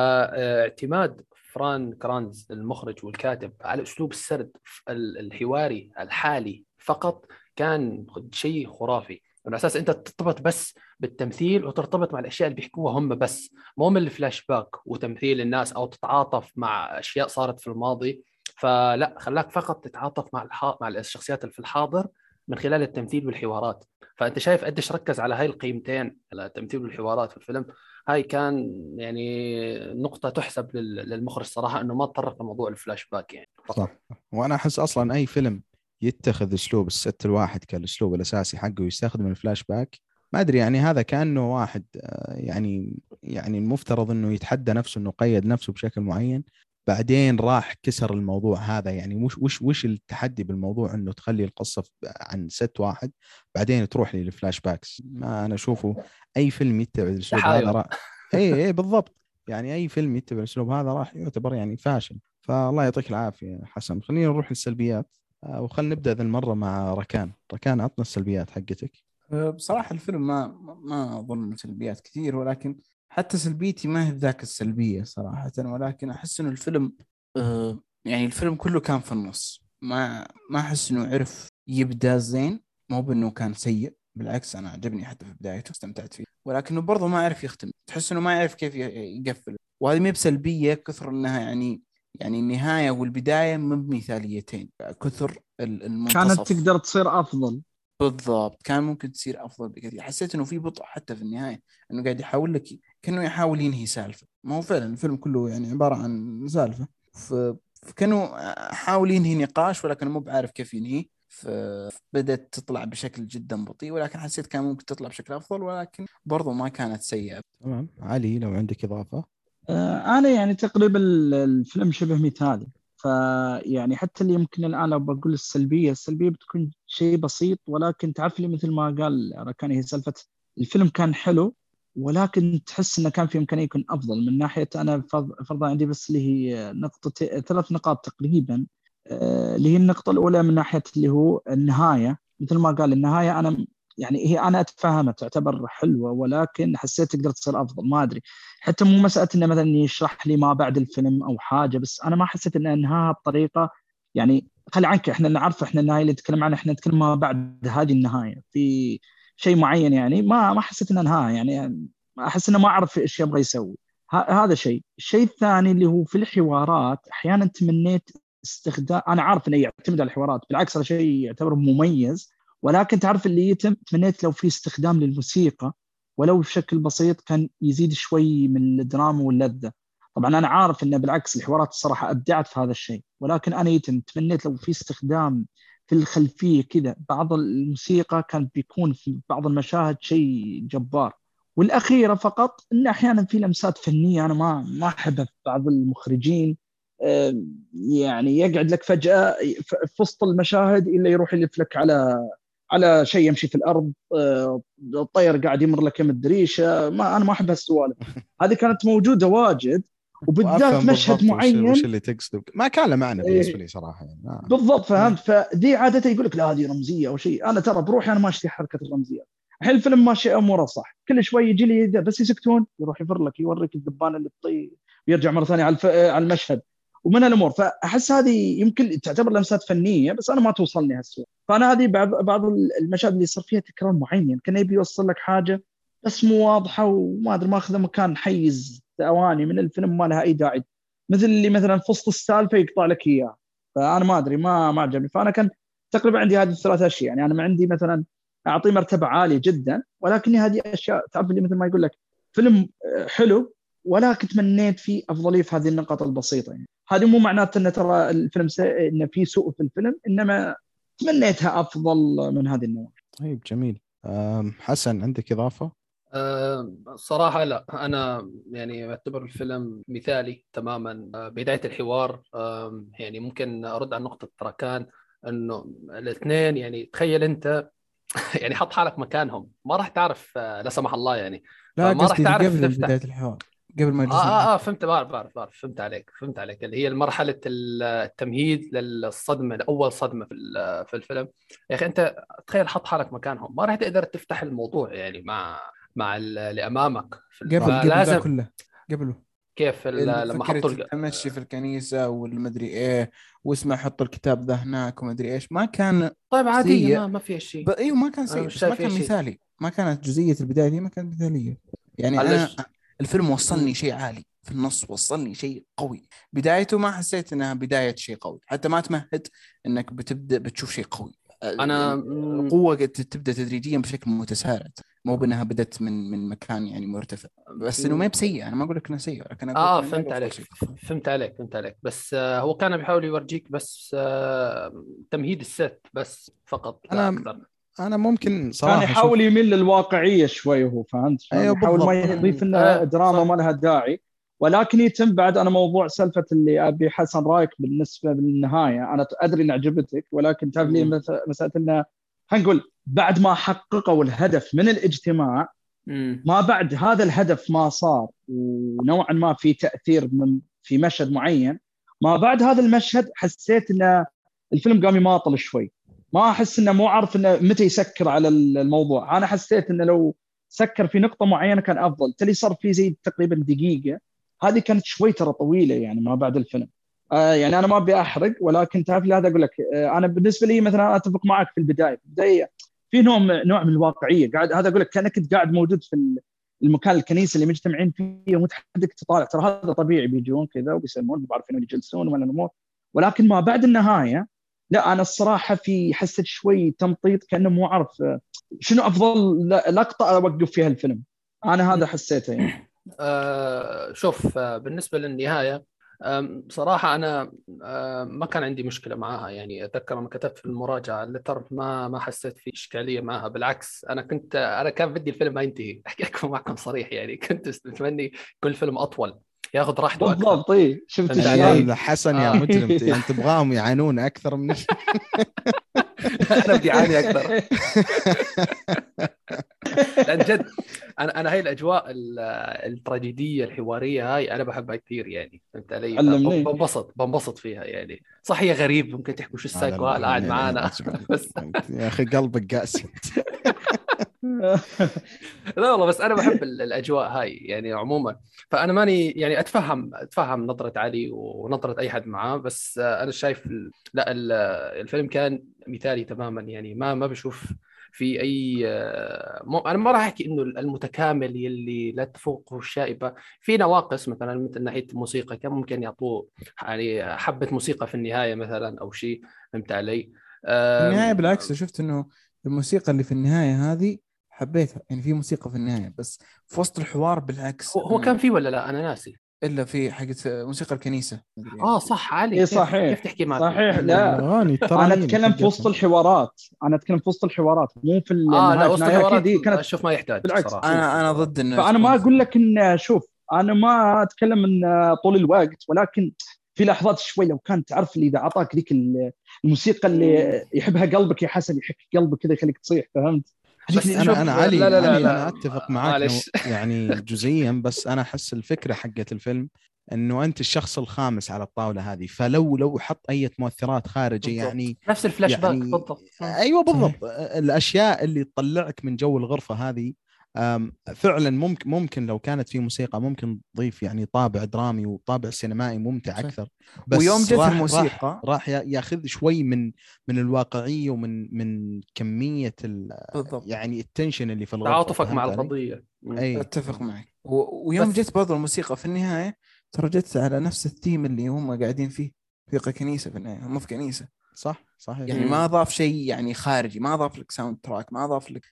فاعتماد فران كرانز المخرج والكاتب على أسلوب السرد الحواري الحالي فقط كان شيء خرافي، على أساس أنت ترتبط بس بالتمثيل وترتبط مع الأشياء اللي بيحكوها هم بس، مو من الفلاش باك وتمثيل الناس أو تتعاطف مع أشياء صارت في الماضي. فلا، خلاك فقط تتعاطف مع الح... مع الشخصيات اللي في الحاضر من خلال التمثيل والحوارات. فأنت شايف قديش ركز على هاي القيمتين، على التمثيل والحوارات في الفيلم. هاي كان يعني نقطة تحسب للمخرج صراحة، أنه ما تطرق لموضوع الفلاش باك يعني. صح. وأنا أحس أصلا أي فيلم يتخذ أسلوب الست الواحد كالأسلوب الأساسي حقه ويستخدم الفلاش باك، ما أدري يعني هذا كأنه واحد يعني يعني المفترض أنه يتحدى نفسه، أنه قيد نفسه بشكل معين، بعدين راح كسر الموضوع هذا. يعني وش وش وش التحدي بالموضوع انه تخلي القصه عن ست واحد بعدين تروح لي للفلاش باكس؟ ما انا اشوفه اي فيلم يتبع الاسلوب هذا راح اي اي بالضبط، يعني اي فيلم يتبع الاسلوب هذا راح يعتبر يعني فاشل. فالله يعطيك العافيه حسن. خلينا نروح للسلبيات، وخلينا نبدا ذا المره مع ركان. ركان عطنا السلبيات حقتك. بصراحه الفيلم ما ما اظن سلبيات كثير، ولكن حتى سلبيتي ما هي ذاك السلبية صراحة، ولكن أحس إنه الفيلم آه يعني الفيلم كله كان في النص، ما ما أحس إنه عرف يبدأ زين، مو بإنه كان سيء، بالعكس أنا عجبني حتى في بدايته استمتعت فيه، ولكنه برضه ما عرف يختم، تحس إنه ما يعرف كيف يقفل. وهذه مي بسلبية كثر إنها يعني يعني النهاية والبداية مو مثاليتين، كثر المنتصف كانت تقدر تصير أفضل. بالضبط، كان ممكن تصير أفضل بكثير. حسيت إنه في بطء حتى في النهاية، إنه قاعد يحاول لك كأنه يحاول ينهي سالفة، ما هو فعلا الفيلم كله يعني عبارة عن سالفة، فكانوا حاول ينهي نقاش ولكن مو بعارف كيف ينهي، فبدأت تطلع بشكل جدا بطيء، ولكن حسيت كان ممكن تطلع بشكل أفضل، ولكن برضو ما كانت سيئة. تمام. علي لو عندك إضافة. آه أنا يعني تقريبا الفيلم شبه مثالي، فيعني حتى اللي يمكن الآن لو بقول السلبية السلبية بتكون شيء بسيط، ولكن تعرف لي مثل ما قال ركان، هي سالفة الفيلم كان حلو ولكن تحس إنه كان في إمكانية يكون أفضل من ناحية. أنا فرضا عندي بس اللي هي نقطة ثلاث نقاط تقريبا، اللي هي النقطة الأولى من ناحية اللي هو النهاية. مثل ما قال النهاية أنا يعني هي أنا أتفهمها تعتبر حلوة، ولكن حسيت تقدر تصير أفضل. ما أدري، حتى مو مسألة إنه مثلا يشرح لي ما بعد الفيلم أو حاجة، بس أنا ما حسيت إنه أنهاها بطريقة يعني خلي عنك إحنا نعرف إحنا النهاية اللي نتكلم عنها، إحنا نتكلم ما بعد هذه النهاية في شيء معين، يعني ما ما حسيت إنه أنهاها، يعني أحس إنه ما أعرف إيش يبغى يسوي. هذا شيء. الشيء الثاني اللي هو في الحوارات، أحيانا تمنيت استخدام، انا عارف انه يعتمد على الحوارات، بالعكس هذا شيء يعتبر مميز، ولكن تعرف اللي يتم تمنيت لو في استخدام للموسيقى ولو بشكل بسيط كان يزيد شوي من الدراما واللذة. طبعا أنا عارف أنه بالعكس الحوارات الصراحة أبدعت في هذا الشيء، ولكن أنا يتم تمنيت لو في استخدام في الخلفية كذا بعض الموسيقى كان بيكون في بعض المشاهد شيء جبار. والأخيرة فقط أن أحيانا في لمسات فنية أنا ما ما أحبها في بعض المخرجين، يعني يقعد لك فجأة في وسط المشاهد إلا يروح يلف لك على على شيء يمشي في الأرض، الطير قاعد يمر لك يم الدريشة، ما أنا ما أحب هالسوالف. هذه كانت موجودة واجد، وبالذات مشهد معين وش اللي تقصده ما كان له معنى بالنسبة لي صراحة يعني. آه. بالضبط فهمت. فدي عادة يقول لك لا هذه رمزية أو شيء، أنا ترى بروحي أنا ما أشتري حركة الرمزية. الحين الفيلم ماشي أموره صح، كل شوي يجي لي بس يسكتون يروح يفر لك يوريك الذبان اللي تطي ويرجع مرة ثانية على الف... على المشهد ومن الأمور. فأحس هذه يمكن تعتبر لمسات فنية بس أنا ما توصلني هالسوء. فأنا هذه بعض بعض المشاهد اللي صار فيها تكرار معين كان يبي يوصل لك حاجة بس مو واضحة وما أدري ما أخذ مكان حيز ثواني من الفيلم ما لها أي داعي، مثل اللي مثلا في وسط السالفة يقطع لك إياه. فأنا ما أدري ما ما عجبني. فأنا كان تقريبا عندي هذه الثلاث أشياء، يعني أنا ما عندي مثلا أعطيه مرتبة عالية جدا، ولكن هذه أشياء تعرف اللي مثل ما يقول لك فيلم حلو ولكن تمنيت فيه أفضلية في هذه النقاط البسيطة. يعني هذه مو معناته أن ترى الفيلم س... إن في سوء في الفيلم، إنما تمنيتها أفضل من هذه النوع. طيب جميل. حسن عندك إضافة؟ أه صراحة لا، أنا يعني أعتبر الفيلم مثالي تماما. أه بداية الحوار أه يعني ممكن أرد على نقطة تركان إنه الاثنين يعني تخيل أنت يعني حط حالك مكانهم ما راح تعرف أه لا سمح الله يعني لا ما راح تعرف قبل بداية الحوار قبل ما آه, آه, آه فهمت بعرف بعرف بعرف فهمت عليك فهمت عليك اللي هي مرحلة التمهيد للصدمة، أول صدمة في في الفيلم. يا أخي أنت تخيل حط حالك مكانهم ما راح تقدر تفتح الموضوع يعني مع مع اللي أمامك قبل قبل ده كله قبله كيف لما حطوا التمشي في الكنيسة والمدري إيه واسمع حط الكتاب ذا هناك ومدري إيش ما كان طيب عادي ما, ما في شيء ب... أيوه ما كان سيء بس ما كان مثالي. ما كانت جزئية البداية دي ما كانت مثالية يعني أنا الفيلم وصلني شيء عالي في النص، وصلني شيء قوي. بدايته ما حسيت انها بداية شيء قوي، حتى ما تمهد انك بتبدأ بتشوف شيء قوي. انا القوة تبدأ تدريجيا بشكل متسارع، مو بانها بدت من من مكان يعني مرتفع. بس انه ما بسيء، انا ما اقول لك انه سيء لكن اقول اه فهمت عليك فهمت عليك فهمت عليك بس آه هو كان بيحاول يورجيك بس آه تمهيد الست بس فقط لا أنا اكثر. انا ممكن صراحه كان يحاول يميل للواقعيه شوي وهو فهمت، أيوة يحاول ما يضيف لنا دراما ما لها داعي. ولكن يتم بعد انا موضوع سالفه اللي ابي حسن رايك بالنسبه بالنهايه. انا ادري ان عجبتك ولكن تعرف لي مساله انه هنقول بعد ما حققوا الهدف من الاجتماع مم. ما بعد هذا الهدف ما صار ونوعا ما في تاثير من في مشهد معين، ما بعد هذا المشهد حسيت ان الفيلم قام يماطل شوي. ما أحس إنه مو عارف إنه متى يسكر على الموضوع. أنا حسيت إنه لو سكر في نقطة معينة كان أفضل. تلي صار في زي تقريبا دقيقة، هذه كانت شوي ترى طويلة يعني ما بعد الفيلم. آه يعني أنا ما أبي أحرق ولكن تعرف لي هذا أقول لك آه أنا بالنسبة لي مثلا أتفق معك في البداية بداية في نوع نوع من الواقعية. قاعد هذا أقول لك كأنك كنت قاعد موجود في المكان الكنيسة اللي مجتمعين فيه ومتحدك تطالع ترى هذا طبيعي بيجون كذا وبيسلمون بعرفين يجلسون ولا الأمور. ولكن ما بعد النهاية لا أنا الصراحة في حسيت شوي تمطيط كأنه مو عارف شنو أفضل لقطة أوقف فيها الفيلم. أنا هذا حسيته يعني. آه شوف آه بالنسبة للنهاية بصراحة أنا ما كان عندي مشكلة معها. يعني أتذكر لما كتبت في المراجعة اللتر ما ما حسيت في إشكالية معها، بالعكس أنا كنت أنا كان بدي الفيلم ما ينتهي. أحكي لكم معكم صريح يعني كنت أتمنى كل فيلم أطول ياخذ راحته أكثر. بالضبط إيه شفت يا حسن يا مجرم يعني تبغاهم يعانون أكثر من أنا بدي أعاني أكثر. لأن جد أنا أنا هاي الأجواء التراجيدية الحوارية هاي أنا بحبها كثير يعني فهمت علي؟ بنبسط بنبسط فيها يعني. صح هي غريب ممكن تحكوا شو السايكو هذا قاعد معانا بس يا أخي قلبك قاسي. لا والله بس أنا بحب الأجواء هاي يعني عموما. فأنا ماني يعني أتفهم أتفهم نظرة علي ونظرة أي حد معاه، بس أنا شايف لا الفيلم كان مثالي تماما يعني ما ما بشوف في اي مو انا ما راح احكي انه المتكامل يلي لا تفوقه الشائبه، في نواقص مثلا من ناحيه الموسيقى كان ممكن يعطوه يعني حبه موسيقى في النهايه مثلا او شيء، فهمت علي؟ في النهايه بالعكس شفت انه الموسيقى اللي في النهايه هذه حبيتها، يعني في موسيقى في النهايه بس في وسط الحوار بالعكس. هو كان في ولا لا انا ناسي، الا في حقت موسيقى الكنيسه. اه صح علي، اي كيف صحيح كيف تحكي ما صحيح. في؟ لا الاغاني انا اتكلم في وسط حقتها. الحوارات، انا اتكلم في وسط الحوارات مو في اه لا النهايه. في وسط النهايه اكيد الحوارات هي كانت اشوف ما يحتاج بالعكس. صراحه. انا انا ضد انه فانا ما اقول لك ان شوف انا ما اتكلم ان طول الوقت، ولكن في لحظات شوي لو كانت تعرف اللي اذا اعطاك ذيك الموسيقى اللي يحبها قلبك يا حسن، يحك قلبك كذا يخليك تصيح، فهمت؟ بس انا شوف انا علي لا لا لا علي لا انا اتفق معاك نو معلش يعني جزئيا، بس انا احس الفكره حقت الفيلم انه انت الشخص الخامس على الطاوله هذه، فلو لو حط اي مؤثرات خارجيه بالضبط. يعني نفس الفلاش باك يعني بالضبط. ايوه بالضبط. صحيح. الاشياء اللي تطلعك من جو الغرفه هذه فعلا ممكن ممكن لو كانت في موسيقى ممكن تضيف يعني طابع درامي وطابع سينمائي ممتع صحيح. اكثر. بس ويوم جت راح الموسيقى راح راح ياخذ شوي من من الواقعيه ومن من كميه بالضبط يعني التنشن اللي في الغرفه. تعاطفك مع فهمت علي؟ القضيه. اي اتفق معك. و... ويوم بس جت برضو الموسيقى في النهايه ترى جت على نفس الثيم اللي هم قاعدين فيه في كنيسه، في النهايه هم في كنيسه. صح صحيح. يعني ما اضاف شيء يعني خارجي، ما اضاف لك ساوند تراك، ما اضاف لك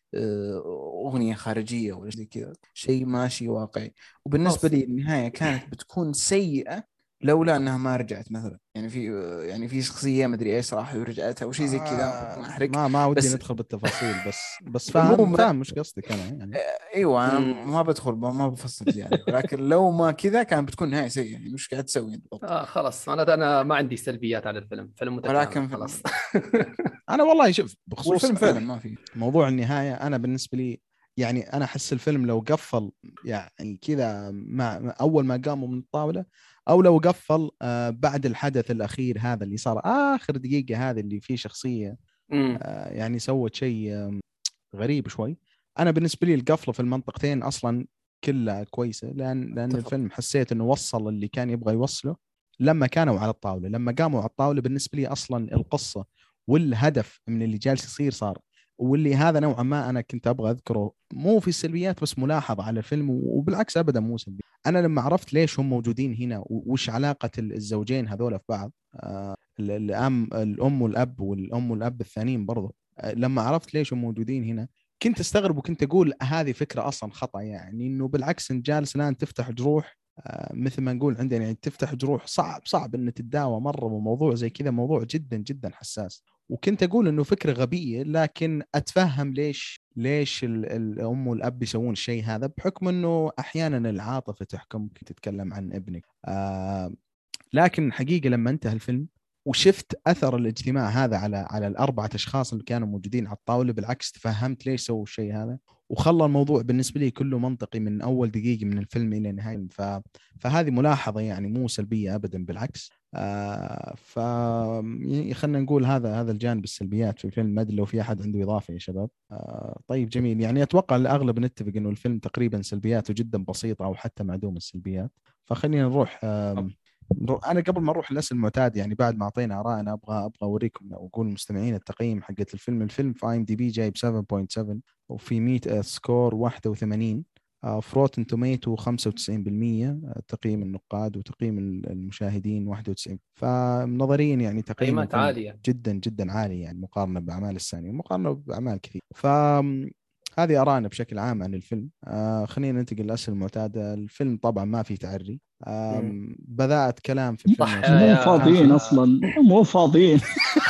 اغنيه خارجيه ولا شيء كذا، شيء ماشي واقعي. وبالنسبه لي النهايه كانت بتكون سيئه لولا انها ما رجعت مثلا، يعني في يعني في شخصيه ما ادري ايش راح ورجعتها او شيء زي كذا. آه ما احرق ما ما ودي بس ندخل بالتفاصيل، بس بس فاهم فاهم مش قصدك انا يعني. ايوه انا ما بدخل ما بفصل زياده، ولكن لو ما كذا كان بتكون نهايه سيئه. يعني وش قاعد تسوي بالضبط؟ آه خلاص انا انا ما عندي سلبيات على الفيلم، فيلم متكامل ولكن خلاص. انا والله شوف بخصوص والفيلم فعلا ما فيه موضوع النهايه، انا بالنسبه لي يعني انا احس الفيلم لو قفل يعني كذا مع اول ما قاموا من الطاوله، او لو قفل آه بعد الحدث الاخير هذا اللي صار اخر دقيقه، هذا اللي فيه شخصيه آه يعني سوت شيء آه غريب شوي. انا بالنسبه لي القفله في المنطقتين اصلا كلها كويسه، لان لان اتفق. الفيلم حسيت انه وصل اللي كان يبغى يوصله لما كانوا على الطاوله. لما قاموا على الطاوله بالنسبه لي اصلا القصه والهدف من اللي جالس يصير صار. واللي هذا نوعا ما انا كنت ابغى اذكره، مو في السلبيات بس ملاحظه على الفيلم، وبالعكس ابدا مو سلبي. انا لما عرفت ليش هم موجودين هنا وش علاقه الزوجين هذول في بعض، آه الام الام والاب والام والاب الثانيين برضو، آه لما عرفت ليش هم موجودين هنا كنت استغرب، وكنت اقول هذه فكره اصلا خطا. يعني انه بالعكس انت جالس الان تفتح جروح، آه مثل ما نقول عندنا يعني تفتح جروح صعب صعب ان تتداوى مره، وموضوع زي كذا موضوع جدا جدا حساس. وكنت اقول انه فكره غبيه، لكن اتفهم ليش ليش الام والاب يسوون الشيء هذا، بحكم انه احيانا العاطفه تحكم تتكلم عن ابنك. آه لكن حقيقه لما انتهى الفيلم وشفت اثر الاجتماع هذا على على الاربعه اشخاص اللي كانوا موجودين على الطاوله، بالعكس تفهمت ليش سووا الشيء هذا، وخلى الموضوع بالنسبه لي كله منطقي من اول دقيقه من الفيلم الى نهايه. ف... فهذه ملاحظه يعني مو سلبيه ابدا، بالعكس. آه ف خلينا نقول هذا هذا الجانب السلبيات في الفيلم. ما ادري لو في احد عنده اضافه يا شباب. آه طيب جميل. يعني اتوقع الاغلب نتفق انه الفيلم تقريبا سلبياته جدا بسيطه او حتى معدوم السلبيات. فخلينا نروح آه انا قبل ما اروح الاسئله المعتاد، يعني بعد ما اعطينا ارائنا ابغى ابغى اوريكم واقول للمستمعين التقييم حقت الفيلم. الفيلم في اي ام دي بي جايب سبعة فاصلة سبعة، وفي مية سكور واحد وثمانين، فروتن توميتو خمسة وتسعين بالمية تقييم النقاد، وتقييم المشاهدين واحد وتسعين. فنظريا يعني تقييم قيمات عاليه جدا جدا عالي، يعني مقارنه باعمال الثانيه ومقارنه باعمال كثير. ف هذه آراءنا بشكل عام عن الفيلم. آه خلينا ننتقل للأسئلة المعتادة. الفيلم طبعا ما فيه تعري، بدأت كلام في الفيلم مو فاضيين أصلا، مو فاضيين.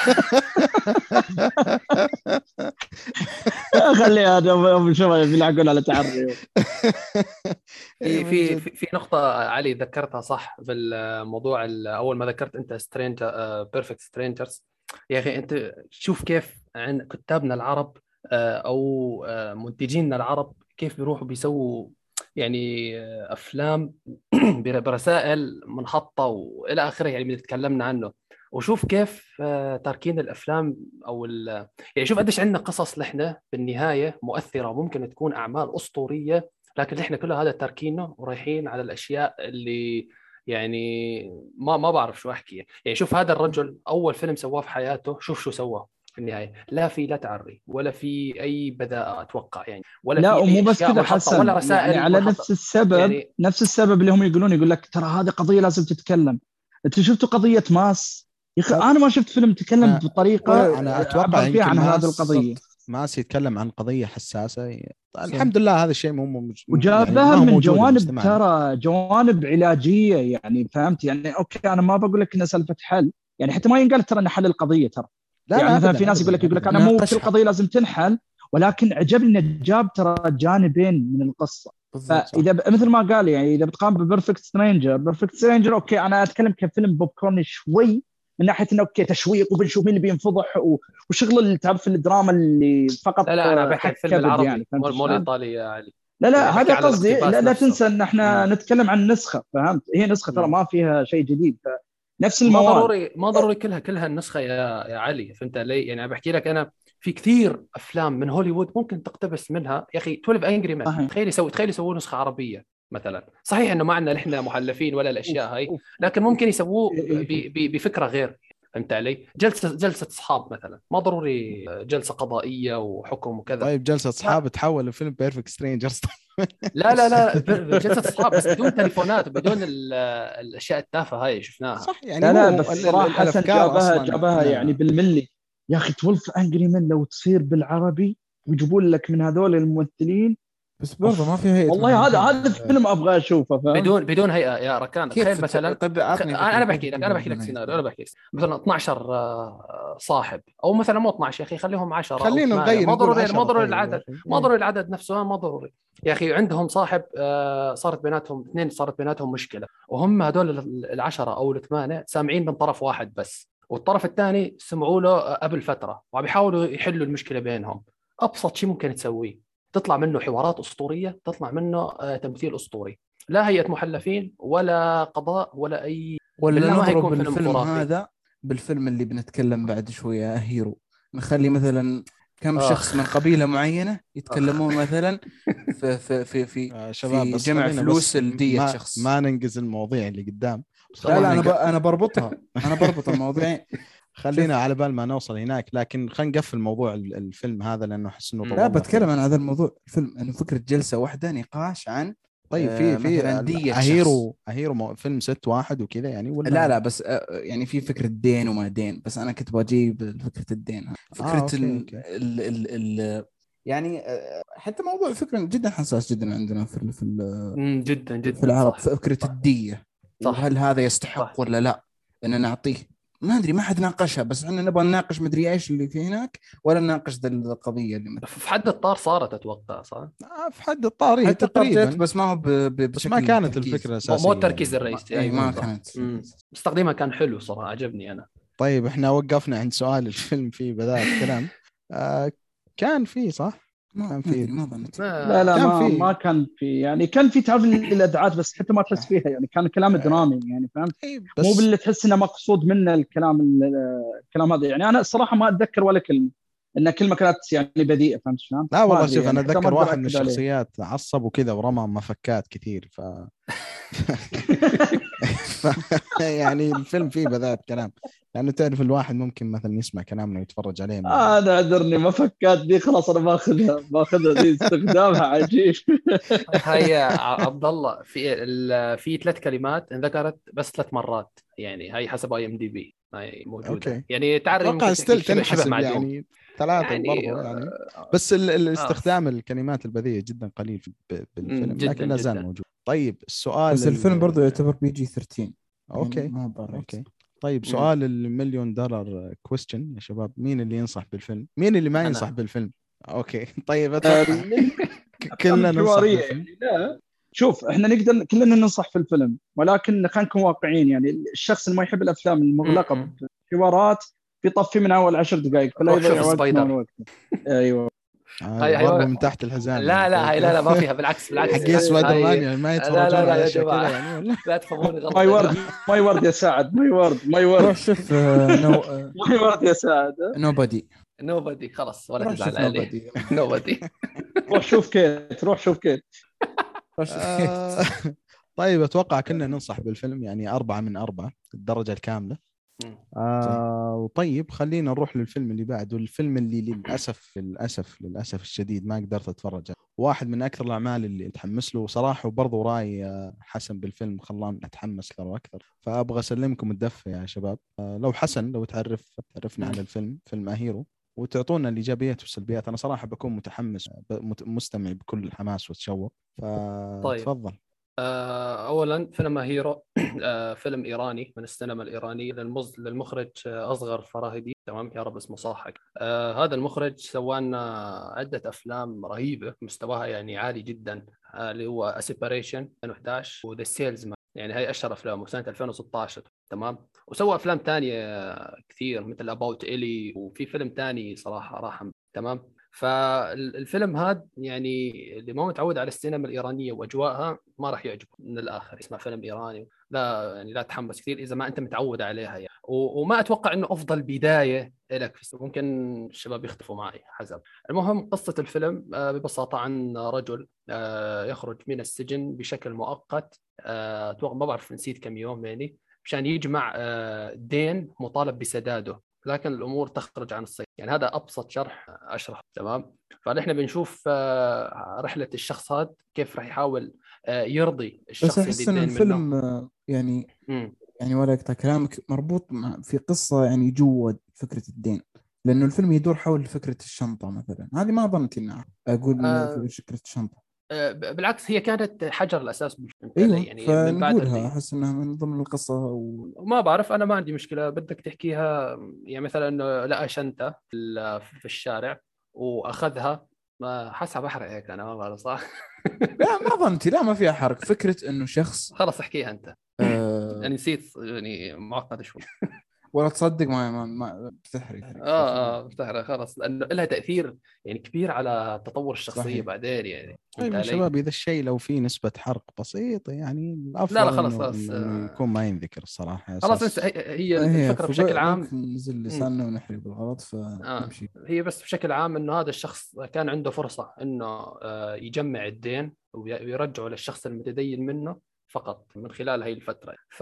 خلي هذا شو بيلعقون على تعري. في في في نقطة علي ذكرتها صح في الموضوع. أول ما ذكرت أنت سترينج بيرفكت سترينجرز، يا أخي أنت شوف كيف عن كتابنا العرب أو منتجيننا العرب كيف بيروحوا بيسووا يعني أفلام برسائل منحطة وإلى آخره، يعني بنتكلمنا عنه. وشوف كيف تاركين الأفلام أو يعني شوف قديش عندنا قصص لحنا بالنهاية مؤثرة، ممكن تكون أعمال أسطورية، لكن إحنا كل هذا تاركينه ورايحين على الأشياء اللي يعني ما ما بعرف شو أحكي. يعني شوف هذا الرجل أول فيلم سواه في حياته، شوف شو سواه، في النهايه، لا في لا تعري ولا في اي بذاءه اتوقع يعني، ولا لا في ومو أي بس كذا حسن، ولا رسائل يعني على منحطة. نفس السبب يعني نفس السبب اللي هم يقولون يقول لك ترى هذه قضيه لازم تتكلم. انت شفتوا قضيه ماس يا اخي؟ انا ما شفت فيلم تكلم أنا بطريقه انا اتوقع عبر فيها يمكن عن هذه ماس القضيه، ماس يتكلم عن قضيه حساسه. الحمد لله هذا الشيء مو مو يعني وجابها ما هو من موجود جوانب بمجتمعنا. ترى جوانب علاجيه يعني، فهمت يعني؟ اوكي انا ما بقول لك انها سالفه حل، يعني حتى ما ينقال ترى انه حل القضيه ترى. لا يعني لا مثلا ابدا في ناس يقول لك أبداً يقول لك أبداً. انا مو كل ناقشها. قضيه لازم تنحل، ولكن عجبني انه جاب ترى جانبين من القصه. بالضبط. فاذا ب... مثل ما قال يعني اذا بتقام ببرفكت سترينجر، بيرفكت سترينجر اوكي انا اتكلم كفيلم بوب كورن شوي من ناحيه انه اوكي تشويق وبنشوف مين اللي بينفضح و... وشغل اللي تعرف الدراما اللي فقط لا لا انا بحكي حك الفيلم كبد يعني، العربي فهمت مو مو شلون؟ الايطالي يا علي. لا يعني لا بحكي هذا على قصدي، لا, الاقتباس لا نفسه. تنسى ان احنا مم. نتكلم عن النسخه، فهمت؟ هي نسخه ترى مم. ما فيها شيء جديد، فنفس ما المواد. ضروري ما ضروري كلها كلها النسخه يا يا علي، فهمت علي؟ يعني انا بحكي لك انا في كثير افلام من هوليوود ممكن تقتبس منها يا اخي. اثنا عشر انجري مان صحيح. تخيل يسوي تخيل يسووا نسخه عربيه مثلا. صحيح انه ما عندنا نحن محلفين ولا الاشياء هاي، أوف. لكن ممكن يسووه إيه إيه. ب- ب- بفكره غير. فهمت علي؟ جلسه جلسه اصحاب مثلا، ما ضروري جلسه قضائيه وحكم وكذا. طيب جلسه اصحاب تحول لفيلم بيرفكت سترينجرز. لا لا لا جلسه اصحاب بس بدون تليفونات وبدون ال- الاشياء التافهه هاي شفناها. صح يعني لا هو لا هو بس ال- ال- صراحه حسن الافكار جابها اصلا جابها احنا يعني بالملي. يا اخي اثنا عشر انجري مان لو تصير بالعربي ويجيبون لك من هذول الممثلين، بس برضه ما في هيئة والله هذا محامين. هذا الفيلم ابغى اشوفه، فهمت؟ بدون بدون هيئه يا ركان. كيف تخيل مثلا طيب عطني تخ... فكرة انا كيف بحكي لك انا يجيبون بحكي لك بدون سيناريو. هيئة؟ انا بحكي مثلا اثنا عشر آه، صاحب، او مثلا مو اثنا عشر يا اخي خليهم عشرة او خلينا ثمانية. نغير ما نقول ضروري عشرة ما ضروري طيب يا العدد، أخي. ما ضروري العدد نفسه ما ضروري يا اخي. عندهم صاحب آه، صارت بيناتهم اثنين، صارت بيناتهم مشكله، وهم هذول العشرة او الثمانية سامعين من طرف واحد بس، والطرف الثاني سمعوا له قبل فتره وعم يحاولوا يحلوا المشكله بينهم. ابسط شيء ممكن تسويه تطلع منه حوارات اسطوريه، تطلع منه آه، تمثيل اسطوري. لا هيئه محلفين ولا قضاء ولا اي. ولا بالله ما نضرب هيكون فيلم الفيلم خرافي. هذا بالفيلم اللي بنتكلم بعد شوية هيرو، نخلي مثلا كم آخ. شخص من قبيلة معينة يتكلمون مثلا في في في في, آه شباب في بس جمع خلينا فلوس بس لدية ما شخص. ما ننجز المواضيع اللي قدام. لا لا انا ب... نق- انا بربطها انا بربط المواضيع. خلينا شوف. على بال ما نوصل هناك، لكن خلينا نقفل موضوع ال- الفيلم هذا لانه احس انه لا، طولنا لا بتكلم فيه. عن هذا الموضوع الفيلم انه فكرة جلسة واحدة نقاش عن طيب آه في في مثلا دية شخص. اهيرو اهيرو مو- فيلم ست واحد وكذا يعني ولا لا لا بس آه يعني في فكرة دين وما دين، بس انا كنت بجيب فكرة الدين فكرة آه، أوكي، ال... أوكي. ال... ال... ال... يعني آه، حتى موضوع فكرة جدا حساس جدا عندنا في ال... في ال... مم، جدا جدا في العرب، صح. فكرة صح. الدية صح. وهل هذا يستحق صح. ولا لا ان نعطيه. ما ادري ما حد ناقشها، بس احنا نبغى نناقش مدري ايش اللي في هناك ولا نناقش ذا القضية اللي مثلا في حد الطار صارت اتوقع صح. آه في حد الطاري حتى تقريبا الترجيت، بس ما هو ب... ب... بس بشكل ما كانت تركيز. الفكره مو الاساسيه مو التركيز يعني. الرئيسي. اي ما صح. كانت. مم. بس تقديمها كان حلو صراحه، عجبني انا. طيب احنا وقفنا عند سؤال الفيلم في بدايه الكلام. آه كان فيه صح ما كان ما ادري فيه ما ظنيت. لا لا كان ما في- ما كان في يعني، كان في تعرف الادعاءات بس حتى ما تحس فيها يعني، كان كلام درامي يعني، فهمت؟ إيه مو بس باللي تحس انه مقصود منه الكلام الكلام هذا يعني. انا الصراحه ما اتذكر ولا كلمه، ان كلمه كانت يعني بذيئه، فهمت شلون؟ لا ما والله أدري شوف يعني، انا حتى ما اتذكر أقدر واحد من أكد عليه. الشخصيات عصب وكذا ورمى مفكات كثير ف... ف... يعني الفيلم فيه بذات كلام، لانه تعرف الواحد ممكن مثلا يسمع كلامنا ويتفرج عليه من... انا عذرني مفكات دي خلاص انا باخذها باخذها دي استخدامها عجيب. هاي عبد الله في ال- في ثلاث كلمات انذكرت بس ثلاث مرات يعني، هاي حسب اي ام دي بي هاي موجوده. أوكي. يعني تعرف اتوقع ممكن تحكي ستيل شبه شبه تنحسب معدوم يعني ثلاثة يعني برضو يعني، آه، بس ال- ال- آه. استخدام الكلمات البذيئة جدا قليل في- ب- بالفيلم جداً لكن لا زال جداً. موجود. طيب السؤال بس الفيلم ال- برضو يعتبر بي جي ثلاثة عشر. اوكي يعني ما بريت. اوكي طيب مم. سؤال المليون دولار كويستشن يا شباب، مين اللي ينصح بالفيلم مين اللي ما أنا. ينصح بالفيلم؟ اوكي طيب اتوقع كلنا كلنا ننصح الحواريه بالفيلم. يعني. لا شوف احنا نقدر كلنا ننصح في الفيلم، ولكن خلينا نكون واقعيين يعني. الشخص اللي ما يحب الافلام المغلقه مم. بحوارات بيطفي من اول عشر دقائق، فلا روح شوف يضيع وقت سبايدر. من وقته. ايوه آه، هاي- هاي- ضربه من تحت الحزام لا يعني. لا هاي لا لا ما فيها، بالعكس بالعكس. حقين سبايدر هاي- مان يعني ما لا يتفرجون لا لا على يا اشياء جماعة. كذا يعني ولا؟ لا تفهموني غلط. ماي وورد ماي وورد يا سعد، ماي وورد ماي روح وورد شوف نو ماي وورد يا سعد. نو بادي. نوبدي خلاص ولا روح تزعل شوف عليه. نوبادي. نوبدي. روح شوف كيت روح شوف كيت. آه، طيب اتوقع كنا ننصح بالفيلم يعني أربعة من أربعة الدرجة الكاملة. آه وطيب خلينا نروح للفيلم اللي بعده. الفيلم اللي للأسف للأسف للأسف الشديد ما قدرت أتفرج، واحد من أكثر الأعمال اللي أتحمس له صراحة، وبرضه رأي حسن بالفيلم خلاني أتحمس له أكثر، فأبغى أسلمكم الدفة يا شباب. آه لو حسن لو تعرف تعرفنا على الفيلم، فيلم هيرو، وتعطونا الإيجابيات والسلبيات. أنا صراحة بكون متحمس مستمع بكل الحماس والتشوق، فتفضل. طيب. أولا فيلم هيرو فيلم إيراني من السينما الإيرانية للمز... للمخرج أصغر فرهدي، تمام يا رب اسمه صاحك. آه هذا المخرج سوى لنا عدة أفلام رهيبة مستواها يعني عالي جدا، آه اللي هو أسيبريشن ألفين وإحدى عشر وذا سيلزمان، يعني هاي أشهر أفلامه سنة ألفين وستة عشر، تمام. وسوى أفلام تانية كثير مثل أباوت إلي، وفي فيلم تاني صراحة راح، تمام. فالفيلم هذا يعني اللي ما متعود على السينما الإيرانية وأجواءها ما راح يعجبه من الآخر. اسمع فيلم إيراني، لا يعني لا تحمس كثير إذا ما أنت متعود عليها يعني. وما أتوقع إنه أفضل بداية لك، ممكن الشباب يختلفوا معي حسب. المهم قصة الفيلم ببساطة عن رجل يخرج من السجن بشكل مؤقت، أتوقع ما بعرف نسيت كم يوم يعني، مشان يجمع دين مطالب بسداده، لكن الامور تخرج عن السيطره. يعني هذا ابسط شرح اشرح، تمام. فنحن بنشوف رحله الشخص هذا كيف راح يحاول يرضي الشخص اللي الدين منه. بس احس ان الفيلم يعني م. يعني ولا اقطع كلامك، مربوط مع في قصه يعني جوا فكره الدين، لانه الفيلم يدور حول فكره الشنطه مثلا. هذه ما ظنيت انها اقول آه فكره الشنطه، بالعكس هي كانت حجر الاساس. ايوه يعني من بعد فنقولها احس انها من ضمن القصه و... وما بعرف، انا ما عندي مشكله بدك تحكيها. يعني مثلا انه لقى شنطه في الشارع واخذها، ما حسب احرق هيك، انا ما بعرف صح. لا ما ظنتي، لا ما فيها حرق. فكره انه شخص خلاص احكيها انت. آه... انا نسيت يعني معقد شوي. ولا تصدق ما ما, ما بتحرق. اه اه بتحرق خلاص، لانه لها تاثير يعني كبير على تطور الشخصيه صحيح. بعدين يعني ايوه شباب، اذا الشيء لو في نسبه حرق بسيطه يعني الافضل لا لا خلاص إنه, خلاص انه يكون ما ينذكر الصراحه. خلاص انسى. هي الفكره بشكل عام ممكن ننزل لساننا ونحرق بالغلط فنمشي. آه. هي بس بشكل عام انه هذا الشخص كان عنده فرصه انه يجمع الدين ويرجعه للشخص المتدين منه فقط من خلال هاي الفتره. ف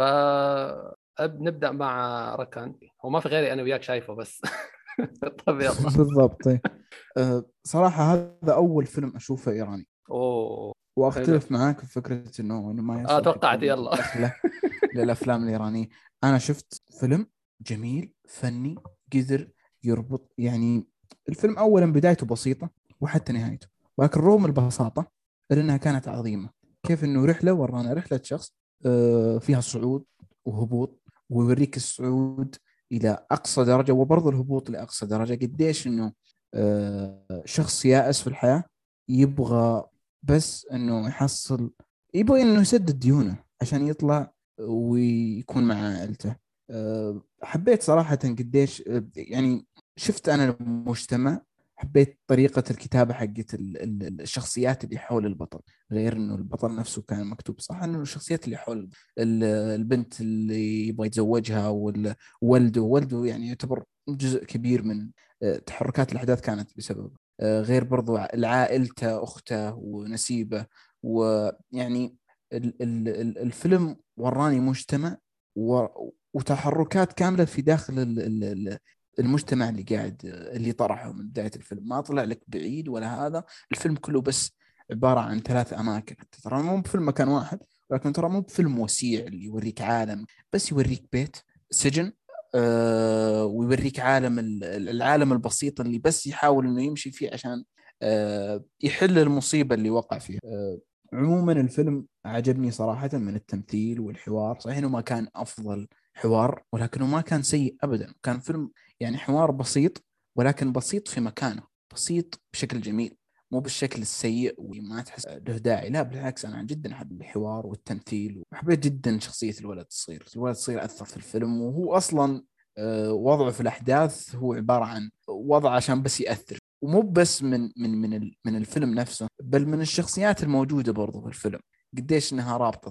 نبدا مع ركان، وما في غيري انا وياك شايفه بس. طب يلا. بالضبط. أه صراحه هذا اول فيلم اشوفه ايراني. اوه واختلف معاك في فكره انه انه ما اه توقعت يلا دخله للافلام الايرانيه. انا شفت فيلم جميل فني قدر يربط، يعني الفيلم اولا بدايته بسيطه وحتى نهايته، ولكن رغم البساطه لانها كانت عظيمه. كيف انه رحله ورانا رحله شخص فيها صعود وهبوط، ويوريك الصعود الى اقصى درجه وبرضه الهبوط لاقصى درجه. قديش انه شخص يائس في الحياه يبغى بس انه يحصل، يبغى انه يسدد ديونه عشان يطلع ويكون مع عائلته. حبيت صراحة قديش يعني شفت أنا المجتمع، حبيت طريقة الكتابة حقت الشخصيات اللي حول البطل، غير إنه البطل نفسه كان مكتوب صح، إنه الشخصيات اللي حول البنت اللي يبغى يتزوجها وولده ولده يعني يعتبر جزء كبير من تحركات الأحداث كانت بسبب، غير برضو العائلته أخته ونسيبه. ويعني الفيلم وراني مجتمع وتحركات كاملة في داخل المجتمع اللي قاعد اللي طرحه من بداية الفيلم. ما طلع لك بعيد ولا هذا، الفيلم كله بس عبارة عن ثلاث أماكن. ترى مو بفيلم مكان واحد، لكن ترى مو بفيلم وسيع اللي يوريك عالم، بس يوريك بيت سجن أه ويوريك عالم العالم البسيط اللي بس يحاول إنه يمشي فيه عشان أه يحل المصيبة اللي وقع فيها. أه عموما الفيلم عجبني صراحة من التمثيل والحوار. صحيح إنه ما كان أفضل حوار، ولكنه ما كان سيء أبدا. كان فيلم يعني حوار بسيط، ولكن بسيط في مكانه، بسيط بشكل جميل، مو بالشكل السيء وما تحس له داعي. لا بالعكس، أنا جدا أحب الحوار والتمثيل، وحبيت جدا شخصية الولد الصغير. الولد الصغير أثر في الفيلم، وهو أصلا وضعه في الأحداث هو عبارة عن وضع عشان بس يأثر، ومو بس من من من من الفيلم نفسه، بل من الشخصيات الموجودة برضه في الفيلم قديش انها رابطة.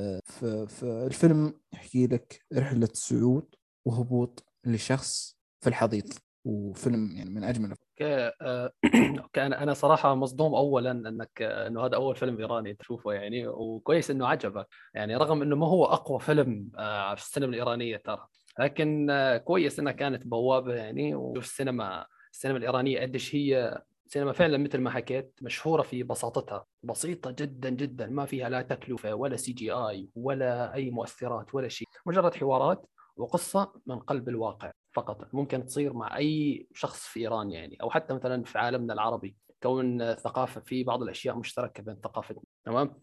فالفيلم يحكي لك رحلة صعود وهبوط لشخص في الحضيض، وفيلم يعني من اجمل. اوكي اوكي انا انا صراحه مصدوم اولا انك انه هذا اول فيلم ايراني تشوفه يعني، وكويس انه عجبك يعني، رغم انه ما هو اقوى فيلم في السينما الايرانيه ترى. لكن كويس انها كانت بوابه يعني. وشوف السينما السينما الايرانيه قديش هي سينما فعلا مثل ما حكيت مشهوره في بساطتها، بسيطه جدا جدا، ما فيها لا تكلفه ولا سي جي اي ولا اي مؤثرات ولا شيء، مجرد حوارات وقصه من قلب الواقع فقط. ممكن تصير مع اي شخص في ايران يعني، او حتى مثلا في عالمنا العربي، كون الثقافه في بعض الاشياء مشتركه بين ثقافتنا. تمام.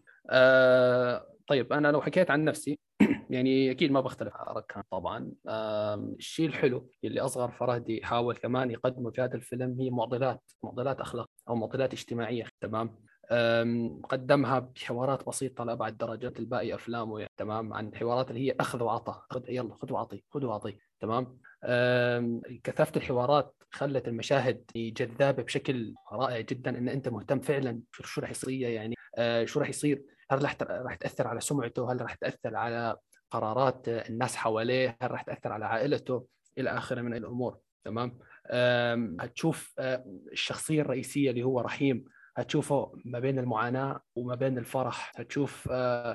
آه طيب انا لو حكيت عن نفسي يعني اكيد ما بختلف على ركان طبعا. الشيء الحلو اللي اصغر فرهدي حاول كمان يقدمه في هذا الفيلم هي معضلات معضلات اخلاق او معضلات اجتماعيه. تمام. قدمها بحوارات بسيطه لابعد درجات الباقي افلامه يعني. تمام. عن حوارات اللي هي اخذ وعطاء، خذ يلا خذ واعطي خذ واعطي. تمام. كثافه الحوارات خلت المشاهد جذابه بشكل رائع جدا، ان انت مهتم فعلا شو رح يصير يعني، شو رح يصير، هل رح رح تاثر على سمعته، هل رح تاثر على قرارات الناس حواليه، هل رح تاثر على عائلته، الى اخره من الامور. تمام. هتشوف الشخصيه الرئيسيه اللي هو رحيم، هتشوفه ما بين المعاناه وما بين الفرح، هتشوف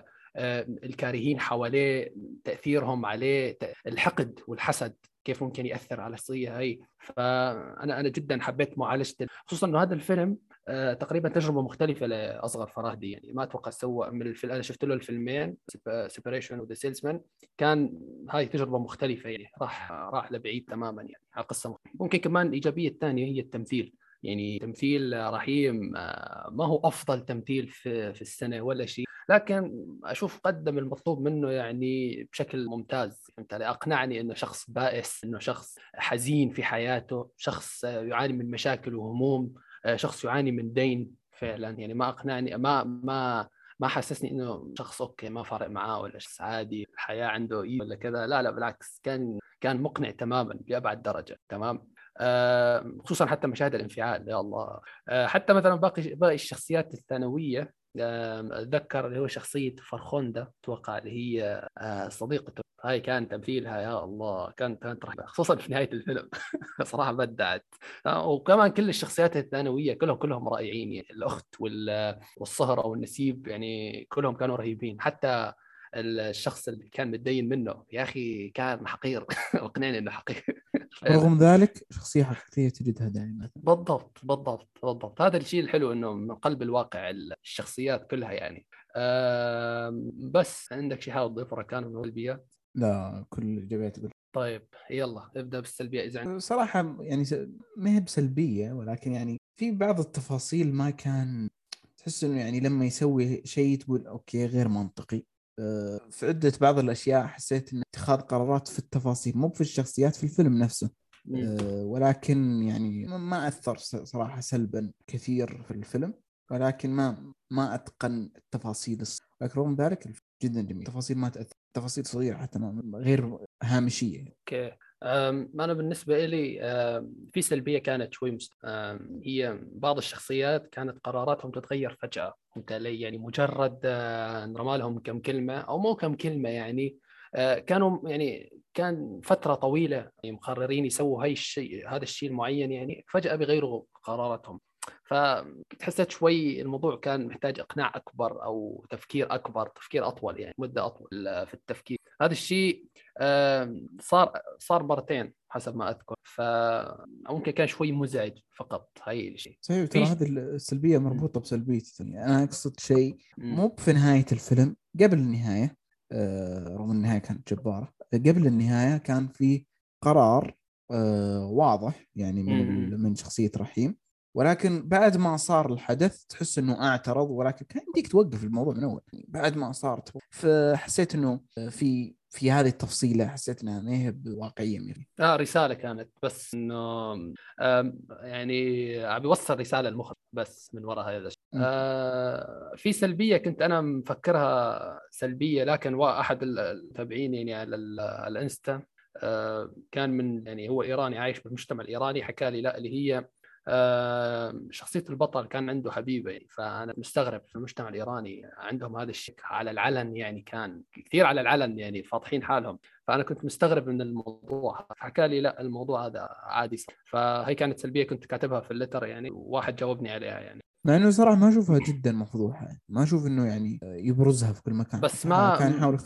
الكارهين حواليه تاثيرهم عليه، الحقد والحسد كيف ممكن ياثر على الشخصيه هي. فانا انا جدا حبيت معالجه، خصوصا انه هذا الفيلم آه تقريبا تجربه مختلفه لاصغر فرهدي يعني. ما اتوقع سوى من الفيلم، انا شفت له الفيلمين سيبريشن وذا سيلزمان، كان هاي تجربه مختلفه يعني، راح راح لبعيد تماما يعني على قصه مختلفة. ممكن كمان الايجابيه الثانيه هي التمثيل يعني. تمثيل رحيم آه ما هو افضل تمثيل في في السنه ولا شيء، لكن اشوف قدم المطلوب منه يعني بشكل ممتاز. فهمت علي؟ اقنعني انه شخص بائس، انه شخص حزين في حياته، شخص يعاني من مشاكل وهموم، شخص يعاني من دين فعلا يعني. ما اقنعني، ما ما ما حسسني انه شخص اوكي ما فارق معاه ولا شخص عادي الحياه عنده إيه ولا كذا. لا لا بالعكس، كان كان مقنع تماما لابعد درجه. تمام. آه خصوصا حتى مشاهد الانفعال يا الله. آه حتى مثلا باقي باقي الشخصيات الثانويه، اتذكر اللي هو شخصيه فرخوندا اتوقع اللي هي صديقته، هاي كان تمثيلها يا الله، كانت كانت رهيبه خصوصا في نهايه الفيلم. صراحه بدعت. وكمان كل الشخصيات الثانويه كلهم كلهم رائعين يعني، الاخت والصهره والنسيب يعني كلهم كانوا رهيبين. حتى الشخص اللي كان متدين منه يا اخي كان حقير. اقنعني انه حقير. رغم ذلك شخصيه حقيقيه تجدها دائما. بالضبط بالضبط بالضبط. هذا الشيء الحلو انه من قلب الواقع الشخصيات كلها يعني. بس عندك شيء حاب تضيفه كان من السلبيات؟ لا كل الايجابيات. طيب يلا ابدا بالسلبيه اذا عندك. صراحه يعني ما هي بسلبيه، ولكن يعني في بعض التفاصيل ما كان تحس انه يعني لما يسوي شيء تقول اوكي غير منطقي. في عده بعض الاشياء حسيت ان اتخاذ قرارات في التفاصيل مو في الشخصيات في الفيلم نفسه. ولكن يعني ما اثر صراحه سلبا كثير في الفيلم، ولكن ما ما اتقن التفاصيل. لكن رغم ذلك جدا جميل، تفاصيل ما تاثر، تفاصيل صغيره حتى غير هامشيه. اوكي. انا بالنسبه لي في سلبيه كانت شوي مست... هي بعض الشخصيات كانت قراراتهم تتغير فجاه. فهمت علي؟ يعني مجرد نرمى لهم كم كلمه او مو كم كلمه يعني، كانوا يعني كان فتره طويله يعني مقررين يسووا هاي الشيء، هذا الشيء المعين يعني، فجاه بيغيروا قراراتهم. فحسيت شوي الموضوع كان محتاج إقناع أكبر أو تفكير أكبر، تفكير أطول يعني، مدة أطول في التفكير. هذا الشيء صار صار مرتين حسب ما أذكر، فممكن كان شوي مزعج فقط. هاي الشيء صحيح. ترى هذه السلبية مربوطة بسلبيتي. يعني أنا أقصد شيء مو في نهاية الفيلم، قبل النهاية. رغم النهاية كانت جبارة، قبل النهاية كان في قرار واضح يعني من من شخصية رحيم، ولكن بعد ما صار الحدث تحس انه اعترض، ولكن كان يمديك توقف الموضوع من اول بعد ما صارت. فحسيت انه في في هذه التفصيله حسيت انها ما هي بواقعيه مني. اه رساله كانت بس انه يعني عم بيوصل رساله المخرج بس من وراء هذا الشيء. آه في سلبيه كنت انا مفكرها سلبيه، لكن احد المتابعين يعني على الانستا آه كان من يعني هو ايراني عايش بالمجتمع الايراني، حكى لي لا اللي هي آه شخصية البطل كان عنده حبيبة يعني. فأنا مستغرب في المجتمع الإيراني عندهم هذا الشيء على العلن يعني، كان كثير على العلن يعني فاضحين حالهم. فأنا كنت مستغرب من الموضوع، حكى لي لا الموضوع هذا عادي. فهي كانت سلبية كنت كاتبها في اللتر يعني، وواحد جاوبني عليها يعني. مع انه صراحه ما اشوفها جدا مفضوحه يعني، ما اشوف انه يعني يبرزها في كل مكان، بس ما كان يحاول فيها.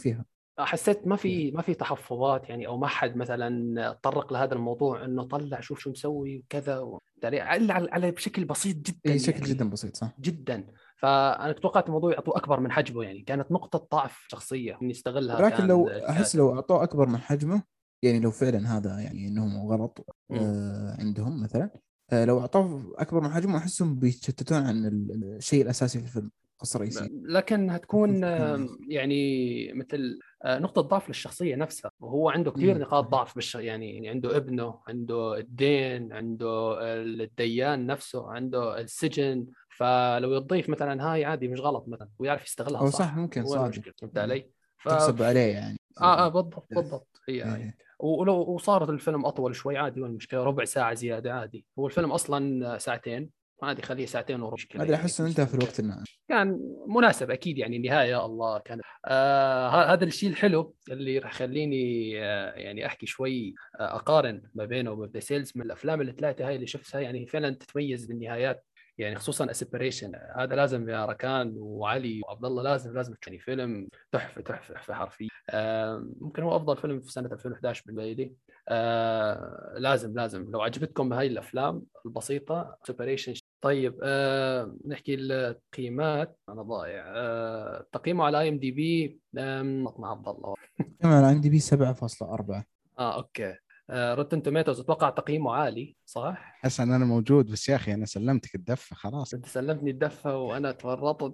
حسيت ما في ما في تحفظات يعني، او ما حد مثلا تطرق لهذا الموضوع انه طلع شوف شو مسوي وكذا و... على على بشكل بسيط جدا اي شكل يعني جدا بسيط صح جدا. فانا توقعت الموضوع يعطوه اكبر من حجمه يعني، كانت نقطه ضعف شخصيه ان يستغلها. لكن كان لو احس الكاتب. لو اعطوه اكبر من حجمه، يعني لو فعلا هذا يعني انهم غلط مم. آه عندهم مثلا، آه لو اعطوه اكبر من حجمه احسهم بيتشتتون عن ال- الشيء الاساسي في الفيلم، القصه الرئيسيه. لكن هتكون مم. آم، يعني مثل آه، نقطة ضعف للشخصية نفسها، وهو عنده كثير مم. نقاط ضعف بالش... يعني يعني عنده ابنه، عنده الدين، عنده الديان نفسه، عنده السجن. فلو يضيف مثلا هاي عادي مش غلط مثلا، ويعرف يستغلها او صح، صح، ممكن وين صادق المشكلة؟ فهمت علي؟ ف تحسب عليه يعني. اه اه بالضبط بالضبط هي هاي. إيه. ولو وصارت الفيلم اطول شوي عادي، وين المشكلة؟ ربع ساعة زيادة عادي، هو الفيلم اصلا ساعتين، عادي خليه ساعتين وربع مشكلة ما ادري، يعني احس انه انتهى في الوقت المناسب. كان مناسب اكيد يعني. النهايه يا الله كانت آه هذا الشيء الحلو اللي راح يخليني آه يعني احكي شوي، آه اقارن ما بينه وبين ذا سيلز. من الافلام الثلاثه هاي اللي شفتها يعني فعلا تتميز بالنهايات يعني، خصوصا اسبريشن هذا لازم يا ركان وعلي وعبد الله لازم لازم يعني فيلم تحفه تحفه تحفه حرفيا. آه ممكن هو افضل فيلم في سنه ألفين وإحدى عشر بالنسبه لي. آه لازم لازم لو عجبتكم هاي الافلام البسيطه سوبريشن. طيب آه نحكي القيمات، انا ضايع. آه تقييمه على اي ام دي بي مع عبد الله. كمان عندي بي سبعة فاصلة أربعة. اه اوكي. آه روتن توميتوز اتوقع تقييمه عالي صح؟ حسن انا موجود، بس يا اخي انا سلمتك الدفه خلاص. انت سلمتني الدفه وانا تورطت.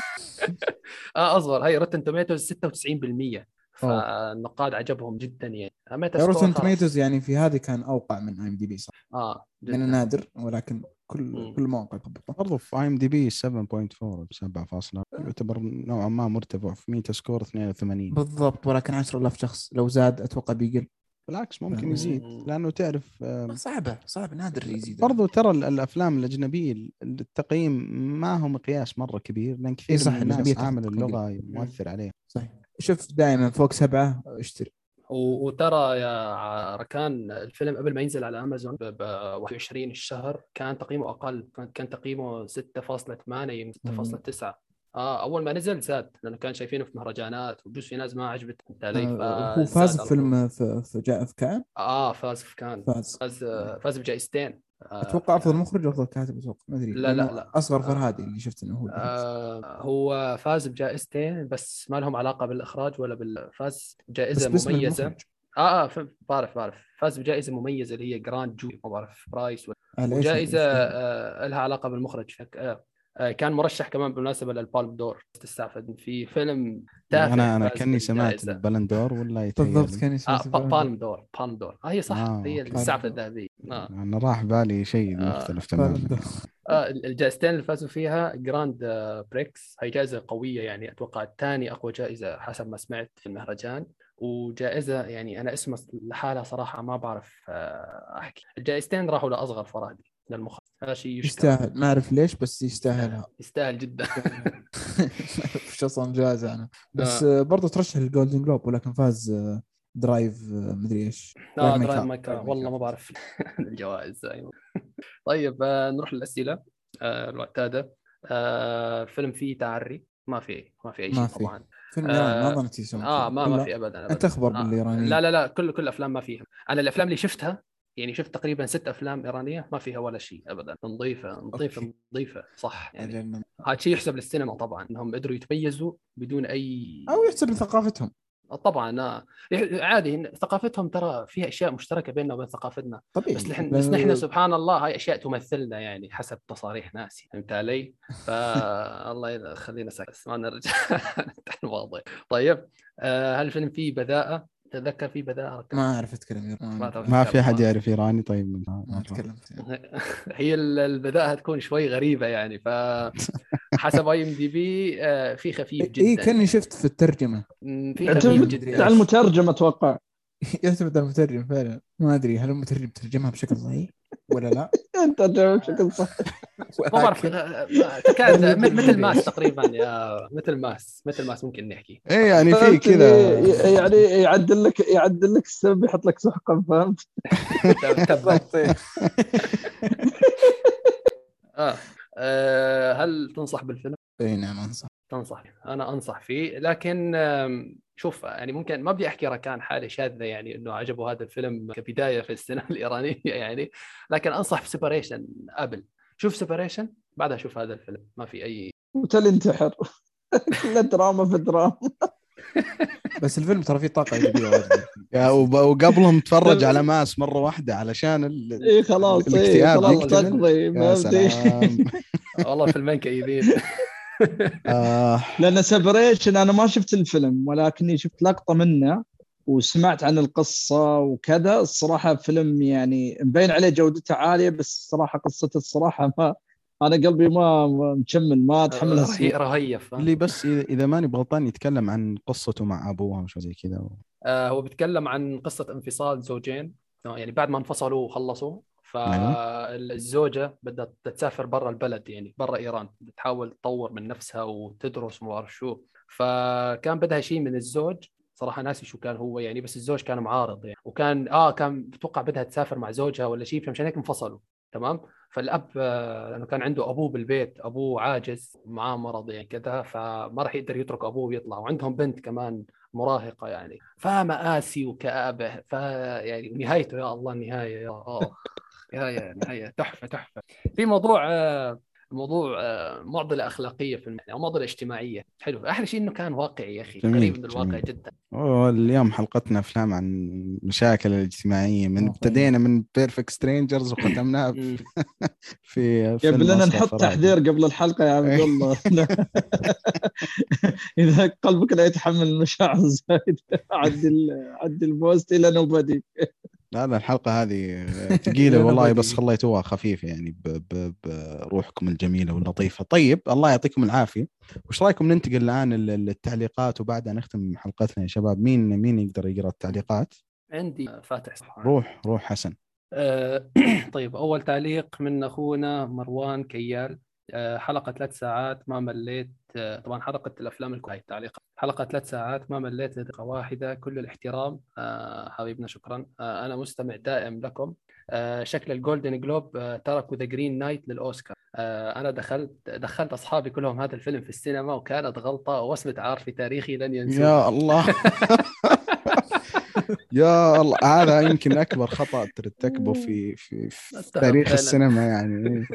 اه اصبر، هي روتن توميتوز ستة وتسعين بالمية، أوه. فالنقاد عجبهم جدا يعني. ميتا سكور روتن توميتوز خلاص. يعني في هذه كان اوقع من اي ام دي بي صح، اه من جدا. النادر، ولكن كل مم. كل مواقع تضبطه. برضو في اي ام دي بي سبعة فاصلة أربعة سبعة فاصلة يعتبر نوعا ما مرتفع. في ميتا سكور اثنين وثمانين بالضبط، ولكن عشرة آلاف شخص لو زاد اتوقع بيقل. بالعكس ممكن مم. يزيد، لانه تعرف آه، صعبة صعب نادر يزيد. برضو ترى الافلام الاجنبيه التقييم ما هو مقياس مره كبير، لان إيه كثير صح، من الناس الأجنبية عامل تخطط اللغه قليل. مؤثر عليه. صحيح، شوف دائما فوق سبعة اشتري. و- وترى يا ركان الفيلم قبل ما ينزل على امازون ب واحد وعشرين الشهر كان تقييمه اقل، كان كان تقييمه ستة فاصلة ثمانية يمكن ستة فاصلة تسعة. اه اول ما نزل زاد لانه كان شايفينه في مهرجانات، وبجوز في ناس ما عجبتهم علي آه هو فاز فزاد على طول. بفيلم في في جاء في كان اه فاز في كان فاز فاز فاز بجائزتين. آه في اتوقع افضل كان. مخرج وافضل كاتب، اتوقع ما ادري لا لانه لا لا اصغر فرهادي آه اللي شفت انه هو اللي فاز. آه هو فاز بجائزتين بس ما لهم علاقة بالإخراج ولا بال فاز بس جائزة باسم مميزة. المخرج. اه اه ف- بعرف بعرف فاز بجائزة مميزة اللي هي جراند جو، ما بعرف برايس ولا. على ايش وجائزة ايش كان؟ آه لها علاقة بالمخرج فك... آه آه كان مرشح كمان بالمناسبة للبالم دور، تستعفد في فيلم تافه انا انا فاز كني سمعت بالجائزة. البلندور ولا بالضبط يتهيألي. كان اسمه اه ب- بالون بالم دور بالم دور آه هي صح، اه هي اوكي. السعفة الذهبية. آه. انا راح بالي شيء آه. مختلف تماما. آه الجائزتين اللي فازوا فيها جراند آه بريكس، هي جائزة قوية يعني، أتوقع ثاني أقوى جائزة حسب ما سمعت في المهرجان. وجائزة يعني أنا اسمها لحالها صراحة ما بعرف آه أحكي. الجائزتين راحوا لأصغر فرهدي للمخرج، هذا شيء يشكر. يستاهل، ما اعرف ليش بس يستاهل يستاهلها. يستاهل جدا. ما اعرف شو اصلا جائزة انا، بس آه. آه، برضه ترشح للجولدن جلوب، ولكن فاز آه، درايف آه، مدري ايش، لا ماي درايف كار ماي كار درايف ماي والله كار ما فاز. بعرف الجوائز. أيوة. طيب آه نروح للأسئلة آه المعتادة. آه فيلم فيه تعري؟ ما في ما في أي ما شيء في طبعا. فيلم ايراني ما آه, اظن يسوون اه كذا، ما ما ولا في ابدا انت ابدا. اخبر آه بالايرانيين؟ لا لا لا كل كل الافلام ما فيها. انا الافلام اللي شفتها يعني شفت تقريبا ست افلام ايرانيه ما فيها ولا شيء ابدا، نظيفه اوكي. نظيفه نظيفه صح يعني. أجل. هذا شيء يحسب للسينما طبعا انهم قدروا يتميزوا بدون اي. او يحسب لثقافتهم. طبعا آه. عادي ثقافتهم ترى فيها اشياء مشتركه بيننا وبين ثقافتنا. بس طبيعي لحن... بس نحن لأنه سبحان الله هاي اشياء تمثلنا يعني حسب تصاريح ناس، فهمت علي؟ فالله خلينا ساكت ما نرجع نفتح المواضيع. طيب آه هل الفيلم فيه بذاءة؟ تذكر فيه بذاءة؟ ما اعرف اتكلم ايراني ما بالله. ما في احد ما يعرف ايراني طيب. ما اتكلم هي البذاءة تكون شوي غريبة يعني، فحسب اي ام دي بي في خفيف اي جدا كاني يعني. شفت في الترجمه. في خفيف يعتمد جدا. على المترجم اتوقع. يعتمد على المترجم فعلا، ما ادري هل المترجم ترجمها بشكل صحيح ولا لا. انت ترجمه بشكل صح. ما بعرف تكاد مثل ماس تقريبا، يا مثل ماس مثل ماس ممكن نحكي ايه يعني في كذا يعني يعدل لك يعدل لك السبب يحط لك سحقا، فهمت؟ تبت. آه. آه هل تنصح بالفيلم؟ اي نعم انصح. تنصح؟ انا انصح فيه، لكن شوف يعني ممكن ما بدي احكي ركان حالي شاذه يعني انه عجبه هذا الفيلم كبدايه في السينما الايرانيه يعني، لكن انصح بسيبريشن قبل. شوف سيبريشن بعدها شوف هذا الفيلم، ما في اي وتل انتحر. كله دراما في دراما. بس الفيلم ترى فيه طاقه ايجابيه واجد. يا وب- وقبلهم تفرج على ماس مره واحده علشان ال... ايه خلاص، ايه الاكتئاب خلاص يقتل. تقضي، يا ما بدي. سلام. والله فيلمين كئيبين. آه. لان سيبريشن انا ما شفت الفيلم، ولكني شفت لقطه منه وسمعت عن القصه وكذا. الصراحه فيلم يعني مبين عليه جودته عاليه، بس الصراحه قصته الصراحه ما انا قلبي ما ما مكمل، ما اتحملها رهي رهيف. اللي بس اذا إذا ماني بغلطان يتكلم عن قصته مع ابوها وشو زي كذا. آه هو بيتكلم عن قصة انفصال زوجين، يعني بعد ما انفصلوا وخلصوا، أيوة. فالزوجة بدها تسافر برا البلد يعني برا إيران، بتحاول تطور من نفسها وتدرس وما بعرف شو. فكان بدها شيء من الزوج، صراحة ناسي شو كان هو يعني، بس الزوج كان معارض يعني، وكان آه كان بتوقع بدها تسافر مع زوجها ولا شيء، فمشان هيك انفصلوا. تمام. فالأب آه، لأنه كان عنده أبوه بالبيت، أبوه عاجز معاه مرض يعني كذا، فما راح يقدر يترك أبوه ويطلع، وعندهم بنت كمان مراهقة يعني، فمآسي وكآبة. فيعني نهايته يا الله، النهاية يا آه نهاية نهاية تحفة تحفة. في موضوع آه، موضوع آه، معضلة أخلاقية في المعنى أو معضلة اجتماعية. حلو. أحلى شيء إنه كان واقعي يا أخي، قريب من الواقع جميل. جدا. اليوم حلقتنا أفلام عن المشاكل الاجتماعية، من ابتدينا من بيرفكت سترينجرز وختمناها في في فيلم قبلنا أسرع نحط فراغ. تحذير قبل الحلقة يا عبد الله. إذا قلبك لا يتحمل المشاعر زايد عدل عدل البوست إلى نوبدي. لا لا الحلقة هذه ثقيلة والله، بس خليتوها خفيفة يعني بروحكم الجميلة واللطيفة. طيب الله يعطيكم العافية. وش رأيكم ننتقل الآن للتعليقات وبعدها نختم حلقتنا يا شباب؟ مين مين يقدر يقرأ التعليقات؟ عندي فاتح صح. روح روح حسن. أه طيب، أول تعليق من أخونا مروان كيال. أه حلقة ثلاث ساعات ما مليت. أه طبعا حلقة الأفلام الكويت تعليق. حلقة ثلاث ساعات ما مليت لدقيقة واحدة، كل الاحترام. أه حبيبنا شكرا. أه أنا مستمع دائم لكم. أه شكل الجولدن جلوب أه تركوا ذا جرين نايت للأوسكار. أه أنا دخلت دخلت أصحابي كلهم هذا الفيلم في السينما، وكانت غلطة ووسمة عار في تاريخي لن ينسوها. يا الله. يا الله، هذا يمكن أكبر خطأ ترتكبه في في, في تاريخ فعلا. السينما يعني.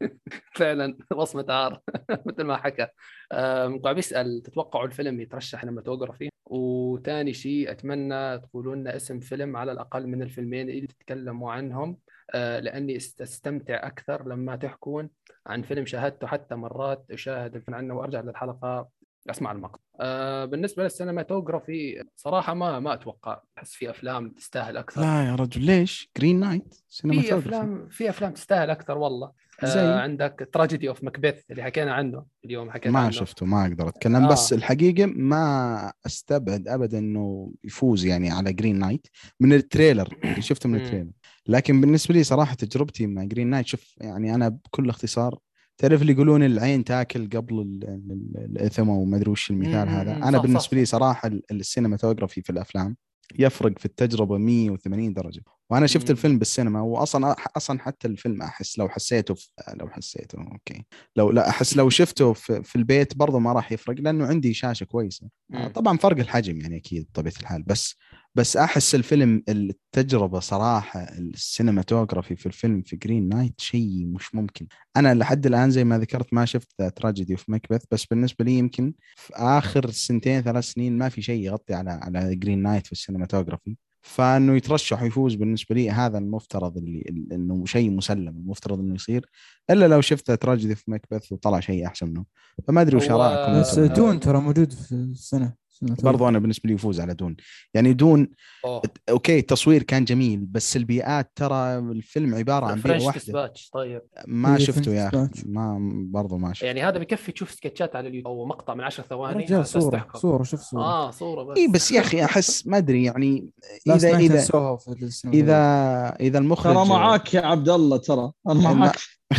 فعلا وصمة عار. مثل ما حكى. قاعد بيسأل تتوقعوا الفيلم يترشح سينماتوجرافي؟ وثاني شيء أتمنى تقولوا لنا اسم فيلم على الأقل من الفيلمين اللي تتكلموا عنهم، لأني استمتع أكثر لما تحكون عن فيلم شاهدته، حتى مرات أشاهد الفيلم عنه وأرجع للحلقة أسمع المقطع. آه بالنسبة للسينماتوجرافي صراحة ما ما أتوقع، أحس في أفلام تستاهل أكثر. لا يا رجل ليش؟ جرين نايت في أفلام في أفلام تستاهل أكثر والله. زي آه عندك تراجيدي أوف ماكبيث اللي حكينا عنه اليوم، حكينا ما عنه. شفته ما أقدر أتكلم. آه. بس الحقيقة ما أستبعد أبدا إنه يفوز يعني على جرين نايت من التريلر اللي شفته من التريلر. لكن بالنسبة لي صراحة تجربتي مع جرين نايت، شوف يعني أنا بكل اختصار، تعرف اللي يقولون العين تاكل قبل الإثم وما أدري وش المثال هذا. أنا صح بالنسبة صح لي صح. صراحة السينماتوغرافي في الأفلام يفرق في التجربة مية وثمانين درجة. وأنا شفت مم. الفيلم بالسينما، وأصلا أصلا حتى الفيلم أحس لو حسيته في لو حسيته أوكي لو لا أحس لو شفته في, في البيت برضه ما راح يفرق، لأنه عندي شاشة كويسة. مم. طبعا فرق الحجم يعني أكيد بطبيعة الحال، بس بس أحس الفيلم التجربة صراحة السينماتوغرافي في الفيلم في جرين نايت شيء مش ممكن. أنا لحد الآن زي ما ذكرت ما شفت تراجيدي اوف ماكبث، بس بالنسبة لي يمكن في آخر سنتين ثلاث سنين ما في شيء يغطي على على جرين نايت في السينماتوغرافي. فانه يترشح ويفوز بالنسبه لي هذا المفترض، اللي انه شيء مسلم المفترض انه يصير، الا لو شفت تراجيدي في ماكبث وطلع شيء احسن منه. فما ادري وش رايكم بس دون ترى موجود في السنه برضو. انا بالنسبه لي يفوز على دون يعني. دون أوه. اوكي التصوير كان جميل، بس البيئات ترى الفيلم عباره عن بيئه واحده. طيب ما شفته يا اخي، ما برضو ما شفته يعني. هذا بكفي تشوف سكتشات على اليوتيوب او مقطع من عشر ثواني. رجال صوره صوره شوف صوره اه صوره بس. اي بس يا اخي احس ما ادري يعني اذا اذا اذا اذا المخرج ترى معاك يا عبد الله، ترى انا معاك.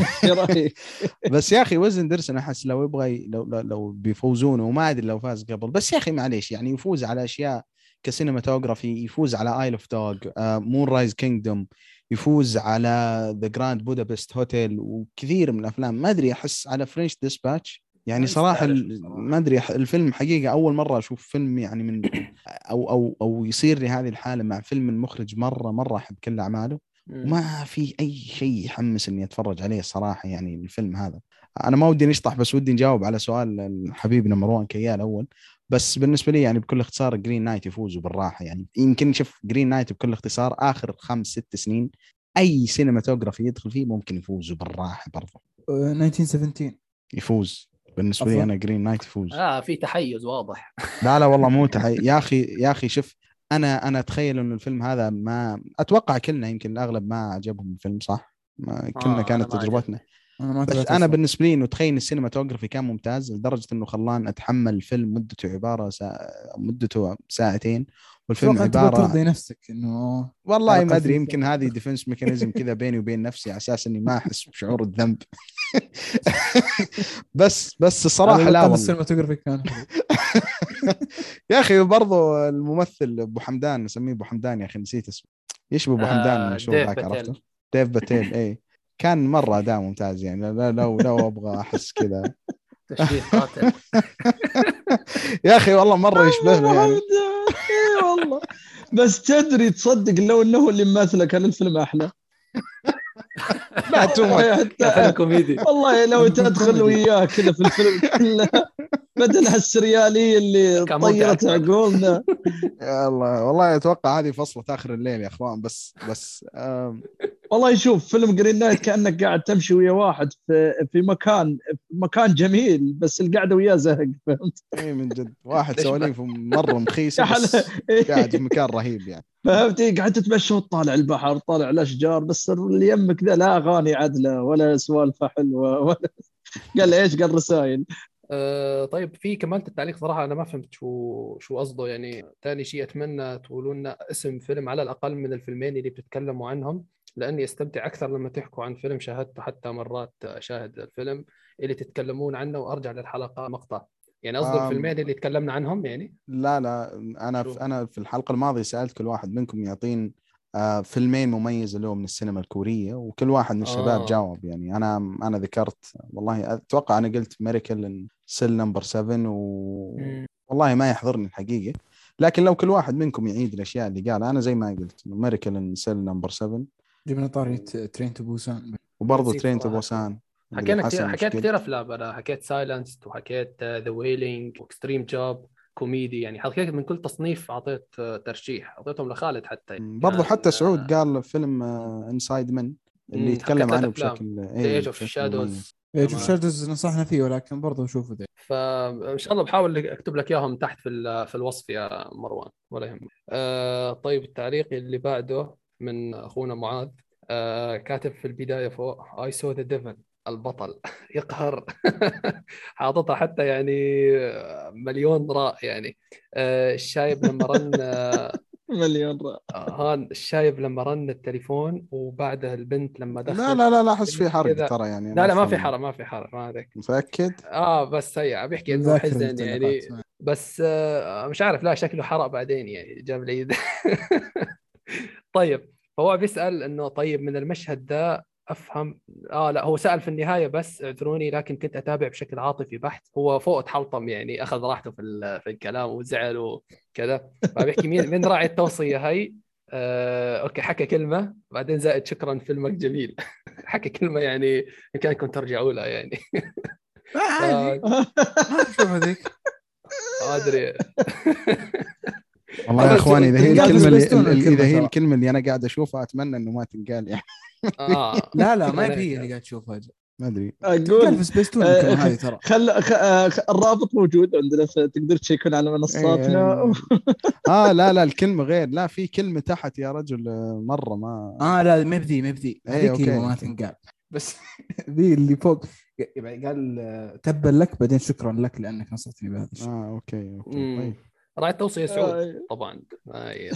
بس يا اخي وزن درسن احس لو يبغى لو لو بيفوزونه، وما ادري لو فاز قبل، بس يا اخي معليش يعني يفوز على اشياء كسينماتوغرافي، يفوز على ايل اوف دوغ، مون رايز كينجدوم، يفوز على ذا جراند بودابست هوتيل وكثير من الافلام. ما ادري احس على فرنش ديسباتش يعني صراحة ما أدري الفيلم حقيقة أول مرة أشوف فيلم يعني من أو أو أو يصير لي هذه الحالة مع فيلم المخرج مرة مرة أحب كل أعماله وما في أي شيء يحمس إني أتفرج عليه صراحة. يعني الفيلم هذا أنا ما ودي نشطح بس ودي نجاوب على سؤال حبيبنا مروان كيال أول. بس بالنسبة لي يعني بكل اختصار جرين نايت يفوزوا بالراحة. يعني يمكن شوف جرين نايت بكل اختصار آخر خمس ست سنين أي سينماتوغرافي يدخل فيه ممكن يفوزوا بالراحة برضه. ألف وتسعمية وسبعتاشر يفوز بالنسبة أفضل. لي أنا جرين نايت يفوز. آه في تحيز واضح. لا لا والله مو تحيز يا أخي يا أخي شوف أنا أنا أتخيل إنه الفيلم هذا ما أتوقع كلنا يمكن الأغلب ما عجبهم الفيلم صح ما كلنا آه كانت تجربتنا أنا بس أنا بالنسبة لي إنه تخيل السينماتوغرافي كان ممتاز لدرجة إنه خلان أتحمل الفيلم مدته عبارة سا... مدته ساعتين والفيلم عبارة ترضي نفسك إنه والله ما أدري يمكن هذه ديفنس ميكانيزم كذا بيني وبين نفسي على أساس إني ما أحس بشعور الذنب. بس بس الصراحة لا والله السينماتوغرافي كان يا أخي برضو الممثل أبو حمدان نسميه أبو حمدان يا أخي نسيت اسمه يشبه أبو حمدان المشهور ذاك عرفته ديف باتيل إيه كان مرة أداء ممتاز يعني لا لو لو أبغى أحس كذا تشبيه قاتل يا أخي والله مرة يشبهه يعني والله بس تدري تصدق لو إنه اللي مثله كان الفيلم أحلى. لا تومك كوميدي والله لو تدخل وياه كذا في الفيلم كله بدل هالسريالية اللي طيرت عقولنا. يا الله والله أتوقع هذه فصلة آخر الليل يا أخوان بس بس آم. والله يشوف فيلم جرين نايت كأنك قاعد تمشي ويا واحد في في مكان في مكان جميل بس القعدة وياه زهق فهمت؟ إيه من جد واحد سواليفه مرة مخيسة بس قاعد في مكان رهيب يعني فهمتي قاعد تتمشى وتطالع البحر طالع الأشجار بس اللي يمك ذا لا أغاني عدلة ولا سوالف حلوة ولا قال إيش قال رسائل. أه طيب في كمان التعليق صراحة أنا ما فهمت شو شو قصده يعني. ثاني شيء أتمنى تقولوا لنا اسم فيلم على الأقل من الفيلمين اللي بتتكلموا عنهم لأني أستمتع أكثر لما تحكوا عن فيلم شاهدته حتى مرات أشاهد الفيلم اللي تتكلمون عنه وأرجع للحلقة مقطع يعني قصدي الفيلمين اللي تكلمنا عنهم يعني. لا لا أنا في أنا في الحلقة الماضية سألت كل واحد منكم يعطين آه فيلمين مميز له من السينما الكورية وكل واحد من الشباب آه. جاوب يعني أنا أنا ذكرت والله أتوقع أنا قلت ميريكل سيل نمبر سبعة و م. والله ما يحضرني الحقيقة لكن لو كل واحد منكم يعيد الأشياء اللي قال أنا زي ما قلت ميريكل سيل نمبر سبعة جبنا طاري ترين تو بوسان وبرضه ترين تو بوسان حكينا كثير حكيت كثير أفلام أنا حكيت سايلنس وحكيت ذا ويلينج وإكستريم جوب كوميدي يعني حكيت من كل تصنيف أعطيت ترشيح أعطيتهم لخالد حتى يعني. برضو حتى سعود قال فيلم انسايد من اللي يتكلم عنه بشكل ايج اوف شادوز ايج اوف شادوز نصحنا فيه ولكن برضو شوفوا ذا فان شاء الله بحاول اكتب لك اياهم تحت في في الوصف يا مروان ولا يهمك. آه طيب التعليق اللي بعده من اخونا معاذ آه كاتب في البدايه فوق I saw the devil البطل يقهر حاططها حتى يعني مليون راء يعني. آه الشايب لما رن آه مليون راء هان الشايب لما رن التليفون وبعدها البنت لما دخلت لا لا لا لا احس في حرق ترى يعني لا لا ما في حرق ما في حرق ما هذاك متأكد اه بس هي بيحكي انه حزن يعني بس آه مش عارف لا شكله حرق بعدين يعني جاب لي طيب فهو بيسأل انه طيب من المشهد ده افهم اه لا هو سأل في النهايه بس اعذروني لكن كنت اتابع بشكل عاطفي بحت هو فوق تحلطم يعني اخذ راحته في في الكلام وزعل وكذا فبيحكي مين من راعي التوصيه هي آه، اوكي حكى كلمه بعدين زائد شكرا فيلمك جميل حكى كلمه يعني يمكنكم ترجعوا لها يعني عادي ما شوف هذيك ما ادري والله يا اخواني اذا هي الكلمه اللي اذا هي الكلمه اللي انا قاعد اشوفها اتمنى انه ما تنقال يعني اه لا لا ما هي اللي قاعد تشوفها ما ادري اقول في سبيستون آه هذه ترى خل الرابط موجود عندنا تقدر تشيكون على منصاتنا اه لا لا الكلمه غير لا في كلمه تحت يا رجل مره ما اه لا ما بدي ما بدي هذيك كلمه ما تنقال بس ذي اللي فوق قال تبا لك بعدين شكرا لك لانك نصحتني بهذا الشيء. اه اوكي اوكي طيب راعي التوصية سعود طبعا آه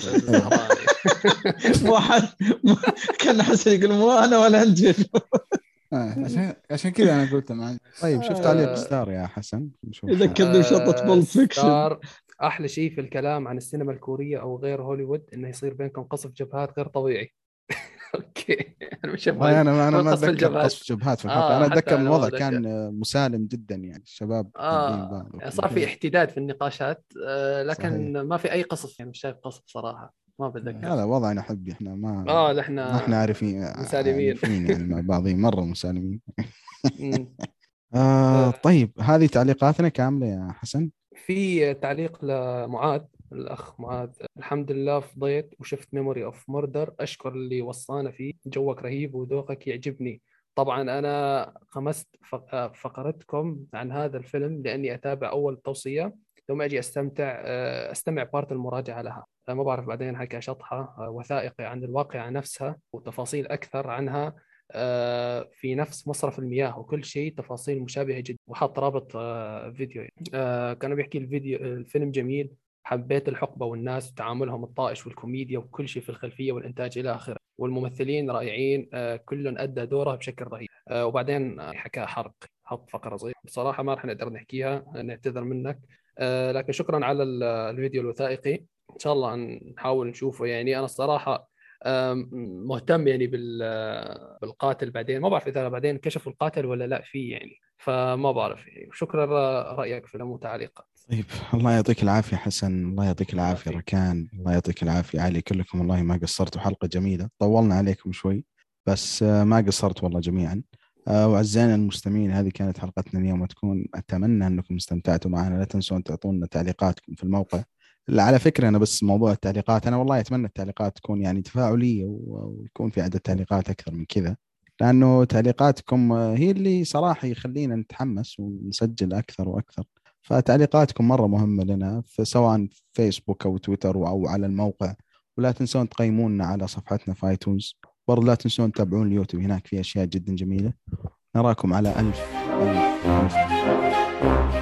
واحد كان حسن يقول مو أنا ولا أنت عشان عشان كذا أنا قلت معي. طيب شفت تعليق ستار يا حسن إذا كذا شطت بالفيكشن. أحلى شيء في الكلام عن السينما الكورية أو غير هوليوود إنه يصير بينكم قصف جبهات غير طبيعي. اوكي. انا مش انا انا انا ما قصف اتذكر الجبهات. قصف جبهات في الحلقه. آه انا اتذكر حتى أنا الوضع ما كان أتذكر. مسالم جدا، يعني الشباب طابين بعض آه وكذا. صار في احتداد في النقاشات، آه لكن صحيح. ما في أي قصص، يعني مش شايف قصص صراحة، ما بتذكر. هذا وضعنا حبي، احنا ما آه ما نحن احنا عارفين مسالمين. عنيفين يعني مع بعضين، مره مسالمين. مم. آه آه طيب، هذه تعليقاتنا كامله يا حسن. في تعليق لمعاذ، الأخ معاذ: الحمد لله فضيت وشفت ميموري أوف مردر، أشكر اللي وصانا فيه، جوك رهيب وذوقك يعجبني. طبعا أنا خمست فق- فقرتكم عن هذا الفيلم لأني أتابع أول توصية لما أجي أستمتع أستمع بارت المراجعة لها. ما بعرف بعدين حكى شطحة وثائقي عن الواقعة نفسها وتفاصيل أكثر عنها آه، في نفس مصرف المياه وكل شيء، تفاصيل مشابهة جدا، وحط رابط آه، فيديو يعني. آه، كانوا بيحكي الفيديو الفيلم جميل، حبيت الحقبة والناس وتعاملهم الطائش والكوميديا وكل شيء في الخلفية والإنتاج إلى آخره، والممثلين رائعين، آه، كل أدى دوره بشكل رهيب. آه، وبعدين حكى حرق، حط فقرة صغيرة بصراحة ما راح نقدر نحكيها، نعتذر منك. آه، لكن شكرا على الفيديو الوثائقي، إن شاء الله نحاول نشوفه. يعني أنا الصراحة مهتم يعني بالقاتل، بعدين ما بعرف إذا بعدين كشفوا القاتل ولا لا فيه يعني، فما بعرف يعني. شكرا رأيك في المتعليقات. طيب، الله يعطيك العافية حسن، الله يعطيك العافية ركان، الله يعطيك العافية علي، كلكم والله ما قصرتوا، حلقة جميلة، طولنا عليكم شوي بس ما قصرت والله جميعا. وأعزائنا المستمعين، هذه كانت حلقتنا اليوم، تكون أتمنى أنكم استمتعتوا معنا. لا تنسون تعطونا تعليقاتكم في الموقع. على فكرة أنا بس موضوع التعليقات، أنا والله أتمنى التعليقات تكون يعني تفاعلية ويكون في عدد تعليقات أكثر من كذا، لأنه تعليقاتكم هي اللي صراحة يخلينا نتحمس ونسجل أكثر وأكثر. فتعليقاتكم مرة مهمة لنا، سواء فيسبوك أو تويتر أو على الموقع. ولا تنسون تقيمونا على صفحتنا في آيتونز. برضه لا تنسون تتابعون اليوتيوب، هناك في أشياء جدا جميلة. نراكم على ألف ألف ألف